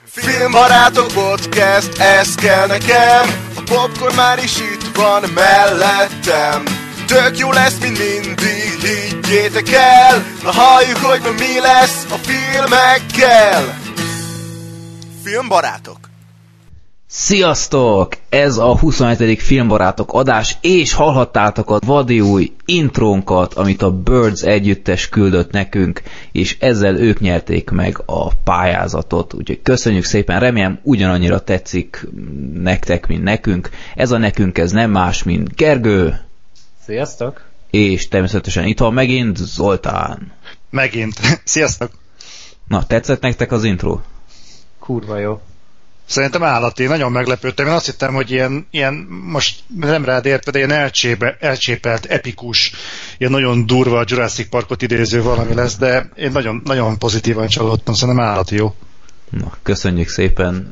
Filmbarátok podcast, ez kell nekem. A popcorn már is itt van mellettem. Tök jó lesz, mint mindig, higgyétek el. Na halljuk, hogy ma mi lesz a filmekkel. Filmbarátok. Sziasztok! Ez a 27. Filmbarátok adás, és hallhattátok a vadi új intrónkat, amit a Birds együttes küldött nekünk, és ezzel ők nyerték meg a pályázatot. Úgyhogy köszönjük szépen, remélem ugyanannyira tetszik nektek, mint nekünk. Ez a nekünk, ez nem más, mint Gergő. Sziasztok! És természetesen itt van megint Zoltán. Megint. Sziasztok! Na, tetszett nektek az intro? Kurva jó. Szerintem állati, nagyon meglepődtem. Én azt hittem, hogy ilyen most nem rád értve, de ilyen elcsépelt, epikus, ilyen nagyon durva Jurassic Parkot idéző valami lesz, de én nagyon, nagyon pozitívan csalódtam, szerintem állati jó. Na, köszönjük szépen.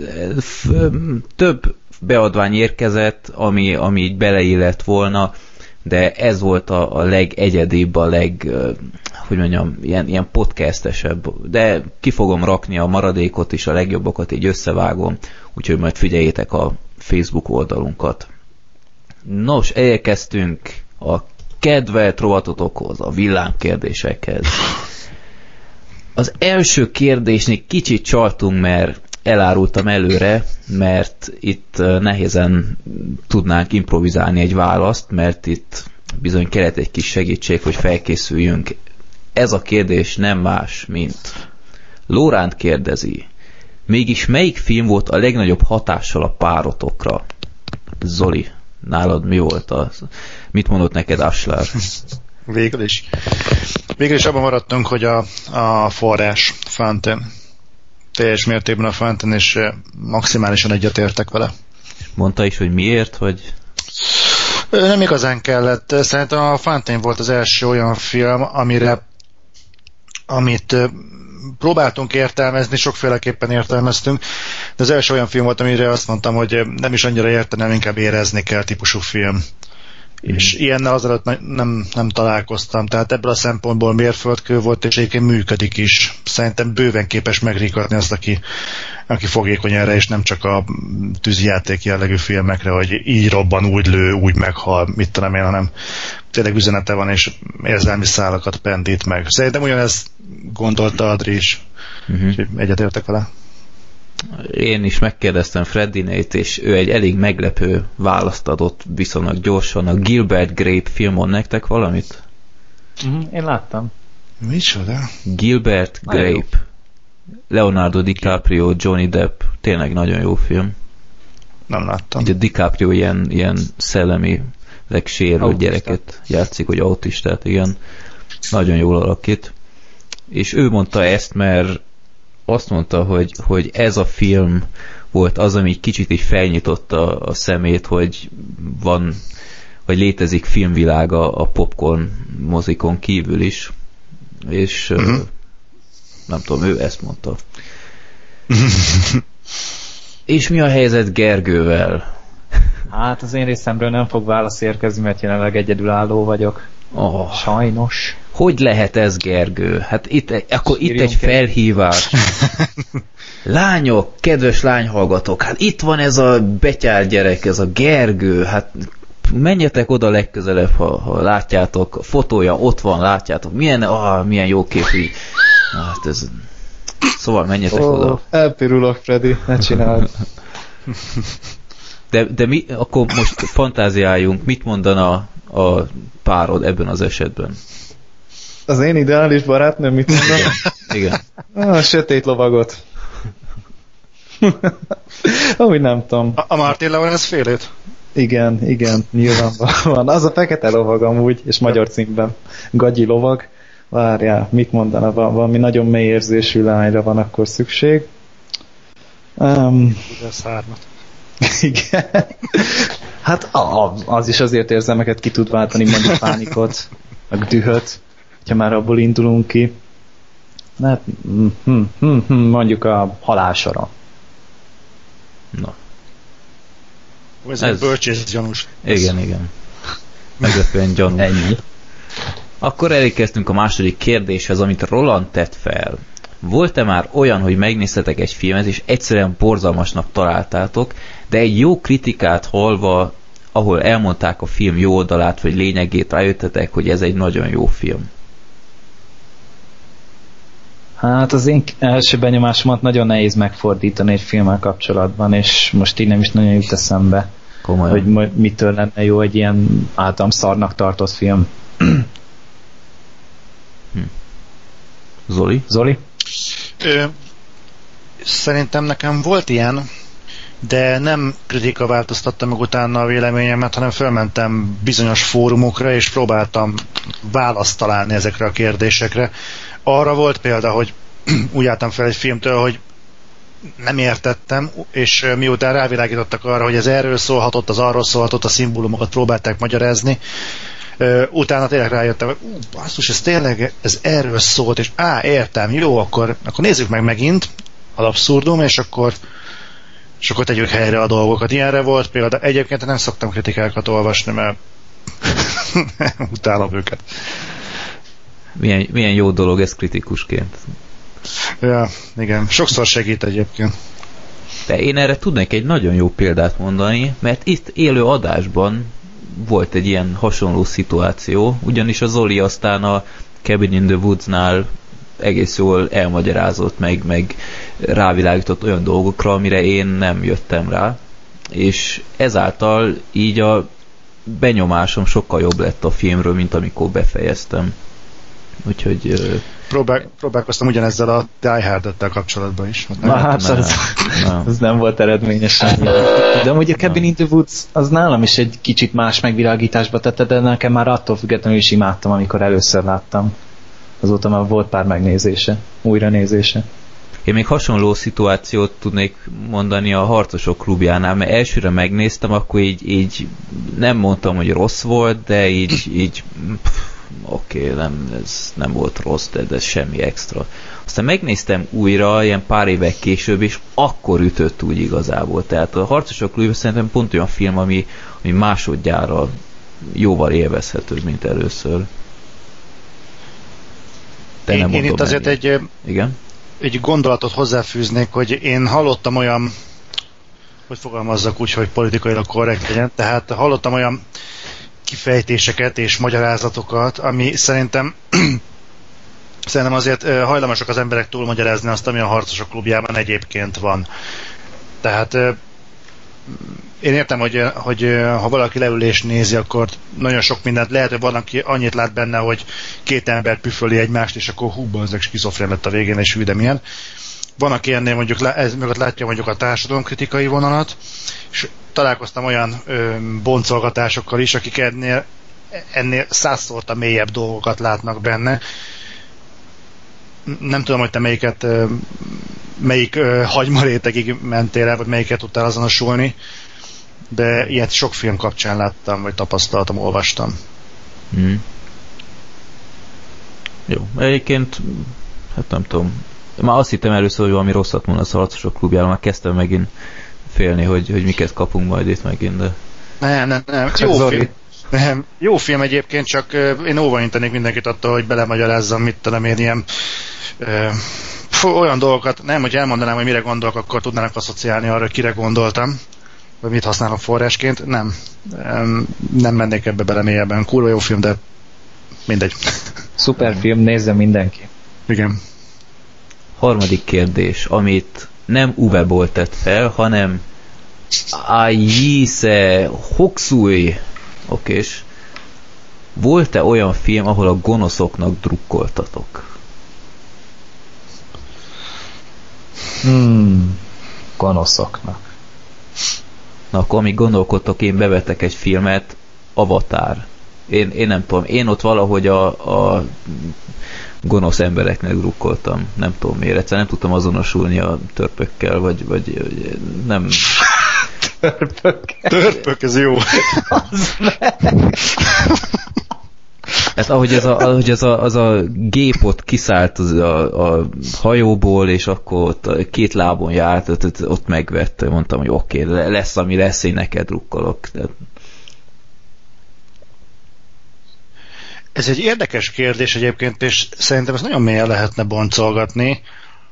Több beadvány érkezett, ami így beleillett volna, de ez volt a legegyedibb, hogy mondjam, ilyen podcastesebb, de ki fogom rakni a maradékot is, a legjobbakat így összevágom, úgyhogy majd figyeljétek a Facebook oldalunkat. Nos, elérkeztünk a kedvelt rovatotokhoz, a villámkérdésekhez. Az első kérdésnél kicsit csaltunk, mert elárultam előre, mert itt nehézen tudnánk improvizálni egy választ, mert itt bizony kellett egy kis segítség, hogy felkészüljünk. Ez a kérdés nem más, mint Lóránt kérdezi, mégis melyik film volt a legnagyobb hatással a párotokra? Zoli, nálad mi volt az? Mit mondott neked Ashlár? Végül is abban maradtunk, hogy a forrás, Fountain. Teljes mértékben a Fountain, és maximálisan egyetértek vele. Mondta is, hogy miért, hogy... Nem igazán kellett. Szerintem a Fountain volt az első olyan film, amit próbáltunk értelmezni, sokféleképpen értelmeztünk, de az első olyan film volt, amire azt mondtam, hogy nem is annyira értenem, inkább érezni kell típusú film. És ilyennel azelőtt nem találkoztam, tehát ebből a szempontból mérföldkő volt, és egyébként működik is. Szerintem bőven képes megrikatni azt, aki fogékony erre, és nem csak a tűzijáték jellegű filmekre, hogy így robban, úgy lő, úgy meghal, mit tudom én, hanem tényleg üzenete van, és érzelmi szálakat pendít meg. Szerintem ugyanezt gondolta Adri is, úgyhogy egyetértek vele. Én is megkérdeztem Freddinét, és ő egy elég meglepő választ adott viszonylag gyorsan. A Gilbert Grape filmon nektek valamit? Én láttam. Micsoda? Gilbert Grape. Leonardo DiCaprio, Johnny Depp. Tényleg nagyon jó film. Nem láttam. Ugye DiCaprio ilyen szellemi legsérült gyereket játszik, hogy autistát, igen. Nagyon jól alakít. És ő mondta ezt, mert azt mondta, hogy ez a film volt az, ami kicsit így felnyitotta a szemét, hogy létezik filmvilága a popcorn mozikon kívül is. És nem tudom, ő ezt mondta. És mi a helyzet Gergővel? Hát az én részemről nem fog válasz érkezni, mert jelenleg egyedülálló vagyok. Sajnos. Hogy lehet ez, Gergő? Hát itt egy felhívás. Lányok, kedves lányhallgatók, hát itt van ez a betyár gyerek, ez a Gergő, hát menjetek oda legközelebb, ha látjátok, a fotója ott van, látjátok, milyen jó képű. Hát ez... Szóval menjetek oda. Elpirulok, Freddy, ne csináld. De mi, akkor most fantáziáljunk, mit mondana a párod ebben az esetben? Az én ideális barátnőm mit mondana? Igen. A sötét lovagot. Úgy nem tudom. A Martin Lawrence félét? Igen, nyilvánvalóan. Az a fekete lovag amúgy, és magyar címben. Gagyi lovag. Várjál, mit mondana? Valami nagyon mély érzésű lányra van akkor szükség. Igen. Hát az is azért érzelmeket ki tud váltani, mondjuk pánikot, meg dühöt, ha már abból indulunk ki. Hát, mondjuk a halálsora. Na. Ez egy bölcsész gyanús. Igen. Meglepően gyanús. Ennyi. Akkor elérkeztünk a második kérdéshez, amit Roland tett fel. volt-e már olyan, hogy megnéztetek egy filmet, és egyszerűen borzalmasnak találtátok, de egy jó kritikát hallva, ahol elmondták a film jó oldalát, vagy lényegét, rájöttetek, hogy ez egy nagyon jó film? Hát az én első benyomásomat nagyon nehéz megfordítani egy filmmel kapcsolatban, és most így nem is nagyon jut eszembe, Komolyan. hogy mitől lenne jó egy ilyen általam szarnak tartott film. Zoli? Zoli? Szerintem nekem volt ilyen, de nem kritika változtatta meg utána a véleményemet, hanem felmentem bizonyos fórumokra, és próbáltam választ találni ezekre a kérdésekre. Arra volt példa, hogy úgy álltam fel egy filmtől, hogy nem értettem, és miután rávilágítottak arra, hogy ez erről szólhatott, az arról szólhatott, a szimbólumokat próbálták magyarázni, utána tényleg rájöttem, hogy basszus, ez tényleg ez erről szólt, és értem, jó, akkor nézzük meg megint az abszurdum, és akkor tegyük helyre a dolgokat. Ilyenre volt például, egyébként nem szoktam kritikákat olvasni, mert utálom őket. Milyen jó dolog ez kritikusként. Ja, igen. Sokszor segít egyébként. De én erre tudnék egy nagyon jó példát mondani, mert itt élő adásban volt egy ilyen hasonló szituáció, ugyanis a Zoli aztán a Cabin in the Woods-nál egész jól elmagyarázott, meg rávilágított olyan dolgokra, amire én nem jöttem rá, és ezáltal így a benyomásom sokkal jobb lett a filmről, mint amikor befejeztem. Úgyhogy... Próbálkoztam ugyanezzel a Die Hard-ettel kapcsolatban is. Ez nem volt eredményes. De amúgy a Cabin in the Woods az nálam is egy kicsit más megvilágításba tette, de nekem már attól függetlenül is imádtam, amikor először láttam. Azóta már volt pár megnézése, újranézése. Én még hasonló szituációt tudnék mondani a Harcosok klubjánál, mert elsőre megnéztem, akkor így nem mondtam, hogy rossz volt, de így oké, ez nem volt rossz, de ez semmi extra. Aztán megnéztem újra, ilyen pár évek később, és akkor ütött úgy igazából. Tehát a Harcosok klubja szerintem pont olyan film, ami másodjára jóval élvezhetőbb, mint először. De nem én itt azért egy gondolatot hozzáfűznék, hogy én hallottam olyan, hogy fogalmazzak úgy, hogy politikailag korrekt legyen, tehát hallottam olyan kifejtéseket és magyarázatokat, ami szerintem azért hajlamosak az emberek túlmagyarázni azt, ami a Harcosok klubjában egyébként van. Tehát én értem, hogy ha valaki leül és nézi, akkor nagyon sok mindent lehet, hogy van, aki annyit lát benne, hogy két ember püföli egymást, és akkor ezek skizofrén lett a végén, és hű, de milyen. Van, aki ennél mondjuk ez mögött látja mondjuk a társadalomkritikai vonalat, és találkoztam olyan boncolgatásokkal is, akik ennél 100-szor mélyebb dolgokat látnak benne. Nem tudom, hogy te melyik hagymarétegig mentél el, vagy melyiket tudtál azonosulni, de ilyet sok film kapcsán láttam, vagy tapasztaltam, olvastam. Jó, egyébként hát nem tudom. Már azt hittem először, hogy valami rosszat mondasz a Harcosok klubjáról, már kezdtem megint félni, hogy miket kapunk majd itt megint, de... Nem. Jó film. Nem. Jó film egyébként, csak én óvaintenék mindenkit attól, hogy belemagyarázzam, mit tudom én ilyen olyan dolgokat, nem, hogy elmondanám, hogy mire gondolok, akkor tudnának asszociálni arra, hogy kire gondoltam, vagy mit használok forrásként. Nem mennék ebbe bele mélyebben. Kurva jó film, de mindegy. Szuper film, nézze mindenki. Igen. Harmadik kérdés, amit nem Uwe Boll tett fel, hanem Ayise Hokusai. Okés. Volt-e olyan film, ahol a gonoszoknak drukkoltatok? Gonoszoknak. Na, akkor amíg gondolkodtok, én bevetek egy filmet, Avatar. Én nem tudom, én ott valahogy a gonosz embereknek drukkoltam. Nem tudom miért, egyszerűen nem tudtam azonosulni a törpökkel, vagy nem... Törpök, ez jó. Hát ahogy az a gép ott kiszállt a hajóból, és akkor ott két lábon járt, ott megvette, mondtam, hogy oké, lesz, ami lesz, én neked drukkolok. Ez egy érdekes kérdés egyébként, és szerintem ezt nagyon mélyen lehetne boncolgatni.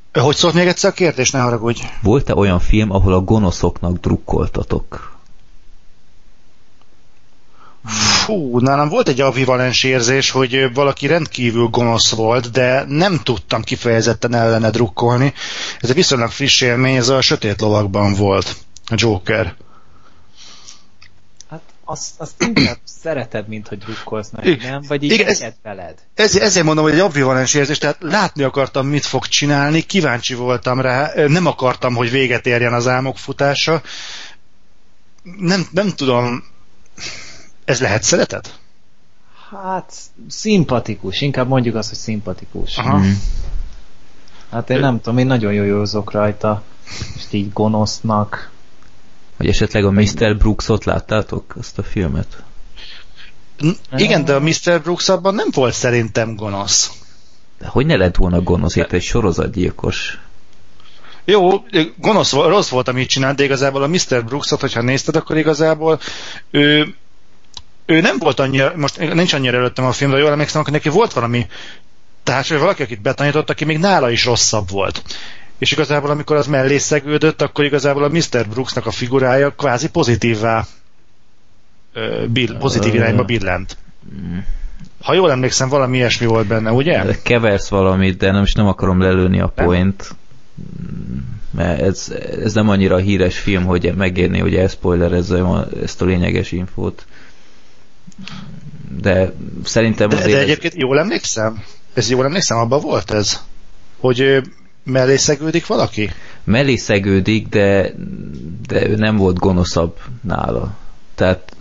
Hogy szólt még egyszer a kérdés, ne haragudj? Volt-e olyan film, ahol a gonoszoknak drukkoltatok? Fú, nálam volt egy ambivalens érzés, hogy valaki rendkívül gonosz volt, de nem tudtam kifejezetten ellene drukkolni. Ez egy viszonylag friss élmény, ez a Sötét lovakban volt, a Joker. Hát azt inkább szereted, mint hogy drukkolsz neki, nem? Vagy így neked veled? Ezért mondom, hogy egy ambivalens érzés, tehát látni akartam, mit fog csinálni, kíváncsi voltam rá, nem akartam, hogy véget érjen az álmok futása. Nem tudom, ez lehet szeretet? Hát, szimpatikus, inkább mondjuk azt, hogy szimpatikus. Aha. Hát én nem tudom, én nagyon józok rajta, és így gonosznak. Vagy esetleg a Mr. Brooksot láttátok, azt a filmet? Igen, de a Mr. Brooks abban nem volt szerintem gonosz. De hogy ne lett volna gonosz, itt egy sorozatgyilkos. Jó, gonosz, rossz volt, amit csinált, de igazából a Mr. Brooksot, hogyha nézted, akkor igazából ő nem volt annyira, most nincs annyira előttem a film, de jól emlékszem, akkor neki volt valami társai, valaki, akit betanított, aki még nála is rosszabb volt. És igazából, amikor az mellé szegődött, akkor igazából a Mr. Brooksnak a figurája kvázi pozitívvá pozitív irányba billent. Ha jól emlékszem, valami ilyesmi volt benne, ugye? Keversz valamit, de nem akarom lelőni a point. Mert ez nem annyira híres film, hogy megérni, hogy elszpoilerezzem ezt a lényeges infót. De szerintem azért... De egyébként jól emlékszem? Jól emlékszem, abban volt ez? Hogy mellé szegődik valaki? Mellé szegődik, de ő nem volt gonoszabb nála. Tehát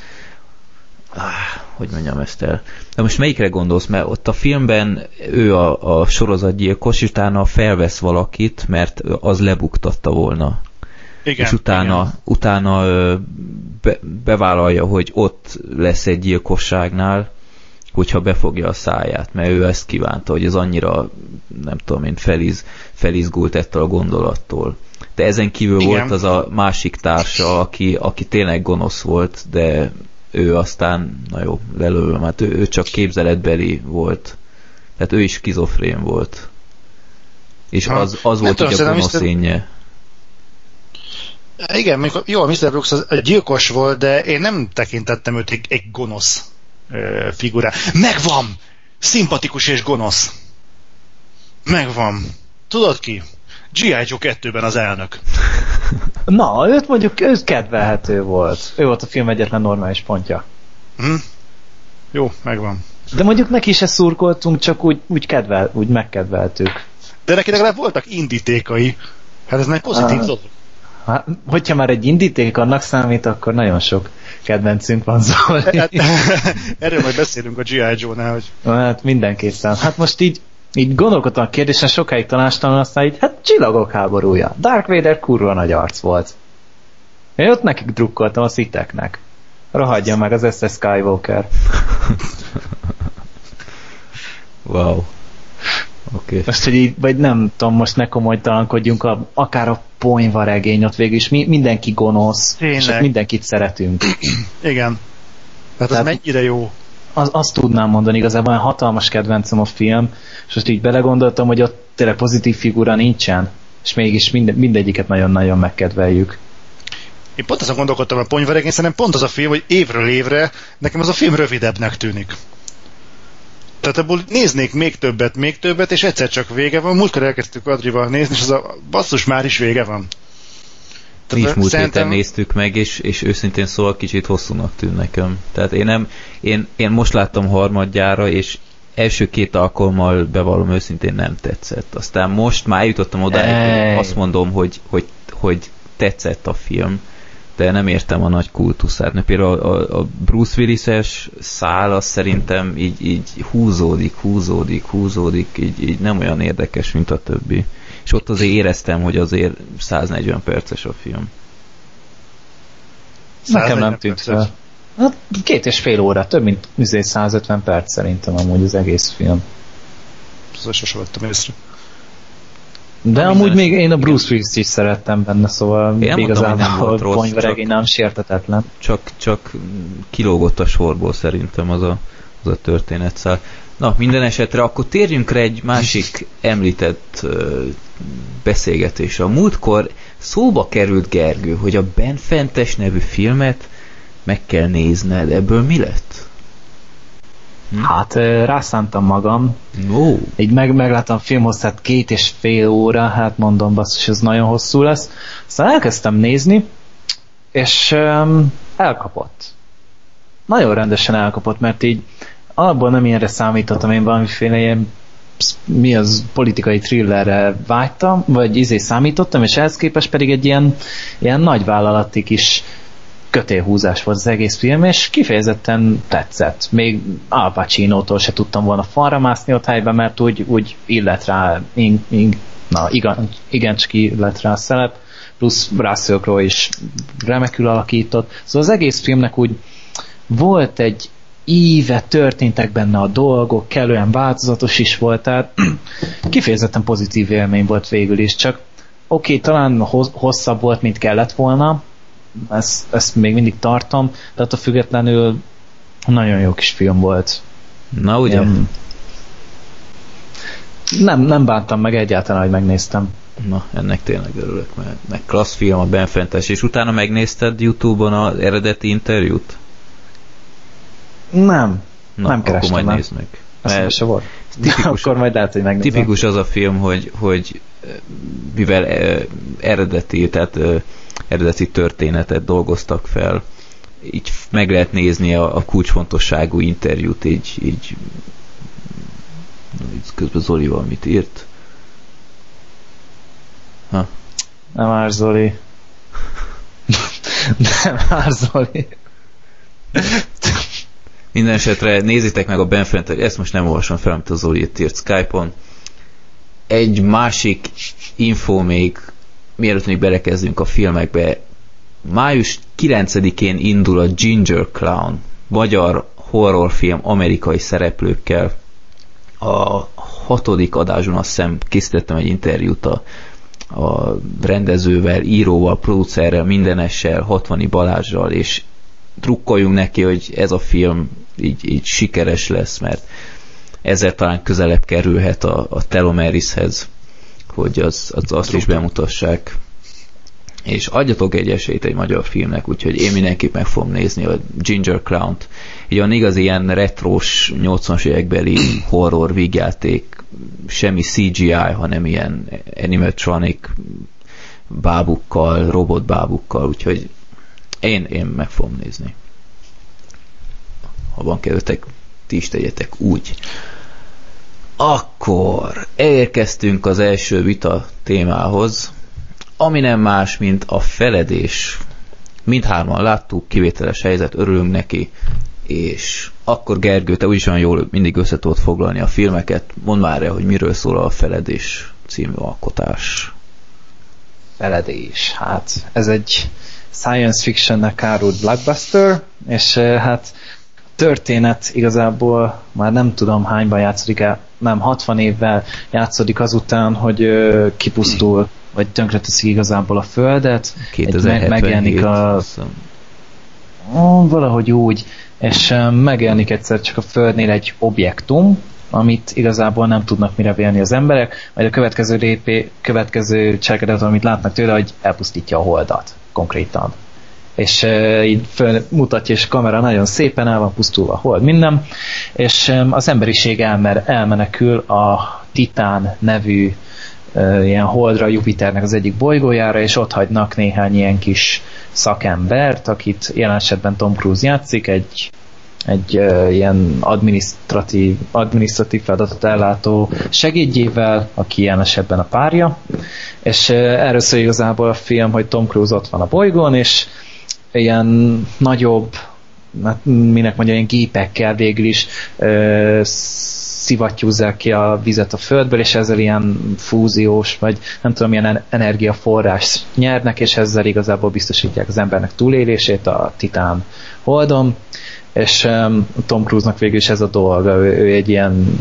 hogy mondjam ezt el. De most melyikre gondolsz? Mert ott a filmben ő a sorozatgyilkos, és utána felvesz valakit, mert az lebuktatta volna. Igen, és utána bevállalja, hogy ott lesz egy gyilkosságnál, hogyha befogja a száját, mert ő ezt kívánta, hogy ez annyira, nem tudom én, felizgult ettől a gondolattól. De ezen kívül igen. Volt az a másik társa, aki tényleg gonosz volt, de ő aztán, na jó, lelőlöm, hát ő csak képzeletbeli volt. Tehát ő is skizofrén volt. És az volt ugye a gonosz énje. Igen, jó, a Mr. Brooks az gyilkos volt, de én nem tekintettem őt egy gonosz figurá. Megvan! Szimpatikus és gonosz. Megvan. Tudod ki? G.I. Joe 2-ben az elnök. Na, őt mondjuk, ő kedvelhető volt. Ő volt a film egyetlen normális pontja. Jó, megvan. De mondjuk neki se szurkoltunk, csak úgy megkedveltük. De neki legalább voltak indítékai. Hát ez egy pozitív dolog. Hát, hogyha már egy indíték annak számít, akkor nagyon sok kedvencünk van, Zoli. Erről majd beszélünk a G.I. Joe-nál, hogy... Hát mindenképpen. Hát most így gondolkodtam a kérdésen, sokáig tanástalan, aztán így, hát Csillagok háborúja. Darth Vader kurva nagy arc volt. Én ott nekik drukkoltam, a sziteknek. Rohadjon meg az SS Skywalker. Wow. Okay. Most, hogy így, vagy nem tudom, most ne komolytalankodjunk, akár a ponyvaregény, ott végül is mindenki gonosz, és mindenkit szeretünk. Igen. Tehát az mennyire jó. Azt tudnám mondani, igazából olyan hatalmas kedvencem a film, és most így belegondoltam, hogy ott tényleg pozitív figura nincsen, és mégis mindegyiket nagyon-nagyon megkedveljük. Én pont azon gondolkodtam a ponyvaregény, szerintem pont az a film, hogy évről évre nekem az a film rövidebbnek tűnik. Tehát abból néznék még többet, és egyszer csak vége van. Múltkor elkezdtük Adrival nézni, és az a basszus már is vége van. Mi is múlt héten néztük meg, és őszintén szóval kicsit hosszúnak tűn nekem. Tehát én most láttam harmadjára, és első 2 alkalommal bevallom őszintén nem tetszett. Aztán most már jutottam oda, azt mondom, hogy tetszett a film, de nem értem a nagy kultuszát. Mert például a Bruce Willis-es szál az szerintem így húzódik, így nem olyan érdekes, mint a többi. És ott azért éreztem, hogy azért 140 perces a film. Nekem nem tűnt fel. Hát 2,5 óra, több mint 150 perc szerintem amúgy az egész film. Szóval sose vettem észre. De amúgy még én a Bruce Willis is szerettem benne, szóval igazából a ponyvaregény nem sértetetlen. Csak kilógott a sorból szerintem az a történetszál. Na, minden esetre akkor térjünk rá egy másik említett beszélgetésre. A múltkor szóba került, Gergő, hogy a Ben Fentes nevű filmet meg kell nézned. Ebből mi lett? Hát rászántam magam. No. Így megláttam a filmhosszát 2,5 óra, hát mondom, basszus, ez nagyon hosszú lesz. Aztán elkezdtem nézni, és elkapott. Nagyon rendesen elkapott, mert így alapból nem ilyenre számítottam, én valamiféle ilyen politikai thrillerre vágytam, vagy számítottam, és ehhez képest pedig egy ilyen nagyvállalati kis kötélhúzás volt az egész film, és kifejezetten tetszett. Még Al Pacino-tól se tudtam volna falra mászni ott helyben, mert úgy illet rá, igencsak illet rá a szerep, plusz Russell Crowe is remekül alakított. Szóval az egész filmnek úgy volt egy íve, történtek benne a dolgok, kellően változatos is volt, tehát kifejezetten pozitív élmény volt végül is, csak oké, talán hosszabb volt, mint kellett volna, ezt még mindig tartom, de attól függetlenül nagyon jó kis film volt. Na ugye? Nem bántam meg egyáltalán, hogy megnéztem. Na, ennek tényleg örülök, mert klassz film a Ben Fentes, és utána megnézted YouTube-on az eredeti interjút? Nem kerestem. Akkor majd nézd meg. Ez se volt. Tipikus, akkor majd lehet, hogy megnézem. Tipikus az a film, hogy mivel eredeti történetet dolgoztak fel, így meg lehet nézni a kulcsfontosságú interjút, így közben Zoli valamit írt. Ha? Nem már Zoli. Nem már Zoli. Minden esetre nézzétek meg a Ben Fentes, ezt most nem olvasom fel, amit a Zoli írt Skype-on. Egy másik info még, mielőtt még belekezdünk a filmekbe, május 9-én indul a Ginger Clown, magyar horrorfilm amerikai szereplőkkel. A 6. adáson azt hiszem készítettem egy interjút a rendezővel, íróval, producerrel, mindenessel, 60 Balázsral, és drukkoljunk neki, hogy ez a film így sikeres lesz, mert ezzel talán közelebb kerülhet a Telomerishez, hogy azt is bemutassák. És adjatok egy esélyt egy magyar filmnek, úgyhogy én mindenképp meg fogom nézni a Ginger Clown-t. Így van igazi ilyen retrós 80-as évekbeli horror vígjáték, semmi CGI, hanem ilyen animatronic bábukkal, robotbábukkal, úgyhogy én meg fogom nézni. Ha van kedvetek, ti is tegyetek úgy. Akkor elérkeztünk az első vita témához, ami nem más, mint a feledés. Mindhárman láttuk, kivételes helyzet, örülünk neki, és akkor Gergő, te úgyis olyan jól mindig össze tudod foglalni a filmeket, mondd már el, hogy miről szól a Feledés című alkotás. Feledés, hát ez egy science fictionnek árult blockbuster, és hát történet igazából már nem tudom hányban játszódik el, nem 60 évvel játszódik azután, hogy kipusztul, vagy tönkreteszik igazából a Földet. 2077, megjelenik valahogy úgy, és megjelenik egyszer csak a Földnél egy objektum, amit igazából nem tudnak mire vélni az emberek, majd a következő cselekedet, amit látnak tőle, hogy elpusztítja a Holdat konkrétan. És így mutatja, és a kamera nagyon szépen el van pusztulva a Hold, minden, és az emberiség elmenekül a Titán nevű ilyen Holdra, Jupiternek az egyik bolygójára, és ott hagynak néhány ilyen kis szakembert, akit jelen esetben Tom Cruise játszik, egy ilyen adminisztratív feladatot ellátó segédjével, aki jelen esetben a párja, és erről szól igazából a film, hogy Tom Cruise ott van a bolygón, és ilyen nagyobb, minek mondja, ilyen gépekkel végül is szivattyúzzák ki a vizet a Földből, és ezzel ilyen fúziós, vagy nem tudom, milyen energiaforrás nyernek, és ezzel igazából biztosítják az embernek túlélését a Titán Holdon, és Tom Cruise-nak végül is ez a dolga, ő egy ilyen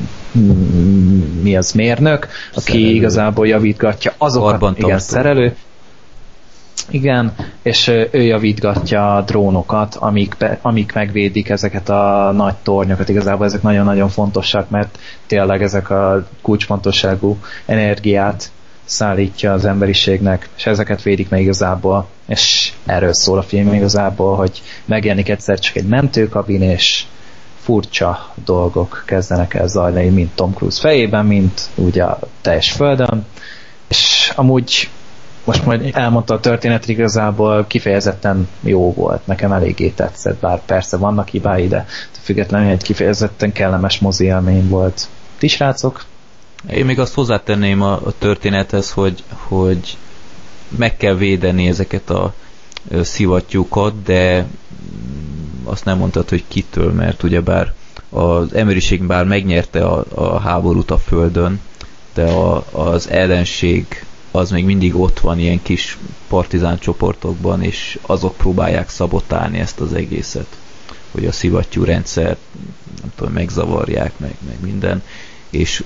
mérnök, aki szerelő. Igazából javítgatja azokat, szerelő. Igen, és ő javítgatja a drónokat, amik megvédik ezeket a nagy tornyokat. Igazából ezek nagyon-nagyon fontosak, mert tényleg ezek a kulcsfontosságú energiát szállítja az emberiségnek, és ezeket védik meg igazából, és erről szól a film igazából, hogy megjelenik egyszer csak egy mentőkabin, és furcsa dolgok kezdenek el zajlani, mint Tom Cruise fejében, mint ugye a teljes földön, és amúgy most majd elmondta a történetet, igazából kifejezetten jó volt, nekem eléggé tetszett, bár persze vannak hibái, de függetlenül egy kifejezetten kellemes mozi élmény volt. Ti srácok? Én még azt hozzátenném a történethez, hogy meg kell védeni ezeket a szivattyúkat, de azt nem mondtad, hogy kitől, mert ugyebár az emberiség bár megnyerte a háborút a Földön, de az ellenség az még mindig ott van ilyen kis partizán csoportokban, és azok próbálják szabotálni ezt az egészet, hogy a szivattyú rendszer nem tudom, megzavarják, meg minden, és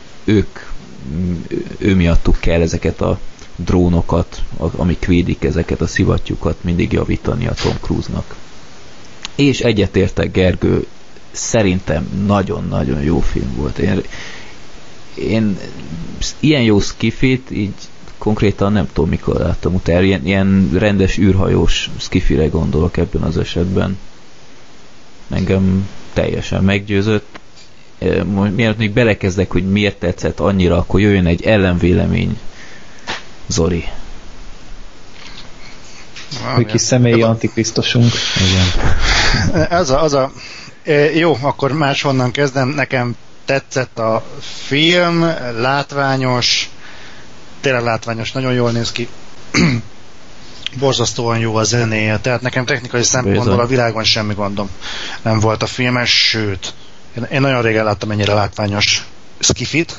ő miattuk kell ezeket a drónokat, amik védik ezeket a szivattyúkat, mindig javítani a Tom Cruise-nak. És egyetértek, Gergő, szerintem nagyon-nagyon jó film volt. Én ilyen jó skifit így konkrétan nem tudom, mikor láttam utána. Ilyen rendes űrhajós skifire gondolok ebben az esetben. Engem teljesen meggyőzött. Mielőtt még belekezdek, hogy miért tetszett annyira, akkor jöjjön egy ellenvélemény. Zoli. Egy kis személyi antikrisztusunk. Igen. Jó, akkor máshonnan kezdem. Nekem tetszett a film, látványos, tényleg látványos, nagyon jól néz ki. Borzasztóan jó a zenéje, tehát nekem technikai szempontból a világon semmi gondom nem volt a filmes, sőt, én nagyon régen láttam ennyire látványos skifit.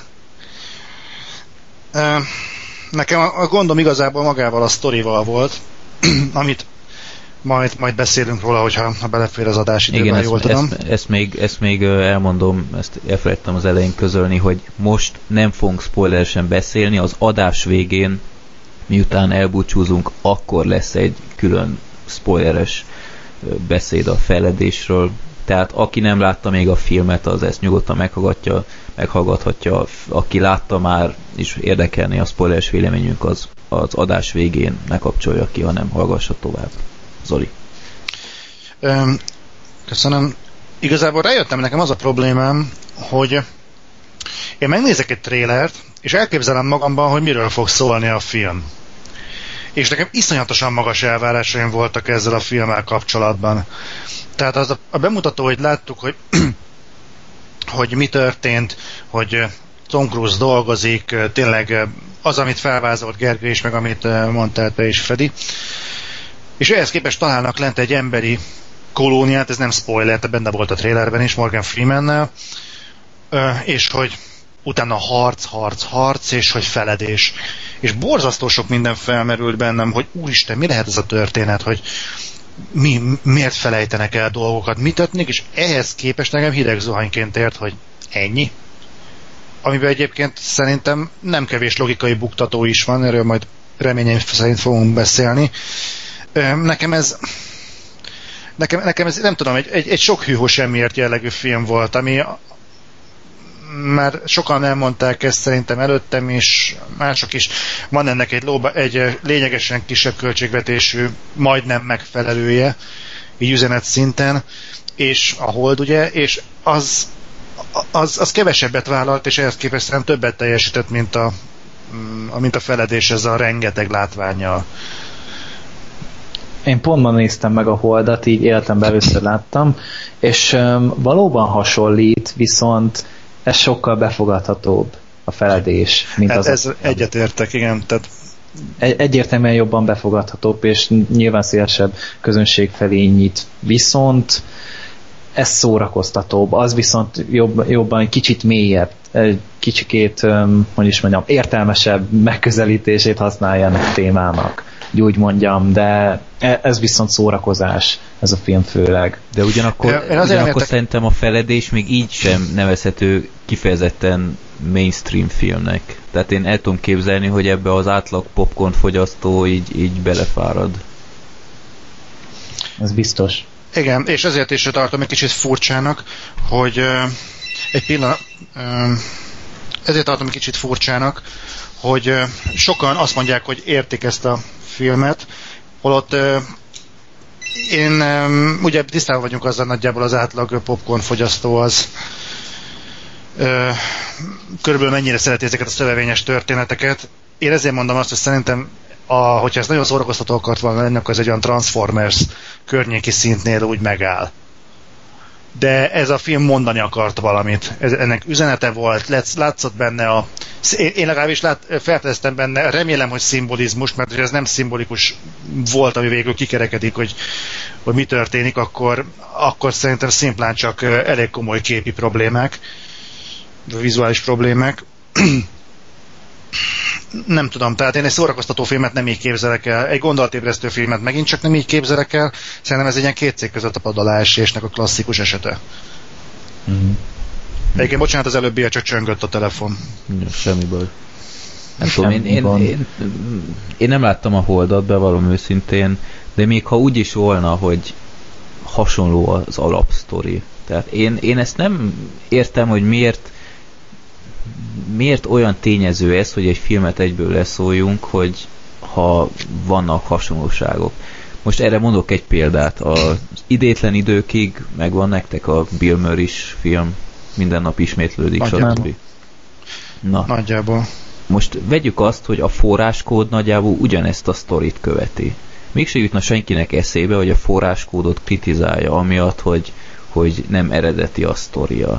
Nekem a gondom igazából magával a sztorival volt, amit majd beszélünk róla, hogyha belefér az adás időben, igen, jól tudom. Ezt még elmondom, ezt elfelejtettem az elején közölni, hogy most nem fogunk spoileresen beszélni, az adás végén, miután elbúcsúzunk, akkor lesz egy külön spoileres beszéd a feledésről. Tehát aki nem látta még a filmet, az ezt nyugodtan meghallgathatja. Aki látta már, és érdekelné a spoileres véleményünk, az adás végén ne kapcsolja ki, hanem hallgassa tovább. Zoli. Köszönöm. Igazából rájöttem, nekem az a problémám, hogy én megnézek egy trélert, és elképzelem magamban, hogy miről fog szólni a film. És nekem iszonyatosan magas elvárásaim voltak ezzel a filmmel kapcsolatban. Tehát az a bemutató, hogy láttuk, hogy mi történt, hogy Tom Cruise dolgozik, tényleg az, amit felvázolt Gergő is, meg amit mondtál te is, Freddy. És ehhez képest találnak lent egy emberi kolóniát, ez nem spoiler, de benne volt a trailerben is, Morgan Freemannel, és hogy utána harc, és hogy feledés. És borzasztó sok minden felmerült bennem, hogy úristen, mi lehet ez a történet, hogy miért felejtenek el dolgokat, mit történik, és ehhez képest nekem hideg zuhanyként ért, hogy ennyi. Amiben egyébként szerintem nem kevés logikai buktató is van, erről majd reményeim szerint fogunk beszélni. Nekem ez nem tudom, egy sok hűhó semmiért jellegű film volt, ami már sokan elmondták ezt szerintem előttem is, mások is. Van ennek egy lényegesen kisebb költségvetésű, majdnem megfelelője, így üzenet szinten, és a Hold, ugye, és az kevesebbet vállalt, és ehhez képest nem többet teljesített, mint a feledés, ez a rengeteg látvánnyal. Én pont ma néztem meg a Holdat, így életemben először láttam, és valóban hasonlít, viszont ez sokkal befogadhatóbb a feledés, mint hát az. Ez egyetértek, igen. Tehát egyértelműen jobban befogadhatóbb, és nyilván szélesebb közönség felé nyit. Viszont ez szórakoztatóbb, az viszont jobban egy kicsit mélyebb, egy kicsikét, hogy is mondjam, értelmesebb megközelítését használja ennek a témának, úgy mondjam, de ez viszont szórakozás, ez a film főleg. De ugyanakkor szerintem a feledés még így sem nevezhető kifejezetten mainstream filmnek. Tehát én el tudom képzelni, hogy ebbe az átlag popcorn fogyasztó így belefárad. Ez biztos. Igen, és ezért is tartom egy kicsit furcsának, hogy egy pillanat... ezért tartom egy kicsit furcsának, hogy sokan azt mondják, hogy értik ezt a filmet, holott én ugye tisztában vagyunk azzal, nagyjából az átlag popcorn fogyasztó az körülbelül mennyire szereti ezeket a szövevényes történeteket. Én ezért mondom azt, hogy szerintem hogyha ez nagyon szórakoztató akart volna lenni, akkor ez egy olyan Transformers környéki szintnél úgy megáll. De ez a film mondani akart valamit. Ennek üzenete volt, látszott benne én legalábbis felfedeztem benne, remélem, hogy szimbolizmus, mert ez nem szimbolikus volt, ami végül kikerekedik, hogy mi történik, akkor szerintem szimplán csak elég komoly képi problémák, vizuális problémák. Nem tudom, tehát én egy szórakoztató filmet nem így képzelek el, egy gondolatébresztő filmet megint csak nem így képzelek el, szerintem ez egy ilyen két cég között a pad alá esésnek a klasszikus esete. Egyébként bocsánat, az előbbi csak csöngött a telefon. Ja, semmi baj. Nem tudom, én nem láttam a Holdat, bevallom őszintén, de még ha úgy is volna, hogy hasonló az alapsztori. Tehát én ezt nem értem, hogy miért olyan tényező ez, hogy egy filmet egyből leszóljunk, hogy ha vannak hasonlóságok. Most erre mondok egy példát. Az Idétlen időkig megvan nektek a Bill Murray-s film, minden nap ismétlődik, stb. Na. Nagyjából. Most vegyük azt, hogy a forráskód nagyjából ugyanezt a sztorit követi. Mégse jutna senkinek eszébe, hogy a forráskódot kritizálja, amiatt, hogy nem eredeti a sztoria.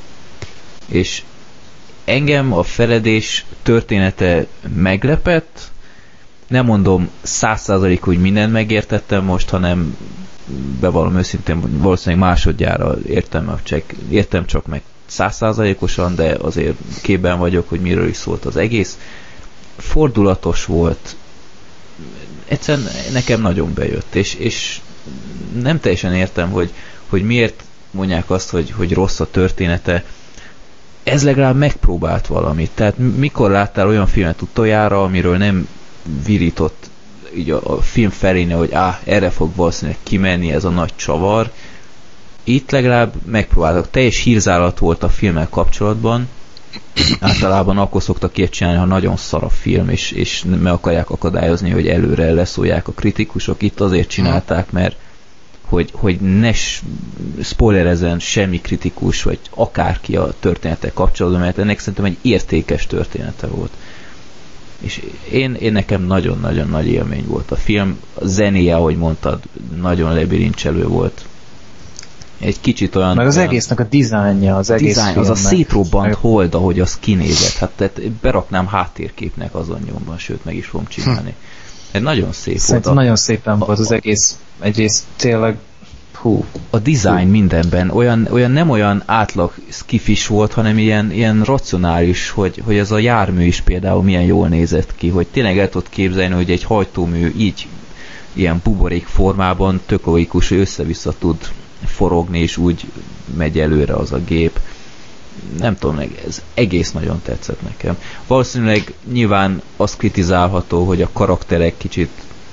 És engem a Feledés története meglepett, nem mondom 100% hogy mindent megértettem most, hanem bevallom őszintén, valószínűleg másodjára értem csak meg 100%-osan, de azért képben vagyok, hogy miről is szólt az egész. Fordulatos volt, egyszerűen nekem nagyon bejött, és nem teljesen értem, hogy miért mondják azt, hogy rossz a története. Ez legalább megpróbált valamit. Tehát mikor láttál olyan filmet utoljára, amiről nem virított így a film feléne, hogy erre fog valószínűleg kimenni ez a nagy csavar. Itt legalább megpróbáltak. Teljes hírzálat volt a filmmel kapcsolatban. Általában akkor szoktak ilyet csinálni, ha nagyon szar a film, és meg akarják akadályozni, hogy előre leszólják a kritikusok. Itt azért csinálták, mert hogy ne spoilerezzen semmi kritikus, vagy akárki a történetek kapcsolatban, mert ennek szerintem egy értékes története volt. És én nekem nagyon-nagyon nagy élmény volt a film. A zenéje, ahogy mondtad, nagyon labirincselő volt. Egy kicsit olyan... Meg az egésznek a dizájnja, az egész filmnek. Az a szétrobbant hold, ahogy az kinézett. Hát tehát beraknám háttérképnek azon nyomban, sőt meg is fogom csinálni. Egy nagyon szép szerintem volt. Nagyon szépen volt az egész. Egyrészt tényleg a design mindenben olyan nem olyan átlag skifis volt, hanem ilyen racionális, hogy ez a jármű is például milyen jól nézett ki, hogy tényleg el tudod képzelni, hogy egy hajtómű így ilyen buborék formában tök logikus, hogy össze-vissza tud forogni, és úgy megy előre az a gép. Nem tudom, ez egész nagyon tetszett nekem. Valószínűleg nyilván az kritizálható, hogy a karakterek kicsit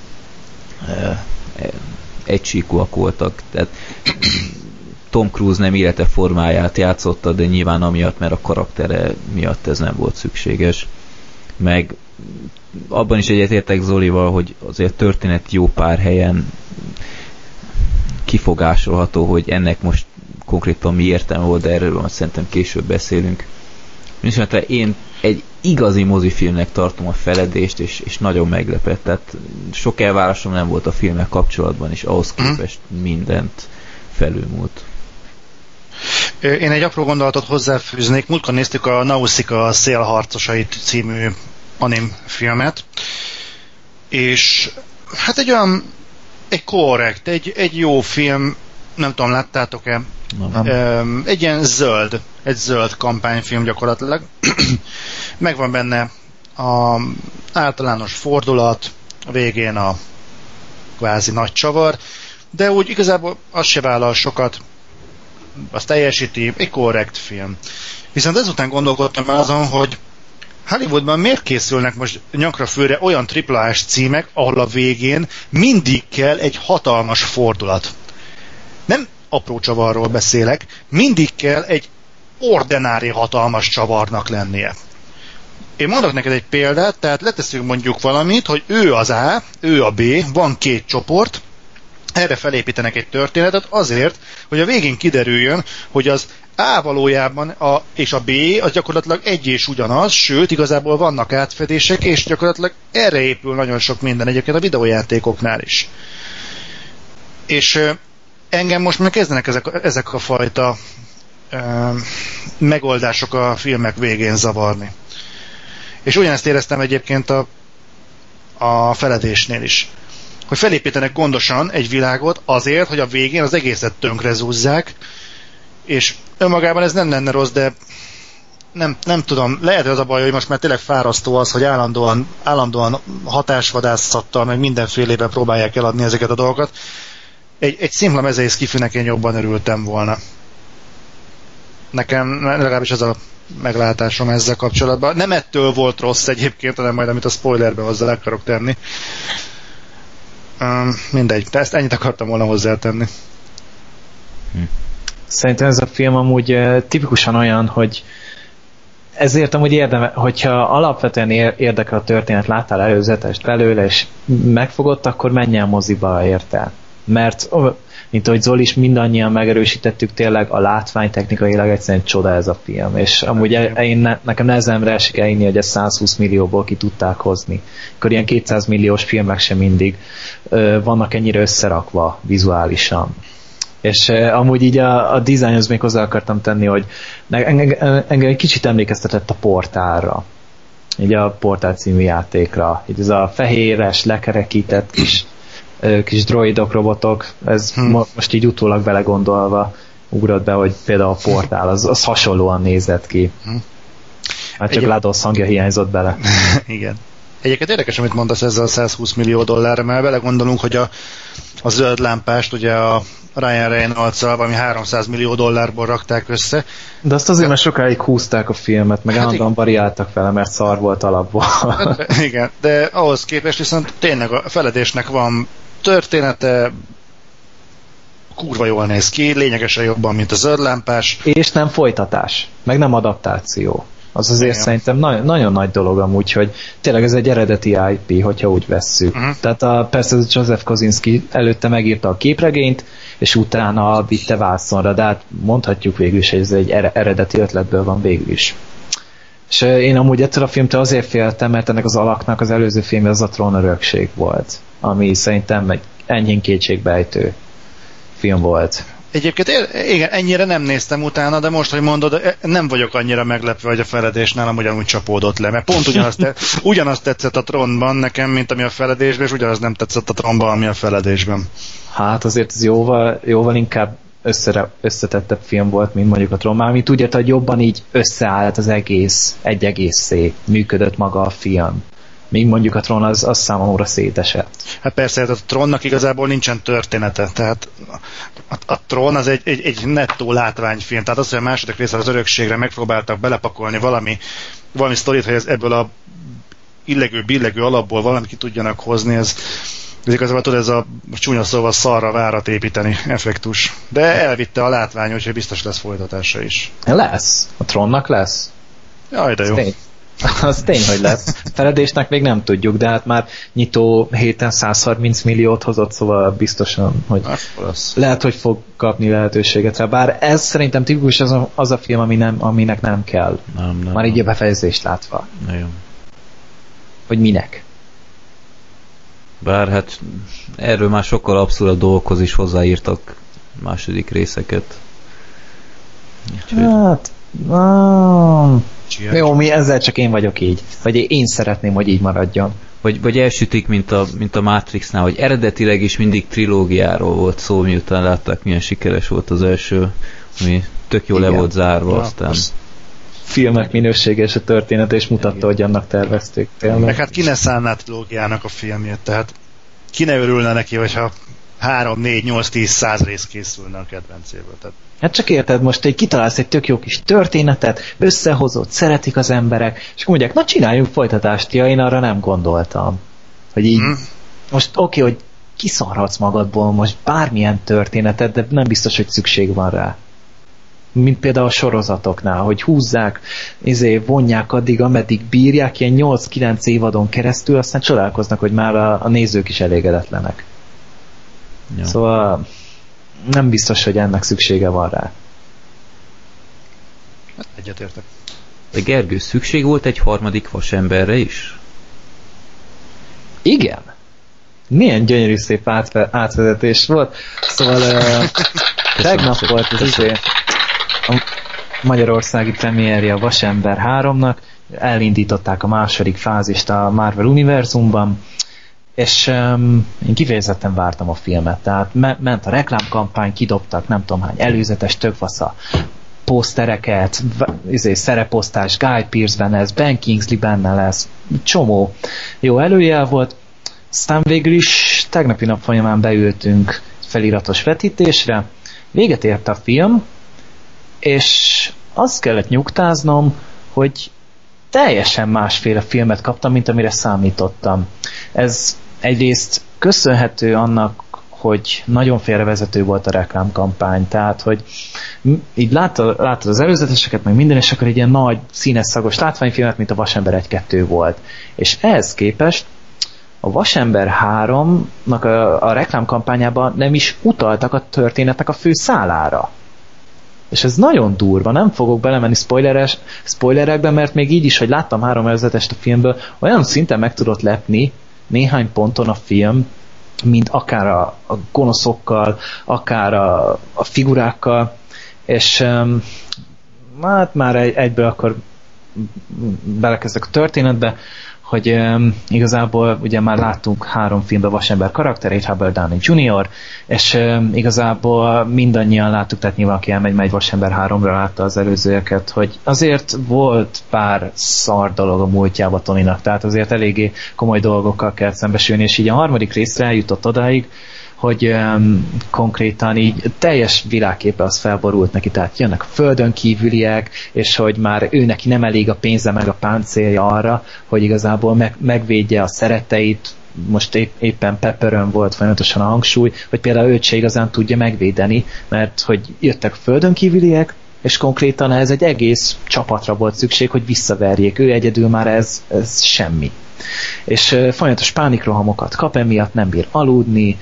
egysíkúak voltak. Tehát Tom Cruise nem élete formáját játszotta, de nyilván amiatt, mert a karaktere miatt ez nem volt szükséges. Meg abban is egyetértek Zolival, hogy azért történet jó pár helyen kifogásolható, hogy ennek most konkrétan mi értelme volt, de erről szerintem később beszélünk. Mindenesetre én egy igazi mozifilmnek tartom a Feledést, és nagyon meglepett. Tehát sok elvárásom nem volt a filmek kapcsolatban, és ahhoz képest mindent felülmúlt. Én egy apró gondolatot hozzáfűznék. Múltkor néztük a Nausicaa Szélharcosait című anim filmet, és hát egy korrekt, egy jó film, nem tudom, láttátok-e? Egy ilyen zöld kampányfilm gyakorlatilag. Megvan benne az általános fordulat, a végén a kvázi nagy csavar, de úgy igazából az se vállal sokat, azt teljesíti, egy korrekt film. Viszont ezután gondolkodtam azon, hogy Hollywoodban miért készülnek most nyakra főre olyan AAA-s címek, ahol a végén mindig kell egy hatalmas fordulat. Nem apró csavarról beszélek, mindig kell egy ordinári hatalmas csavarnak lennie. Én mondok neked egy példát, tehát leteszünk mondjuk valamit, hogy ő az A, ő a B, van két csoport, erre felépítenek egy történetet azért, hogy a végén kiderüljön, hogy az A valójában és a B az gyakorlatilag egy és ugyanaz, sőt, igazából vannak átfedések, és gyakorlatilag erre épül nagyon sok minden, egyébként a videójátékoknál is. És engem most már kezdenek ezek a fajta megoldások a filmek végén zavarni. És ugyanezt éreztem egyébként a Feledésnél is. Hogy felépítenek gondosan egy világot azért, hogy a végén az egészet tönkre zúzzák, és önmagában ez nem lenne rossz, de nem tudom, lehet, hogy az a baj, hogy most már tényleg fárasztó az, hogy állandóan hatásvadászattal, meg mindenfélében próbálják eladni ezeket a dolgokat. Egy szimpla mezei szkifinek én jobban örültem volna. Nekem legalábbis ez a meglátásom ezzel kapcsolatban. Nem ettől volt rossz egyébként, hanem majd amit a spoilerbe hozzá akarok tenni. Mindegy, de ezt ennyit akartam volna hozzátenni. Szerintem ez a film amúgy tipikusan olyan, hogy ezért amúgy hogyha alapvetően érdekel a történet, láttál előzetest belőle, és megfogott, akkor menj el moziba érte. Mert, mint ahogy Zoli is, mindannyian megerősítettük, tényleg a látvány technikailag egyszerűen csoda ez a film, és amúgy nekem nehezemre esik elhinni, hogy ezt 120 millióból ki tudták hozni. Akkor ilyen 200 milliós filmek sem mindig vannak ennyire összerakva vizuálisan. És amúgy így a dizájnhoz még hozzá akartam tenni, hogy engem egy kicsit emlékeztetett a Portálra. Így a Portál című játékra. Így ez a fehéres, lekerekített kis droidok, robotok, ez most így utólag belegondolva ugrott be, hogy például a Portál, az hasonlóan nézett ki. Hát csak GLaDOS hangja hiányzott bele. Igen. Egyébként érdekes, amit mondasz ezzel a 120 millió dollárra, mert belegondolunk, hogy a zöld lámpást ugye a Ryan Reynolds-al valami 300 millió dollárból rakták össze. De azt azért, mert sokáig húzták a filmet, meg állandóan variáltak vele, mert szar volt alapból. Hát, igen, de ahhoz képest viszont tényleg a Feledésnek van története, kurva jól néz ki, lényegesen jobban, mint a zöld lámpás. És nem folytatás, meg nem adaptáció. Az azért szerintem nagyon nagy dolog amúgy, hogy tényleg ez egy eredeti IP, hogyha úgy vesszük. Tehát persze Joseph Kosinski előtte megírta a képregényt, és utána vitte vászonra, de hát mondhatjuk végül is, hogy ez egy eredeti ötletből van végül is. És én amúgy ettől a filmtől azért féltem, mert ennek az alaknak az előző filmje az a Trónörökség volt, ami szerintem egy enyhén kétségbejtő film volt. Egyébként igen, ennyire nem néztem utána, de most, hogy mondod, nem vagyok annyira meglepve, hogy a Feledés nálam ugyanúgy csapódott le, mert pont ugyanazt tetszett a Trónban nekem, mint ami a Feledésben, és ugyanaz nem tetszett a Trónban, ami a Feledésben. Hát azért ez jóval inkább összetettebb film volt, mint mondjuk a Tron. Mármint úgy érte, hogy jobban így összeállt az egész, egy egészé működött maga a film. Míg mondjuk a Tron az számomra szétesett. Hát persze, hát a Tronnak igazából nincsen története, tehát a Tron az egy nettó látványfilm, tehát az, hogy a második részre az örökségre megpróbáltak belepakolni valami sztorit, hogy ebből a illegő alapból valamit ki tudjanak hozni, ez igazából tudod, ez a csúnya szóval szarra várat építeni effektus. De elvitte a látvány, úgyhogy biztos lesz folytatása is. Lesz. A Tronnak lesz. Jaj, de jó. Az tény, hogy lesz. Feledésnek még nem tudjuk, de hát már nyitó héten 130 milliót hozott, szóval biztosan, hogy lehet, hogy fog kapni lehetőséget rá. Bár ez szerintem tipikus az a film, aminek nem kell. Nem. Már így a befejezést látva. Nagyon. Hogy minek? Bár hát erről már sokkal abszurd dolgokhoz is hozzáírtak második részeket. Hát... Jó, ezzel csak én vagyok így. Vagy én szeretném, hogy így maradjon. Vagy elsütik, mint a Matrixnál, hogy eredetileg is mindig trilógiáról volt szó, miután látták, milyen sikeres volt az első, ami tök jól le volt zárva, aztán... Filmek minősége és a történet, és mutatta, hogy annak tervezték. Tényleg. Meg hát ki ne szánná trilógiának a filmjét, tehát ki ne örülne neki, hogyha 3, 4, 8, 10, 100 rész készülne a kedvencéből. Tehát... Hát csak érted, most egy kitalálsz egy tök jó kis történetet, összehozott, szeretik az emberek, és akkor mondják, na csináljunk folytatást, ja, én arra nem gondoltam. Hogy így, most oké, hogy kiszarhatsz magadból most bármilyen történetet, de nem biztos, hogy szükség van rá. Mint például a sorozatoknál, hogy húzzák, vonják addig, ameddig bírják, ilyen 8-9 évadon keresztül, aztán csodálkoznak, hogy már a nézők is elégedetlenek. Ja. Szóval nem biztos, hogy ennek szüksége van rá. Egyetértek. De Gergő, szükség volt egy harmadik vasemberre is? Igen. Milyen gyönyörű szép átvezetés volt. Szóval tegnap volt az a magyarországi premierje a Vasember 3-nak, elindították a második fázist a Marvel univerzumban, és én kifejezetten vártam a filmet, tehát ment a reklámkampány, kidobtak nem tudom hány előzetes tökfasza posztereket, szereposztás, Guy Pearce benne lesz, Ben Kingsley benne lesz, csomó jó előjel volt, aztán végül is tegnapi nap folyamán beültünk feliratos vetítésre, véget ért a film, és azt kellett nyugtáznom, hogy teljesen másféle filmet kaptam, mint amire számítottam. Ez egyrészt köszönhető annak, hogy nagyon félrevezető volt a reklámkampány, tehát, hogy így láttad az előzeteseket, meg minden, és akkor egy ilyen nagy, színes, szagos látványfilmet, mint a Vasember 1-2 volt. És ehhez képest a Vasember 3-nak a reklámkampányában nem is utaltak a történetek a fő szálára. És ez nagyon durva, nem fogok belemenni spoilerekbe, mert még így is, hogy láttam 3 előzetest a filmből, olyan szinten meg tudott lepni néhány ponton a film, mint akár a gonoszokkal, akár a figurákkal, és hát már egyből akkor belekezdek a történetbe, hogy igazából ugye már láttunk 3 filmben Vasember karakterét, Robert Downey Jr., és igazából mindannyian láttuk, tehát nyilván aki elmegy Vasember 3-ra látta az előzőeket, hogy azért volt pár szar dolog a múltjában Tonynak, tehát azért eléggé komoly dolgokkal kell szembesülni, és így a harmadik részre eljutott odáig, hogy konkrétan így teljes világképe az felborult neki, tehát jönnek a földön kívüliek, és hogy már ő neki nem elég a pénze meg a páncélja arra, hogy igazából megvédje a szeretteit, most éppen Pepperön volt folyamatosan a hangsúly, hogy például őt se igazán tudja megvédeni, mert hogy jöttek a földön kívüliek, és konkrétan ez egy egész csapatra volt szükség, hogy visszaverjék. Ő egyedül már ez semmi. És folyamatos pánikrohamokat kap, emiatt nem bír aludni,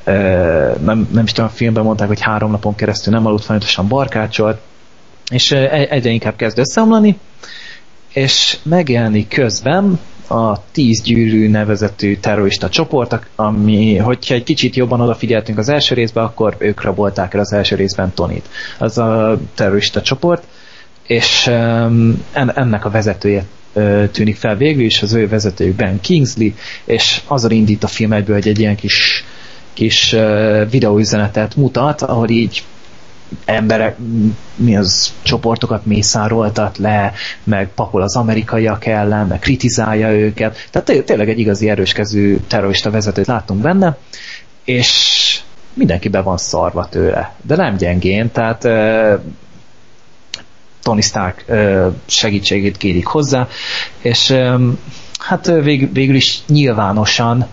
nem is tudom, a filmben mondták, hogy 3 napon keresztül nem aludt, folyamatosan barkácsolt, és egyre inkább kezd összeomlani, és megjelenik közben a 10 gyűrű nevezetű terrorista csoport, ami, hogyha egy kicsit jobban odafigyeltünk az első részben, akkor ők rabolták el az első részben Tonyt. Az a terrorista csoport, és ennek a vezetője tűnik fel végül is, az ő vezetőjük Ben Kingsley, és azon indít a film egyből, hogy egy ilyen kis videóüzenetet mutat, ahol így emberek, csoportokat mészároltat le, meg papol az amerikaiak ellen, meg kritizálja őket. Tehát tényleg egy igazi erőskezű terrorista vezetőt látunk benne, és mindenki be van szarva tőle. De nem gyengén, tehát Tony Stark segítségét kérik hozzá, és hát végül is nyilvánosan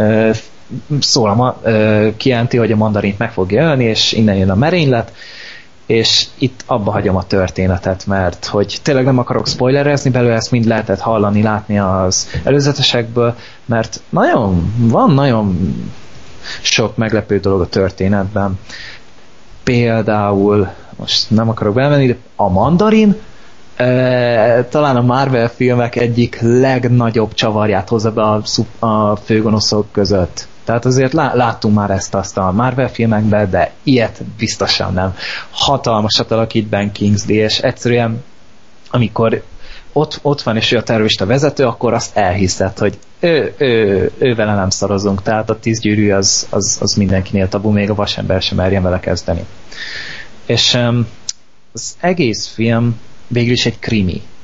kijelenti, hogy a mandarint meg fogja ölni, és innen jön a merénylet, és itt abba hagyom a történetet, mert hogy tényleg nem akarok spoilerezni belőle, ezt mind lehetett hallani, látni az előzetesekből, mert van nagyon sok meglepő dolog a történetben. Például, most nem akarok belemenni, de a mandarin talán a Marvel filmek egyik legnagyobb csavarját hozza be a főgonoszok között. Tehát azért láttunk már ezt-azt a Marvel filmekben, de ilyet biztosan nem. Hatalmasat alakít Ben Kingsley, és egyszerűen amikor ott van, és ő a terrorista vezető, akkor azt elhiszed, hogy ő vele nem szarozunk. Tehát a 10 gyűrű az mindenkinél tabu, még a Vasember sem merjen vele kezdeni. És az egész film végül is egy krimi.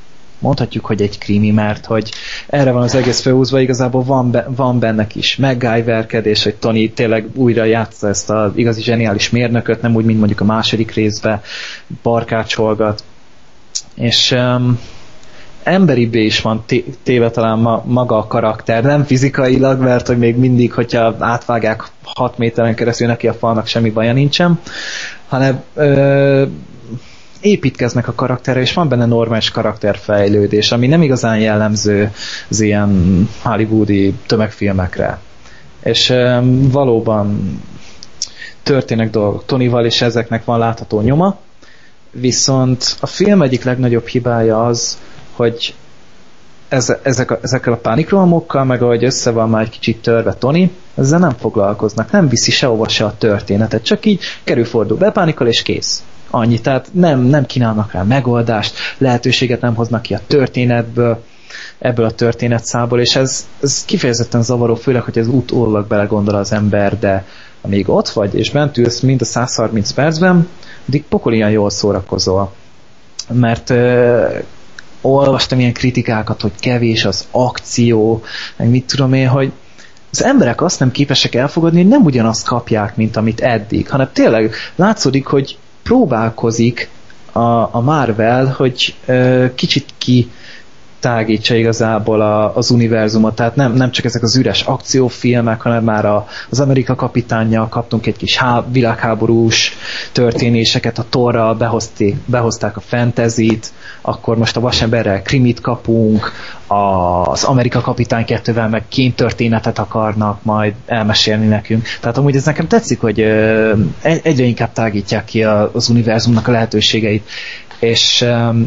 mondhatjuk, hogy egy krimi, mert hogy erre van az egész főhúzva, igazából van benne is MacGyverkedés, hogy Tony tényleg újra játsza ezt az igazi zseniális mérnököt, nem úgy, mint mondjuk a második részben barkácsolgat. És emberibbé is van téve talán maga a karakter, nem fizikailag, mert hogy még mindig, hogyha átvágják 6 méteren keresztül neki a falnak, semmi baja nincsen, hanem építkeznek a karakterre, és van benne normális karakterfejlődés, ami nem igazán jellemző az ilyen hollywoodi tömegfilmekre. És valóban történnek dolgok Tonyval, és ezeknek van látható nyoma, viszont a film egyik legnagyobb hibája az, hogy ezekkel a pánikrohamokkal, meg ahogy össze van már egy kicsit törve Tony, ezzel nem foglalkoznak, nem viszi sehova se a történetet, csak így kerülfordul, bepánikol és kész. Annyi, tehát nem kínálnak rá megoldást, lehetőséget nem hoznak ki a történetből, ebből a történetszából, és ez kifejezetten zavaró, főleg, hogy ez utólag belegondol az ember, de amíg ott vagy, és bent ülsz mind a 130 percben, addig pokolian jól szórakozol. Mert olvastam ilyen kritikákat, hogy kevés az akció, meg mit tudom én, hogy az emberek azt nem képesek elfogadni, hogy nem ugyanazt kapják, mint amit eddig, hanem tényleg látszódik, hogy próbálkozik a Marvel, hogy kicsit kitágítsa igazából az univerzumot, tehát nem csak ezek az üres akciófilmek, hanem már az Amerika kapitánnyal kaptunk egy kis világháborús történéseket, a Thorral behozták a fantasyt, akkor most a Vasemberrel krimit kapunk, az Amerika kapitány 2-vel meg kémtörténetet akarnak majd elmesélni nekünk. Tehát amúgy ez nekem tetszik, hogy egyre inkább tágítják ki az univerzumnak a lehetőségeit, és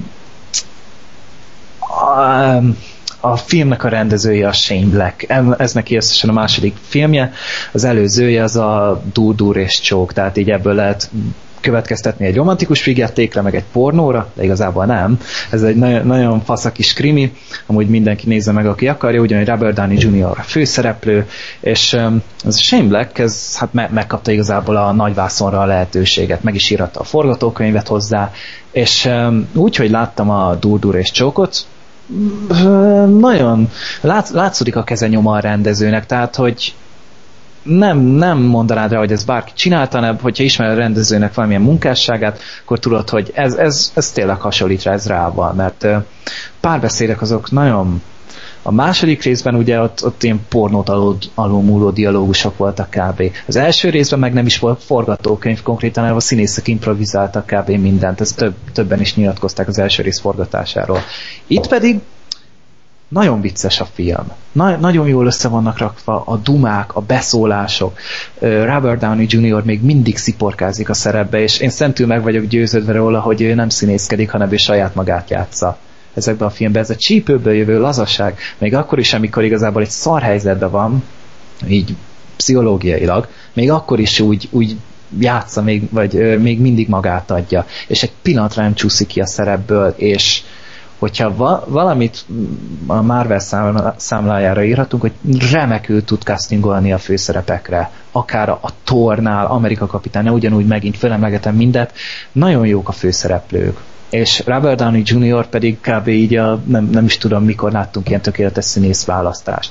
a filmnek a rendezője a Shane Black. Ez neki összesen a második filmje. Az előzője az a Dur és Choke, tehát így ebből lehet következtetni egy romantikus vígjátékra, meg egy pornóra, de igazából nem. Ez egy nagyon fasz a kis krimi, amúgy mindenki nézze meg, aki akarja, ugyanúgy Robert Downey Jr. a főszereplő, és ez a Shane Black, ez hát megkapta igazából a nagyvászonra a lehetőséget, meg is íratta a forgatókönyvet hozzá, és úgy, hogy láttam a Dur és Choke-ot, nagyon látszódik a kezenyoma a rendezőnek, tehát, hogy nem mondanád rá, hogy ez bárki csinálta, hanem hogyha ismered a rendezőnek valamilyen munkásságát, akkor tudod, hogy ez tényleg hasonlít rá, ez rá van, mert párbeszédek azok nagyon... A második részben ugye ott ilyen pornót alulmúló dialógusok voltak kb. Az első részben meg nem is volt forgatókönyv konkrétan, hanem a színészek improvizáltak kb. Mindent, ezt többen is nyilatkozták az első rész forgatásáról. Itt pedig nagyon vicces a film. Nagyon jól össze vannak rakva a dumák, a beszólások. Robert Downey Jr. még mindig sziporkázik a szerepbe, és én szentül meg vagyok győződve róla, hogy ő nem színészkedik, hanem ő saját magát játsza ezekben a filmben. Ez a csípőből jövő lazaság, még akkor is, amikor igazából egy szar helyzetben van, így pszichológiailag, még akkor is úgy játsza, vagy még mindig magát adja. És egy pillanatra nem csúszik ki a szerepből, és hogyha valamit a Marvel számlájára írhatunk, hogy remekül tud castingolni a főszerepekre, akár a Thornál, Amerika kapitány, ugyanúgy megint felemlegetem mindet, nagyon jók a főszereplők. És Robert Downey Jr. pedig kb. Így nem is tudom, mikor láttunk ilyen tökéletes színész választást.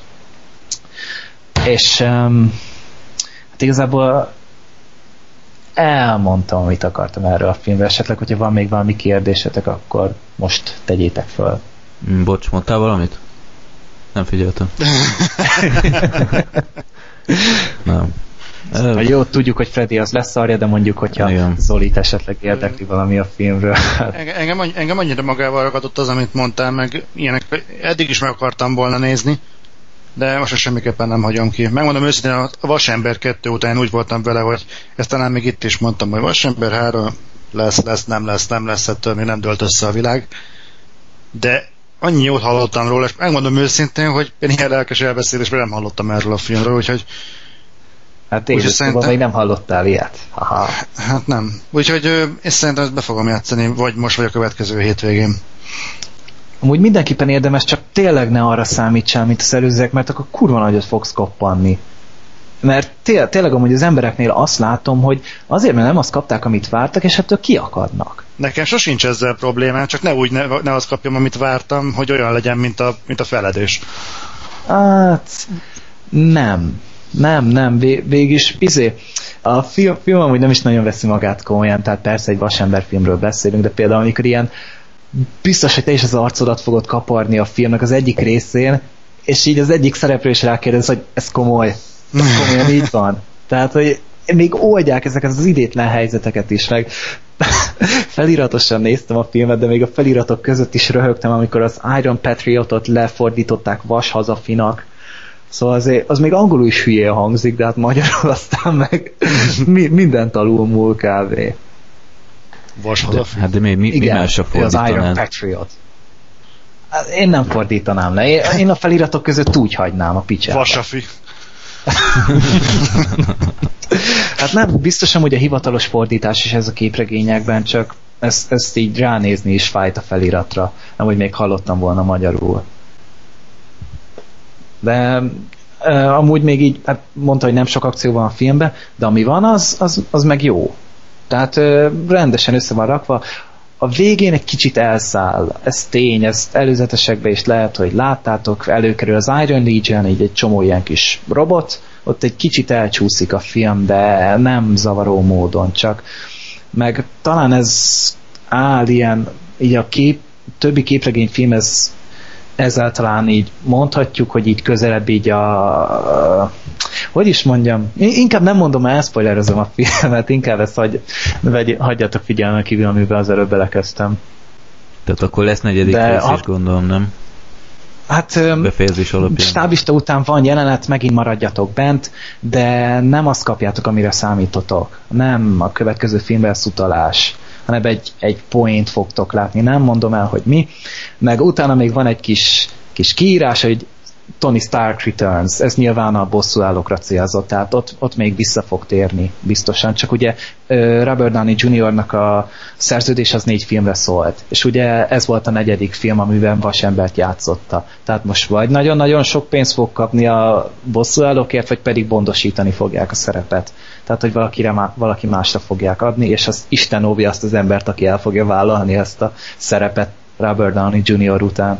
És hát igazából elmondtam, amit akartam erről a filmről. Esetleg, hogyha van még valami kérdésetek, akkor most tegyétek föl. Bocs, mondtál valamit? Nem figyeltem. Nem. Jó, tudjuk, hogy Freddy az leszarja, de mondjuk, hogyha igen. Zolit esetleg érdekli valami a filmről. Engem annyira magával ragadott az, amit mondtál, meg ilyenek eddig is meg akartam volna nézni, de most semmiképpen nem hagyom ki. Megmondom őszintén, a Vasember 2 után úgy voltam vele, hogy ezt talán még itt is mondtam, hogy Vasember 3 lesz, nem lesz, ettől még nem dölt össze a világ. De annyi jót hallottam róla, és megmondom őszintén, hogy én ilyen lelkes elbeszélésben nem hallottam erről a filmről, úgyhogy hát én szerintem... még nem hallottál ilyet. Aha. Hát nem. Úgyhogy én szerintem ezt be fogom játszani, vagy most, vagy a következő hétvégén. Amúgy mindenképpen érdemes, csak tényleg ne arra számítsál, mint az előzőek, mert akkor kurva nagyot fogsz koppanni. Mert tényleg amúgy az embereknél azt látom, hogy azért, mert nem azt kapták, amit vártak, és ettől kiakadnak. Nekem sosincs ezzel problémám, csak ne azt kapjam, amit vártam, hogy olyan legyen, mint a feledés. Hát nem, végülis a film amúgy nem is nagyon veszi magát komolyan, tehát persze egy vasember filmről beszélünk, de például amikor ilyen biztos, hogy te is az arcodat fogod kaparni a filmnek az egyik részén, és így az egyik szereplő is rákérdez, hogy ez komoly. Ez komolyan így van. Tehát, hogy még oldják ezeket az idétlen helyzeteket is, meg feliratosan néztem a filmet, de még a feliratok között is röhögtem, amikor az Iron Patriotot lefordították vashazafinak. Szóval azért, az még angolul is hülyén hangzik, de hát magyarul aztán meg mindent alulmúl kb. Vashazafi? Hát de mi másra fordítanál? Az Iron Patriot. Én nem fordítanám le. Én a feliratok között úgy hagynám a picsába. Vasafi. Hát nem, biztosan, hogy a hivatalos fordítás is ez a képregényekben, csak ezt így ránézni is fájt a feliratra. Nem, hogy még hallottam volna magyarul. De amúgy még így, hát mondta, hogy nem sok akció van a filmben, de ami van, az meg jó. Tehát rendesen össze van rakva. A végén egy kicsit elszáll. Ez tény, ezt előzetesekben is lehet, hogy láttátok, előkerül az Iron Legion, így egy csomó ilyen kis robot, ott egy kicsit elcsúszik a film, de nem zavaró módon, csak meg talán ez áll ilyen, így a többi képregényfilm, ezzel talán így mondhatjuk, hogy így közelebb így hogy is mondjam, inkább nem mondom, elszpoilerezem a filmet, inkább ezt hagyjátok figyelmen kívül, amiben az előbb belekezdtem. Tehát akkor lesz negyedik rész is, gondolom, nem? Hát befejezés alapján. Stábista után van jelenet, megint maradjatok bent, de nem azt kapjátok, amire számítotok. Nem a következő filmben lesz utalás, hanem egy point fogtok látni. Nem mondom el, hogy mi. Meg utána még van egy kis kiírás, hogy Tony Stark Returns. Ez nyilván a bosszúállókra célzott, tehát ott még vissza fog térni biztosan. Csak ugye Robert Downey Jr.-nak a szerződés az 4 filmre szólt. És ugye ez volt a 4. film, amiben vasembert játszotta. Tehát most vagy nagyon-nagyon sok pénzt fog kapni a bosszúállókért, vagy pedig bondosítani fogják a szerepet. Tehát, hogy valaki másra fogják adni, és az Isten óvja azt az embert, aki el fogja vállalni ezt a szerepet Robert Downey Jr. után.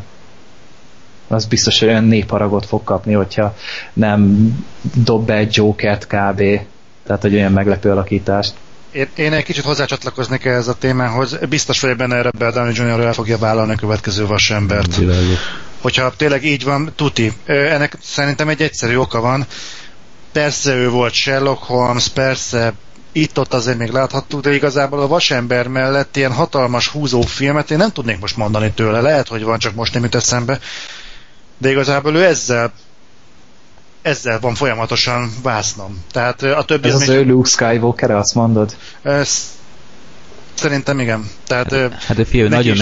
Az biztos, hogy olyan népharagot fog kapni, hogyha nem dob be egy Jokert kb. Tehát, hogy olyan meglepő alakítást. Én egy kicsit hozzácsatlakoznék ehhez a témához. Biztos vagyok benne, Robert Downey Jr. el fogja vállalni a következő vasembert. Hogyha tényleg így van, tuti. Ennek szerintem egy egyszerű oka van. Persze ő volt Sherlock Holmes, persze itt-ott azért még láthattuk, de igazából a vasember mellett ilyen hatalmas húzó filmet én nem tudnék most mondani tőle. Lehet, hogy van, csak most nem jut eszembe. De igazából ő ezzel van folyamatosan vásznom. Tehát a többi... Ez az ő Luke Skywalker, azt mondod? Szerintem igen. Tehát, hát a fiú nagyon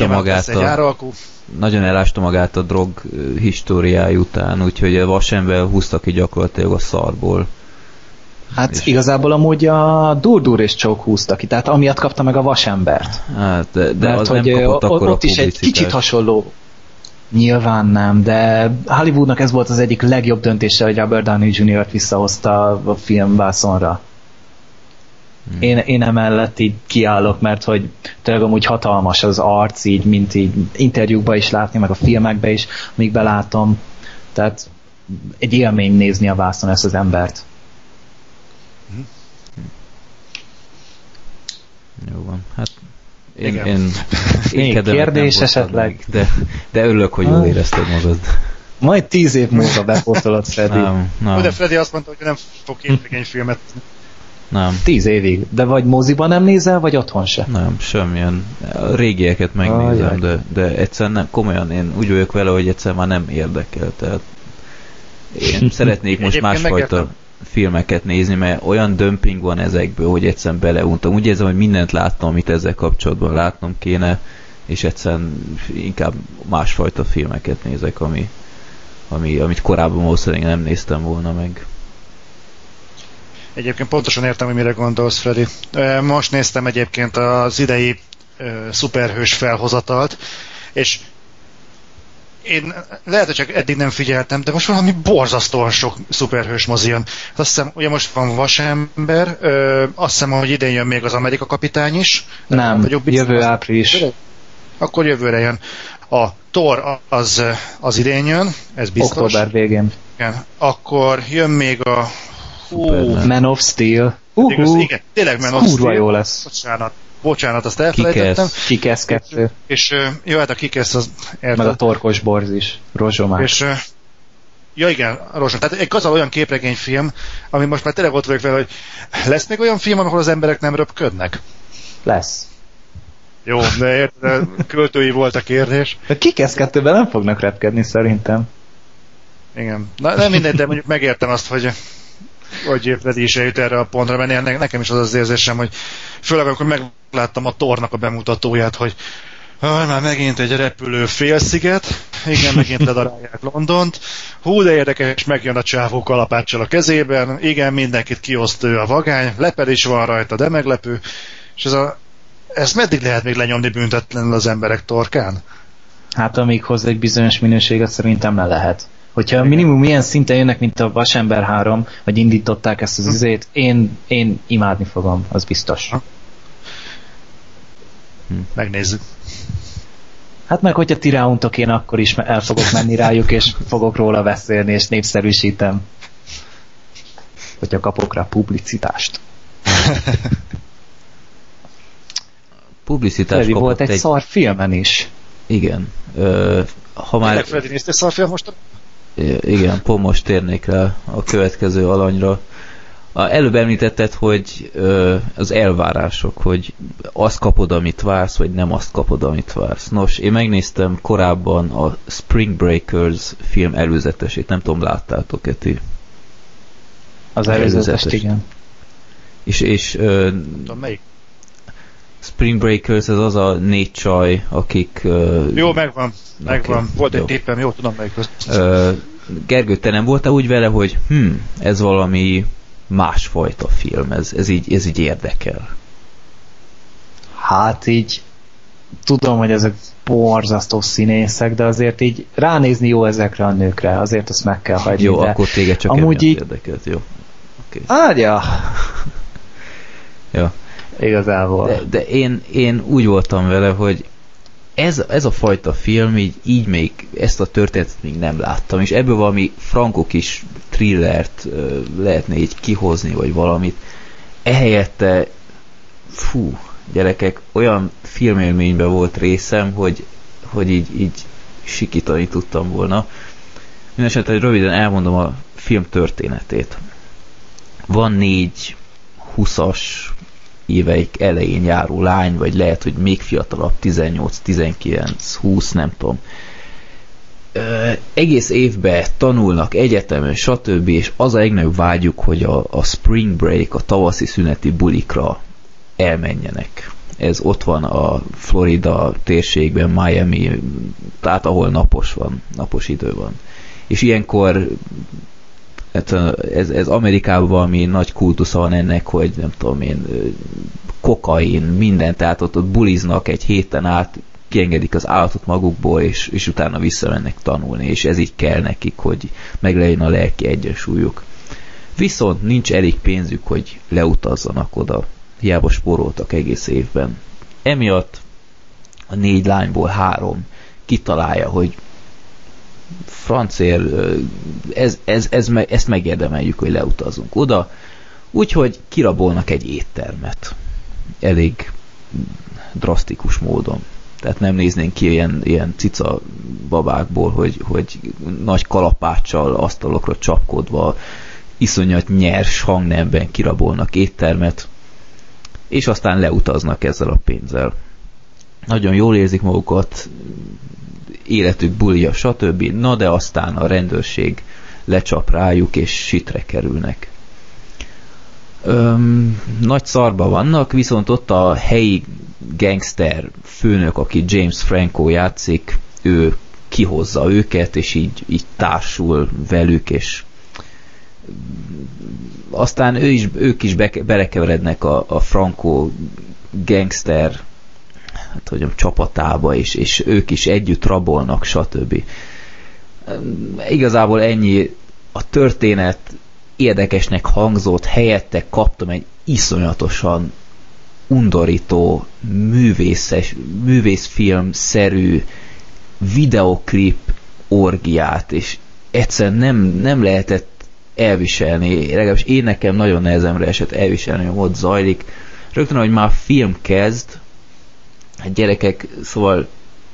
elásta magát a drog históriája után, úgyhogy a vasember húzta ki gyakorlatilag a szarból. Hát és igazából amúgy a Dur és Choke húzta ki, tehát amiatt kapta meg a vasembert. Hát, de mert az hogy nem kapott akkor ott is egy kicsit hasonló. Nyilván nem, de Hollywoodnak ez volt az egyik legjobb döntése, hogy Robert Downey Jr.-t visszahozta a filmvászonra. Én emellett így kiállok, mert hogy tényleg amúgy hatalmas az arc, így, mint így interjúkban is látni, meg a filmekben is, amíg belátom. Tehát egy élmény nézni a vászon ezt az embert. Jó van, hát én kérdés esetleg? De örülök, hogy jól érezted magad. Majd 10 év múlva bepótolod, Freddy. Nem. De Freddy azt mondta, hogy nem fog képregényfilmet. Nem. 10 évig. De vagy moziban nem nézel, vagy otthon se? Nem, semmilyen. A régieket megnézem, de egyszerűen nem, komolyan én úgy vagyok vele, hogy egyszerűen már nem érdekel. Tehát én szeretnék most másfajta filmeket nézni, mert olyan dömping van ezekből, hogy egyszerűen beleuntam. Úgy érzem, hogy mindent láttam, amit ezzel kapcsolatban látnom kéne, és egyszerűen inkább másfajta filmeket nézek, amit korábban valószínűleg nem néztem volna meg. Egyébként pontosan értem, hogy mire gondolsz, Freddy. Most néztem egyébként az idei szuperhős felhozatalt, és én lehet, hogy csak eddig nem figyeltem, de most valami borzasztóan sok szuperhős mozi jön. Azt hiszem, ugye most van Vasember, azt hiszem, hogy idén jön még az Amerika kapitány is. Nem, jövő április. Akkor jövőre jön. A Thor az idén jön, ez biztos. Október végén. Igen. Akkor jön még a Man of Steel. Igen, tényleg Man of Steel. Jó lesz. Bocsánat, azt elfelejtettem. Kick-Ass 2. És jó, hát a Kick-Ass az... Meg a Torkos Borz is. Rozsomák. És ja igen, Rozsom. Tehát egy gazal olyan képregényfilm, ami most már tényleg ott vagyok vele, hogy lesz még olyan film, ahol az emberek nem röpködnek? Lesz. Jó, de érted, költői volt a kérdés. A Kick-Ass 2-ben nem fognak repkedni szerintem. Igen. Na, nem mindegy, de mondjuk megértem azt, hogy Freddy is eljut erre a pontra, mert nekem is az érzésem, hogy főleg amikor megláttam a Thornak a bemutatóját, hogy már megint egy repülő félsziget, igen, megint ledarálják Londont, hú, de érdekes, megjön a csávó kalapáccsal a kezében, igen, mindenkit kioszt ő a vagány, leped is van rajta, de meglepő, és ezt meddig lehet még lenyomni büntetlenül az emberek torkán? Hát amíg hoz egy bizonyos minőséget szerintem le lehet. Hogyha minimum ilyen szinten jönnek, mint a Vasember 3, vagy indították ezt az izét, én imádni fogom, az biztos. Megnézzük. Hát meg, hogyha ti ráuntok, én akkor is el fogok menni rájuk, és fogok róla beszélni, és népszerűsítem. Hogyha kapok rá publicitást. Publicitás kapott volt egy szar filmen is. Igen. Ha már... Tényleg Freddy nézte szarfilm most? Igen, pont most térnék rá a következő alanyra. Előbb említetted, hogy az elvárások, hogy azt kapod, amit vársz, vagy nem azt kapod, amit vársz. Nos, én megnéztem korábban a Spring Breakers film előzetesét, nem tudom, láttátok-e ti? Az előzetest, igen. És melyik? Spring Breakers az a 4 csaj, akik... Jó, megvan. Volt egy tippem, jó, tudom melyik közt. Gergő, te nem voltál úgy vele, hogy ez valami másfajta film, ez így érdekel? Hát így tudom, hogy ezek borzasztó színészek, de azért így ránézni jó ezekre a nőkre, azért azt meg kell hagyni. Jó, akkor téged csak amúgy emiatt érdekelt, jó. Okay. Ágya! Ja. Igazából. De én úgy voltam vele, hogy ez a fajta film, így még ezt a történetet még nem láttam, és ebből valami frankó kis thrillert lehetne így kihozni, vagy valamit. Ehelyette, gyerekek, olyan filmélményben volt részem, hogy így sikítani tudtam volna. Mindenesetre röviden elmondom a film történetét. Van 4 20-as éveik elején járó lány, vagy lehet, hogy még fiatalabb, 18, 19, 20, nem tudom. Egész évben tanulnak egyetemen, stb. És az a legnagyobb vágyuk, hogy a spring break, a tavaszi szüneti bulikra elmenjenek. Ez ott van a Florida térségben, Miami, tehát ahol napos idő van. És ilyenkor ez Amerikában valami nagy kultusza van ennek, hogy nem tudom én, kokain, minden, tehát ott buliznak egy héten át, kiengedik az állatot magukból, és utána visszamennek tanulni, és ez így kell nekik, hogy meglegyen a lelki egyensúlyuk. Viszont nincs elég pénzük, hogy leutazzanak oda, hiába spóroltak egész évben. Emiatt a 4 lányból 3 kitalálja, hogy francér, ezt megérdemeljük, hogy leutazunk oda, úgyhogy kirabolnak egy éttermet. Elég drasztikus módon. Tehát nem néznénk ki ilyen cica babákból, hogy nagy kalapáccsal, asztalokra csapkodva, iszonyat nyers hangnemben kirabolnak éttermet, és aztán leutaznak ezzel a pénzzel. Nagyon jól érzik magukat, életük bulia, stb. Na de aztán a rendőrség lecsap rájuk, és sitre kerülnek. Nagy szarba vannak, viszont ott a helyi gangster főnök, aki James Franco játszik, ő kihozza őket, és így társul velük, és aztán ők is belekeverednek a Franco gangster csapatába, és ők is együtt rabolnak, stb. Igazából ennyi. A történet érdekesnek hangzott, helyette kaptam egy iszonyatosan undorító, művészfilm-szerű videoklip orgiát, és egyszerűen nem lehetett elviselni, legalábbis én nekem nagyon nehezemre esett elviselni, hogy ott zajlik. Rögtön, hogy már a film kezd, a gyerekek, szóval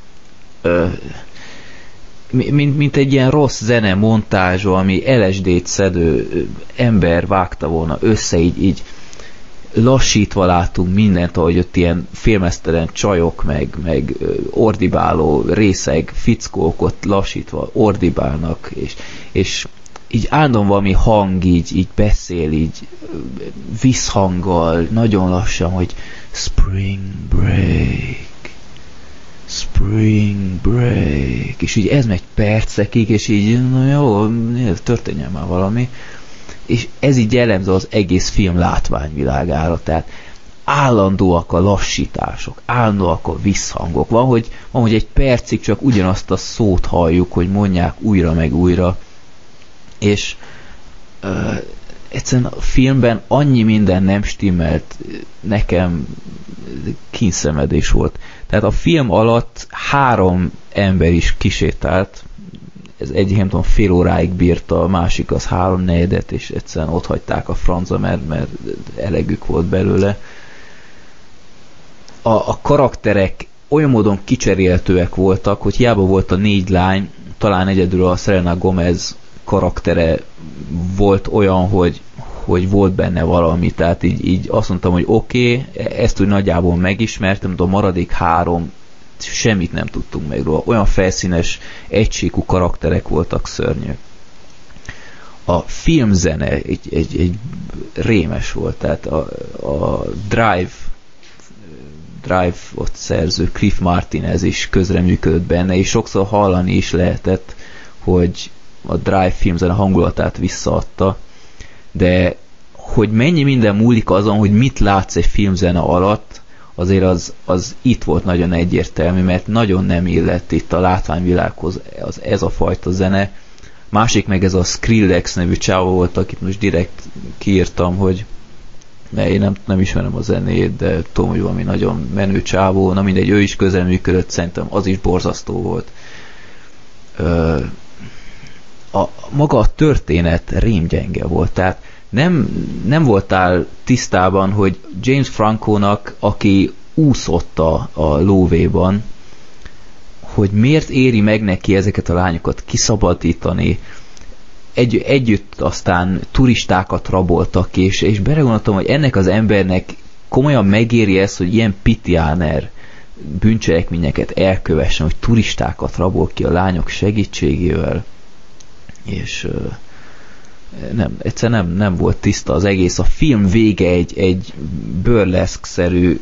mint egy ilyen rossz zene montázsa, ami LSD-t szedő ember vágta volna össze, így lassítva látunk mindent, ahogy ott ilyen filmesztelen csajok, meg ordibáló részeg fickók ott lassítva ordibálnak, és így állandóan valami hang így beszél, így visszhanggal, nagyon lassan, hogy Spring Break, és így ez megy percekig, és így, na jó, történjen már valami. És ez így jellemző az egész film látványvilágára, tehát állandóak a lassítások, állandóak a visszhangok. Van, hogy egy percig csak ugyanazt a szót halljuk, hogy mondják újra meg újra, és egyszerűen a filmben annyi minden nem stimmelt, nekem kínszemedés volt. Tehát a film alatt 3 ember is kisétált, ez egyik nem tudom, fél óráig bírta, a másik az 3/4, és egyszerűen ott hagyták a francba, mert elegük volt belőle. A karakterek olyan módon kicserélhetőek voltak, hogy hiába volt a 4 lány, talán egyedül a Selena Gomez karaktere volt olyan, hogy volt benne valami, tehát így azt mondtam, hogy oké, ezt úgy nagyjából megismertem, de a maradék 3 semmit nem tudtunk meg róla. Olyan felszínes, egysíkú karakterek voltak, szörnyű. A filmzene egy rémes volt, tehát a Drive ott szerző Cliff Martinez is közreműködött benne, és sokszor hallani is lehetett, hogy a Drive filmzene hangulatát visszaadta, de hogy mennyi minden múlik azon, hogy mit látsz egy filmzene alatt, azért az itt volt nagyon egyértelmű, mert nagyon nem illett itt a látványvilághoz ez a fajta zene. Másik meg ez a Skrillex nevű csávó volt, akit most direkt kiírtam, hogy én nem ismerem a zenét, de tudom, hogy valami nagyon menő csávó, na mindegy, ő is közreműködött, szerintem az is borzasztó volt. Maga a történet rémgyenge volt, tehát nem voltál tisztában, hogy James Franco-nak, aki úszott a lóvéban, hogy miért éri meg neki ezeket a lányokat kiszabadítani, együtt aztán turistákat raboltak, és belegondoltam, hogy ennek az embernek komolyan megéri ez, hogy ilyen pitiáner bűncselekményeket elkövessen, hogy turistákat rabol ki a lányok segítségével, és egyszerűen nem volt tiszta az egész. A film vége egy burleszk-szerű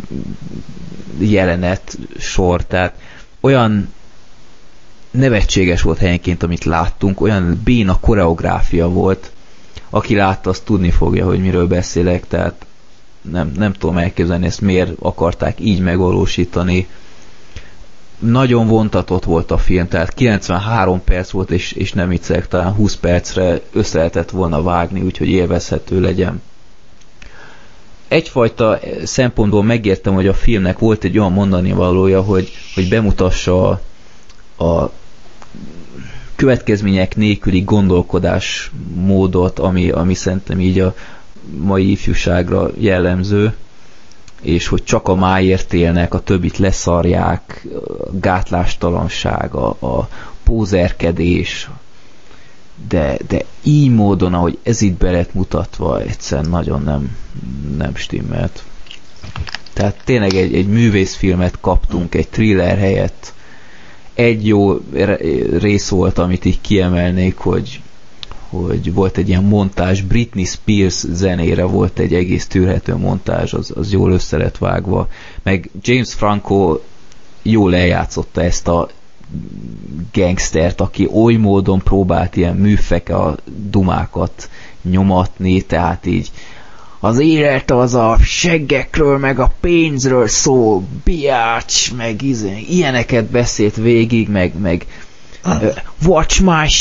jelenet sor, tehát olyan nevetséges volt helyenként, amit láttunk, olyan béna koreográfia volt, aki látta, azt tudni fogja, hogy miről beszélek, tehát nem tudom elképzelni, ezt miért akarták így megvalósítani. Nagyon vontatott volt a film, tehát 93 perc volt, és nem viccelek, talán 20 percre össze lehetett volna vágni, úgyhogy élvezhető legyen. Egyfajta szempontból megértem, hogy a filmnek volt egy olyan mondani valója, hogy bemutassa a következmények nélküli gondolkodásmódot, ami szerintem így a mai ifjúságra jellemző, és hogy csak a máért élnek, a többit leszarják, a gátlástalanság, a pózerkedés, de így módon, ahogy ez itt be lett mutatva, egyszerűen nagyon nem stimmelt. Tehát tényleg egy művészfilmet kaptunk, egy thriller helyett. Egy jó rész volt, amit így kiemelnék, hogy volt egy ilyen montázs, Britney Spears zenére volt egy egész tűrhető montázs, az jól össze lett vágva. Meg James Franco jól eljátszotta ezt a gangstert, aki oly módon próbált ilyen műfeke a dumákat nyomatni, tehát így az élet az a seggekről, meg a pénzről szól, biács, meg ilyeneket beszélt végig, meg watch my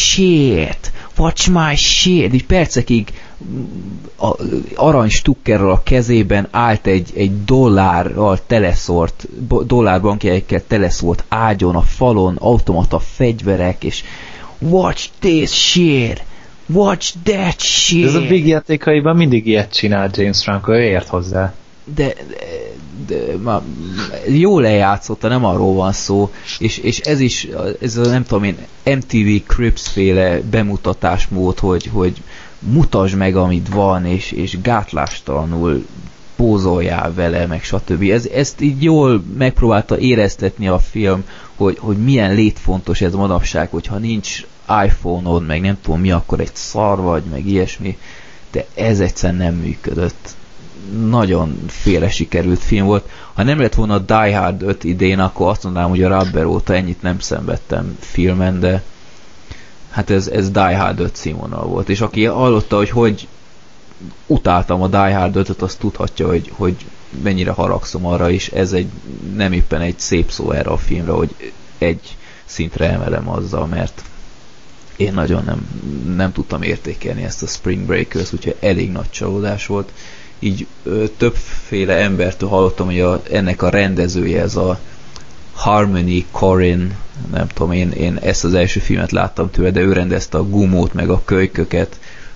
shit, így percekig arany stukkerrel a kezében állt egy dollárbankjegyekkel teleszórt ágyon, a falon, automata fegyverek, és watch this shit, watch that shit. Ez a Big játékaiban mindig ilyet csinál James Franco, ő ért hozzá. De jól eljátszotta, nem arról van szó, és ez a nem tudom én, MTV Cribs féle bemutatásmód, hogy mutasd meg, amit van, és gátlástalanul pózoljál vele, meg stb. Ezt így jól megpróbálta éreztetni a film, hogy milyen létfontos ez manapság, hogyha nincs iPhone-od, meg nem tudom mi, akkor egy szar vagy, meg ilyesmi, de ez egyszerűen nem működött. Nagyon félre sikerült film volt. Ha nem lett volna a Die Hard 5 idén, akkor azt mondanám, hogy a Rubber óta ennyit nem szenvedtem filmen, de hát ez Die Hard 5 színvonal volt. És aki hallotta, hogy utáltam a Die Hard 5-öt, azt tudhatja, hogy mennyire haragszom arra, és ez nem éppen egy szép szó erre a filmre, hogy egy szintre emelem azzal, mert én nagyon nem tudtam értékelni ezt a Spring Breakers, úgyhogy elég nagy csalódás volt. Így többféle embertől hallottam, hogy ennek a rendezője, ez a Harmony Korine, nem tudom, én ezt az első filmet láttam tőle, de ő rendezte a Gumót, meg a Kölyköket.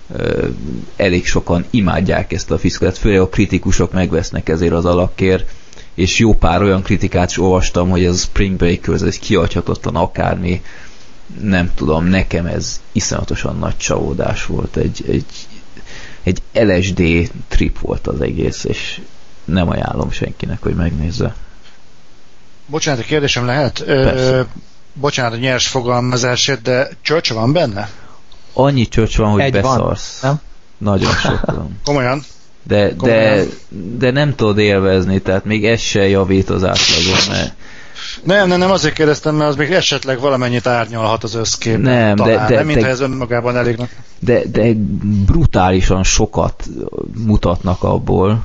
Elég sokan imádják ezt a fiszkát, főleg a kritikusok megvesznek ezért az alakért, és jó pár olyan kritikát is olvastam, hogy ez a Spring Breakers, ez kiadhatatlan akármi, nem tudom, nekem ez iszonyatosan nagy csalódás volt, egy LSD trip volt az egész, és nem ajánlom senkinek, hogy megnézze. Bocsánat, a kérdésem lehet? Bocsánat a nyers fogalmazásért, de csöcs van benne? Annyi csöcs van, hogy egy beszarsz. Van, nem? Nagyon sok van. Komolyan? De nem tudod élvezni, tehát még ez se javít az átlagon, mert Nem, azért kérdeztem, mert az még esetleg valamennyit árnyalhat az összkép. Nem, nem mintha ez önmagában elég. De brutálisan sokat mutatnak abból,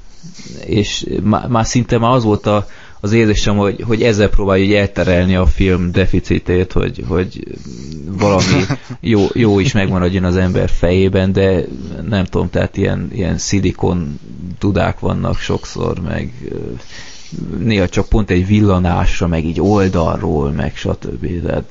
és már szinte az volt az érzésem, hogy ezzel próbálja elterelni a film deficitét, hogy valami jó is megmaradjon az ember fejében, de nem tudom, tehát ilyen szilikon dudák vannak sokszor, meg néha csak pont egy villanásra, meg így oldalról, meg stb. Tehát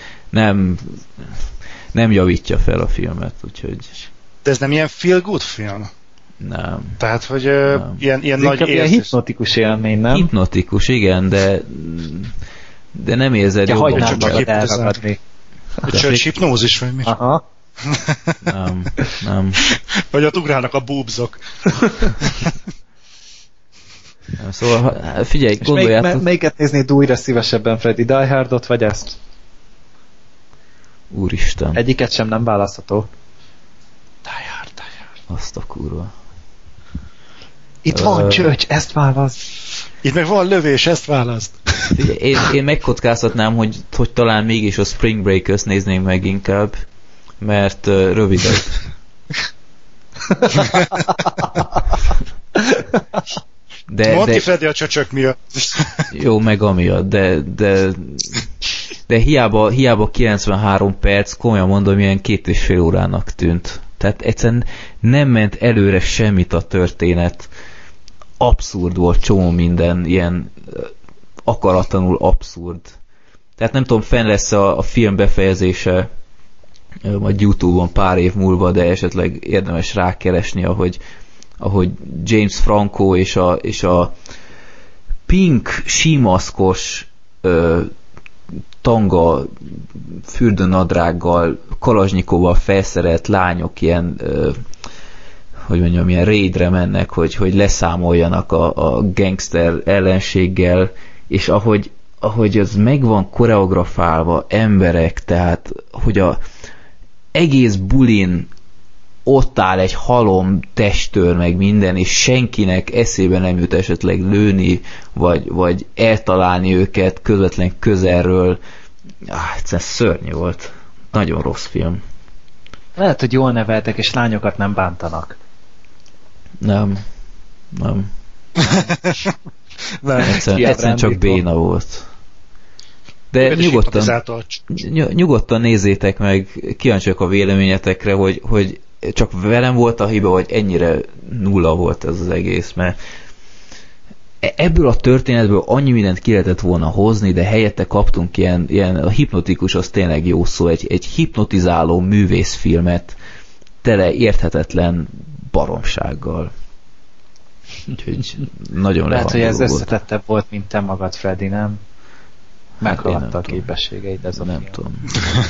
nem javítja fel a filmet, úgyhogy... De ez nem ilyen feel-good film? Nem. Tehát, hogy nem. Ilyen nagy érzés. Ilyen hipnotikus élmény, nem? Hipnotikus, igen, de nem érzed jobban. Hagynám magad elragadni. Csak hipnózis, vagy mi? Aha. Nem. Vagy ott ugrálnak a búbzok. Szóval figyelj, gondoljátok... Melyiket néznéd újra szívesebben, Freddy? Die Hardot vagy ezt? Úristen. Egyiket sem nem választható. Die Hard. Azt a kurva. Itt van csöcs, ezt választ. Itt meg van lövés, ezt választ. Én megkockáztatnám, hogy talán mégis a Spring Breakers nézném meg inkább, mert rövidebb. Mondd ki, Freddy, a csöcsök miatt. Jó, meg amiatt, de hiába 93 perc, komolyan mondom, ilyen 2,5 órának tűnt. Tehát egyszerűen nem ment előre semmit a történet. Abszurd volt csomó minden, ilyen akaratlanul abszurd. Tehát nem tudom, fenn lesz a film befejezése majd YouTube-on pár év múlva, de esetleg érdemes rákeresni, ahogy James Franco és a pink símaszkos tanga fürdőnadrággal, kalazsnyikovval felszerelt lányok ilyen ilyen raidre mennek, hogy leszámoljanak a gangster ellenséggel, és ahogy az meg van koreografálva, emberek, tehát hogy a egész bulin ott áll egy halom testőr, meg minden, és senkinek eszébe nem jut esetleg lőni, vagy eltalálni őket közvetlen közelről. Egyszerűen szörnyű volt. Nagyon rossz film. Lehet, hogy jól neveltek, és lányokat nem bántanak. Nem. Egyszerűen csak béna volt. De nyugodtan nézzétek meg, kíváncsiak a véleményetekre, hogy csak velem volt a hiba, vagy ennyire nulla volt ez az egész, mert ebből a történetből annyi mindent ki lehetett volna hozni, de helyette kaptunk ilyen a hipnotikus, az tényleg jó szó, egy hipnotizáló művészfilmet tele érthetetlen baromsággal. Úgyhogy nagyon lehet, hogy ez volt. összetettebb volt, mint te magad, Freddy, nem? Meghaladta a képességeid ez a nem film. tudom.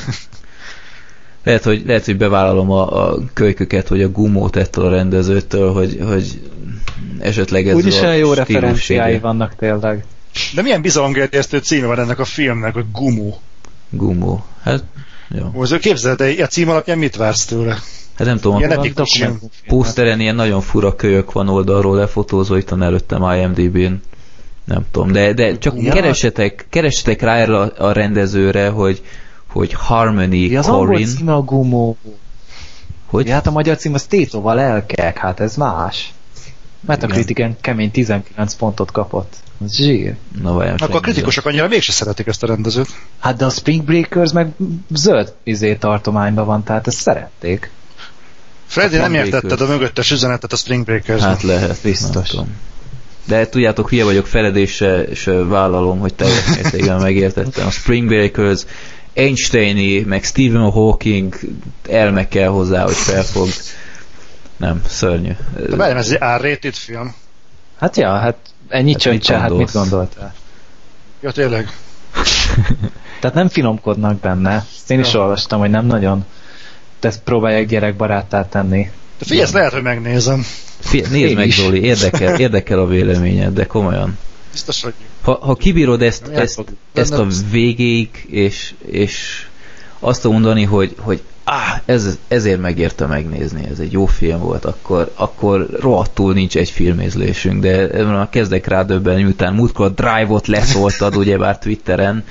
Lehet, hogy bevállalom a kölyköket, hogy a Gumót ettől a rendezőtől, hogy esetleg ez úgyis olyan jó referenciái vannak tényleg. De milyen bizalomgerjesztő címe van ennek a filmnek, hogy Gumó. Hát, jó. Most képzeld, de a cím alapján mit vársz tőle? Hát nem tudom, a pószteren ilyen nagyon fura kölyök van oldalról lefotózva, itt van előttem IMDb-n. Nem tudom, de csak keressetek rá erre a rendezőre, hogy Harmony az Korine. angol címe a Gumó. Hogy? Hát a magyar cím az Tétova lelkek, hát ez más. Metacritiken kemény 19 pontot kapott. Ez zsír. Akkor a kritikusok annyira mégse szeretik ezt a rendezőt. Hát de a Spring Breakers meg zöld tartományban van, tehát ezt szerették. Freddy, nem értetted a mögöttes üzenetet a Spring Breakers-ben. Hát lehet, biztos. De tudjátok, hülye vagyok, Feledés se vállalom, hogy teljes mértékben megértettem. A Spring Breakers, Einsteini, meg Stephen Hawking elme kell hozzá, hogy felfogd. Nem, szörnyű. De bárján, ez egy R-rated film. Hát ja, hát ennyi csöncse, hát mit gondoltál? Ja, tényleg. Tehát nem finomkodnak benne. Én is olvastam, hogy nem nagyon próbálják gyerekbaráttá tenni. De figyelj, ezt lehet, hogy megnézem. Nézd meg, Zoli, érdekel a véleményed, de komolyan. Biztos, hogy... Ha kibírod ezt a végéig, és azt mondani, hogy ezért megérte megnézni, ez egy jó film volt, akkor rohadtul nincs egy filmézlésünk, de már kezdek rá döbbenni, miután múltkor a Drive-ot leszóltad, ugyebár Twitteren.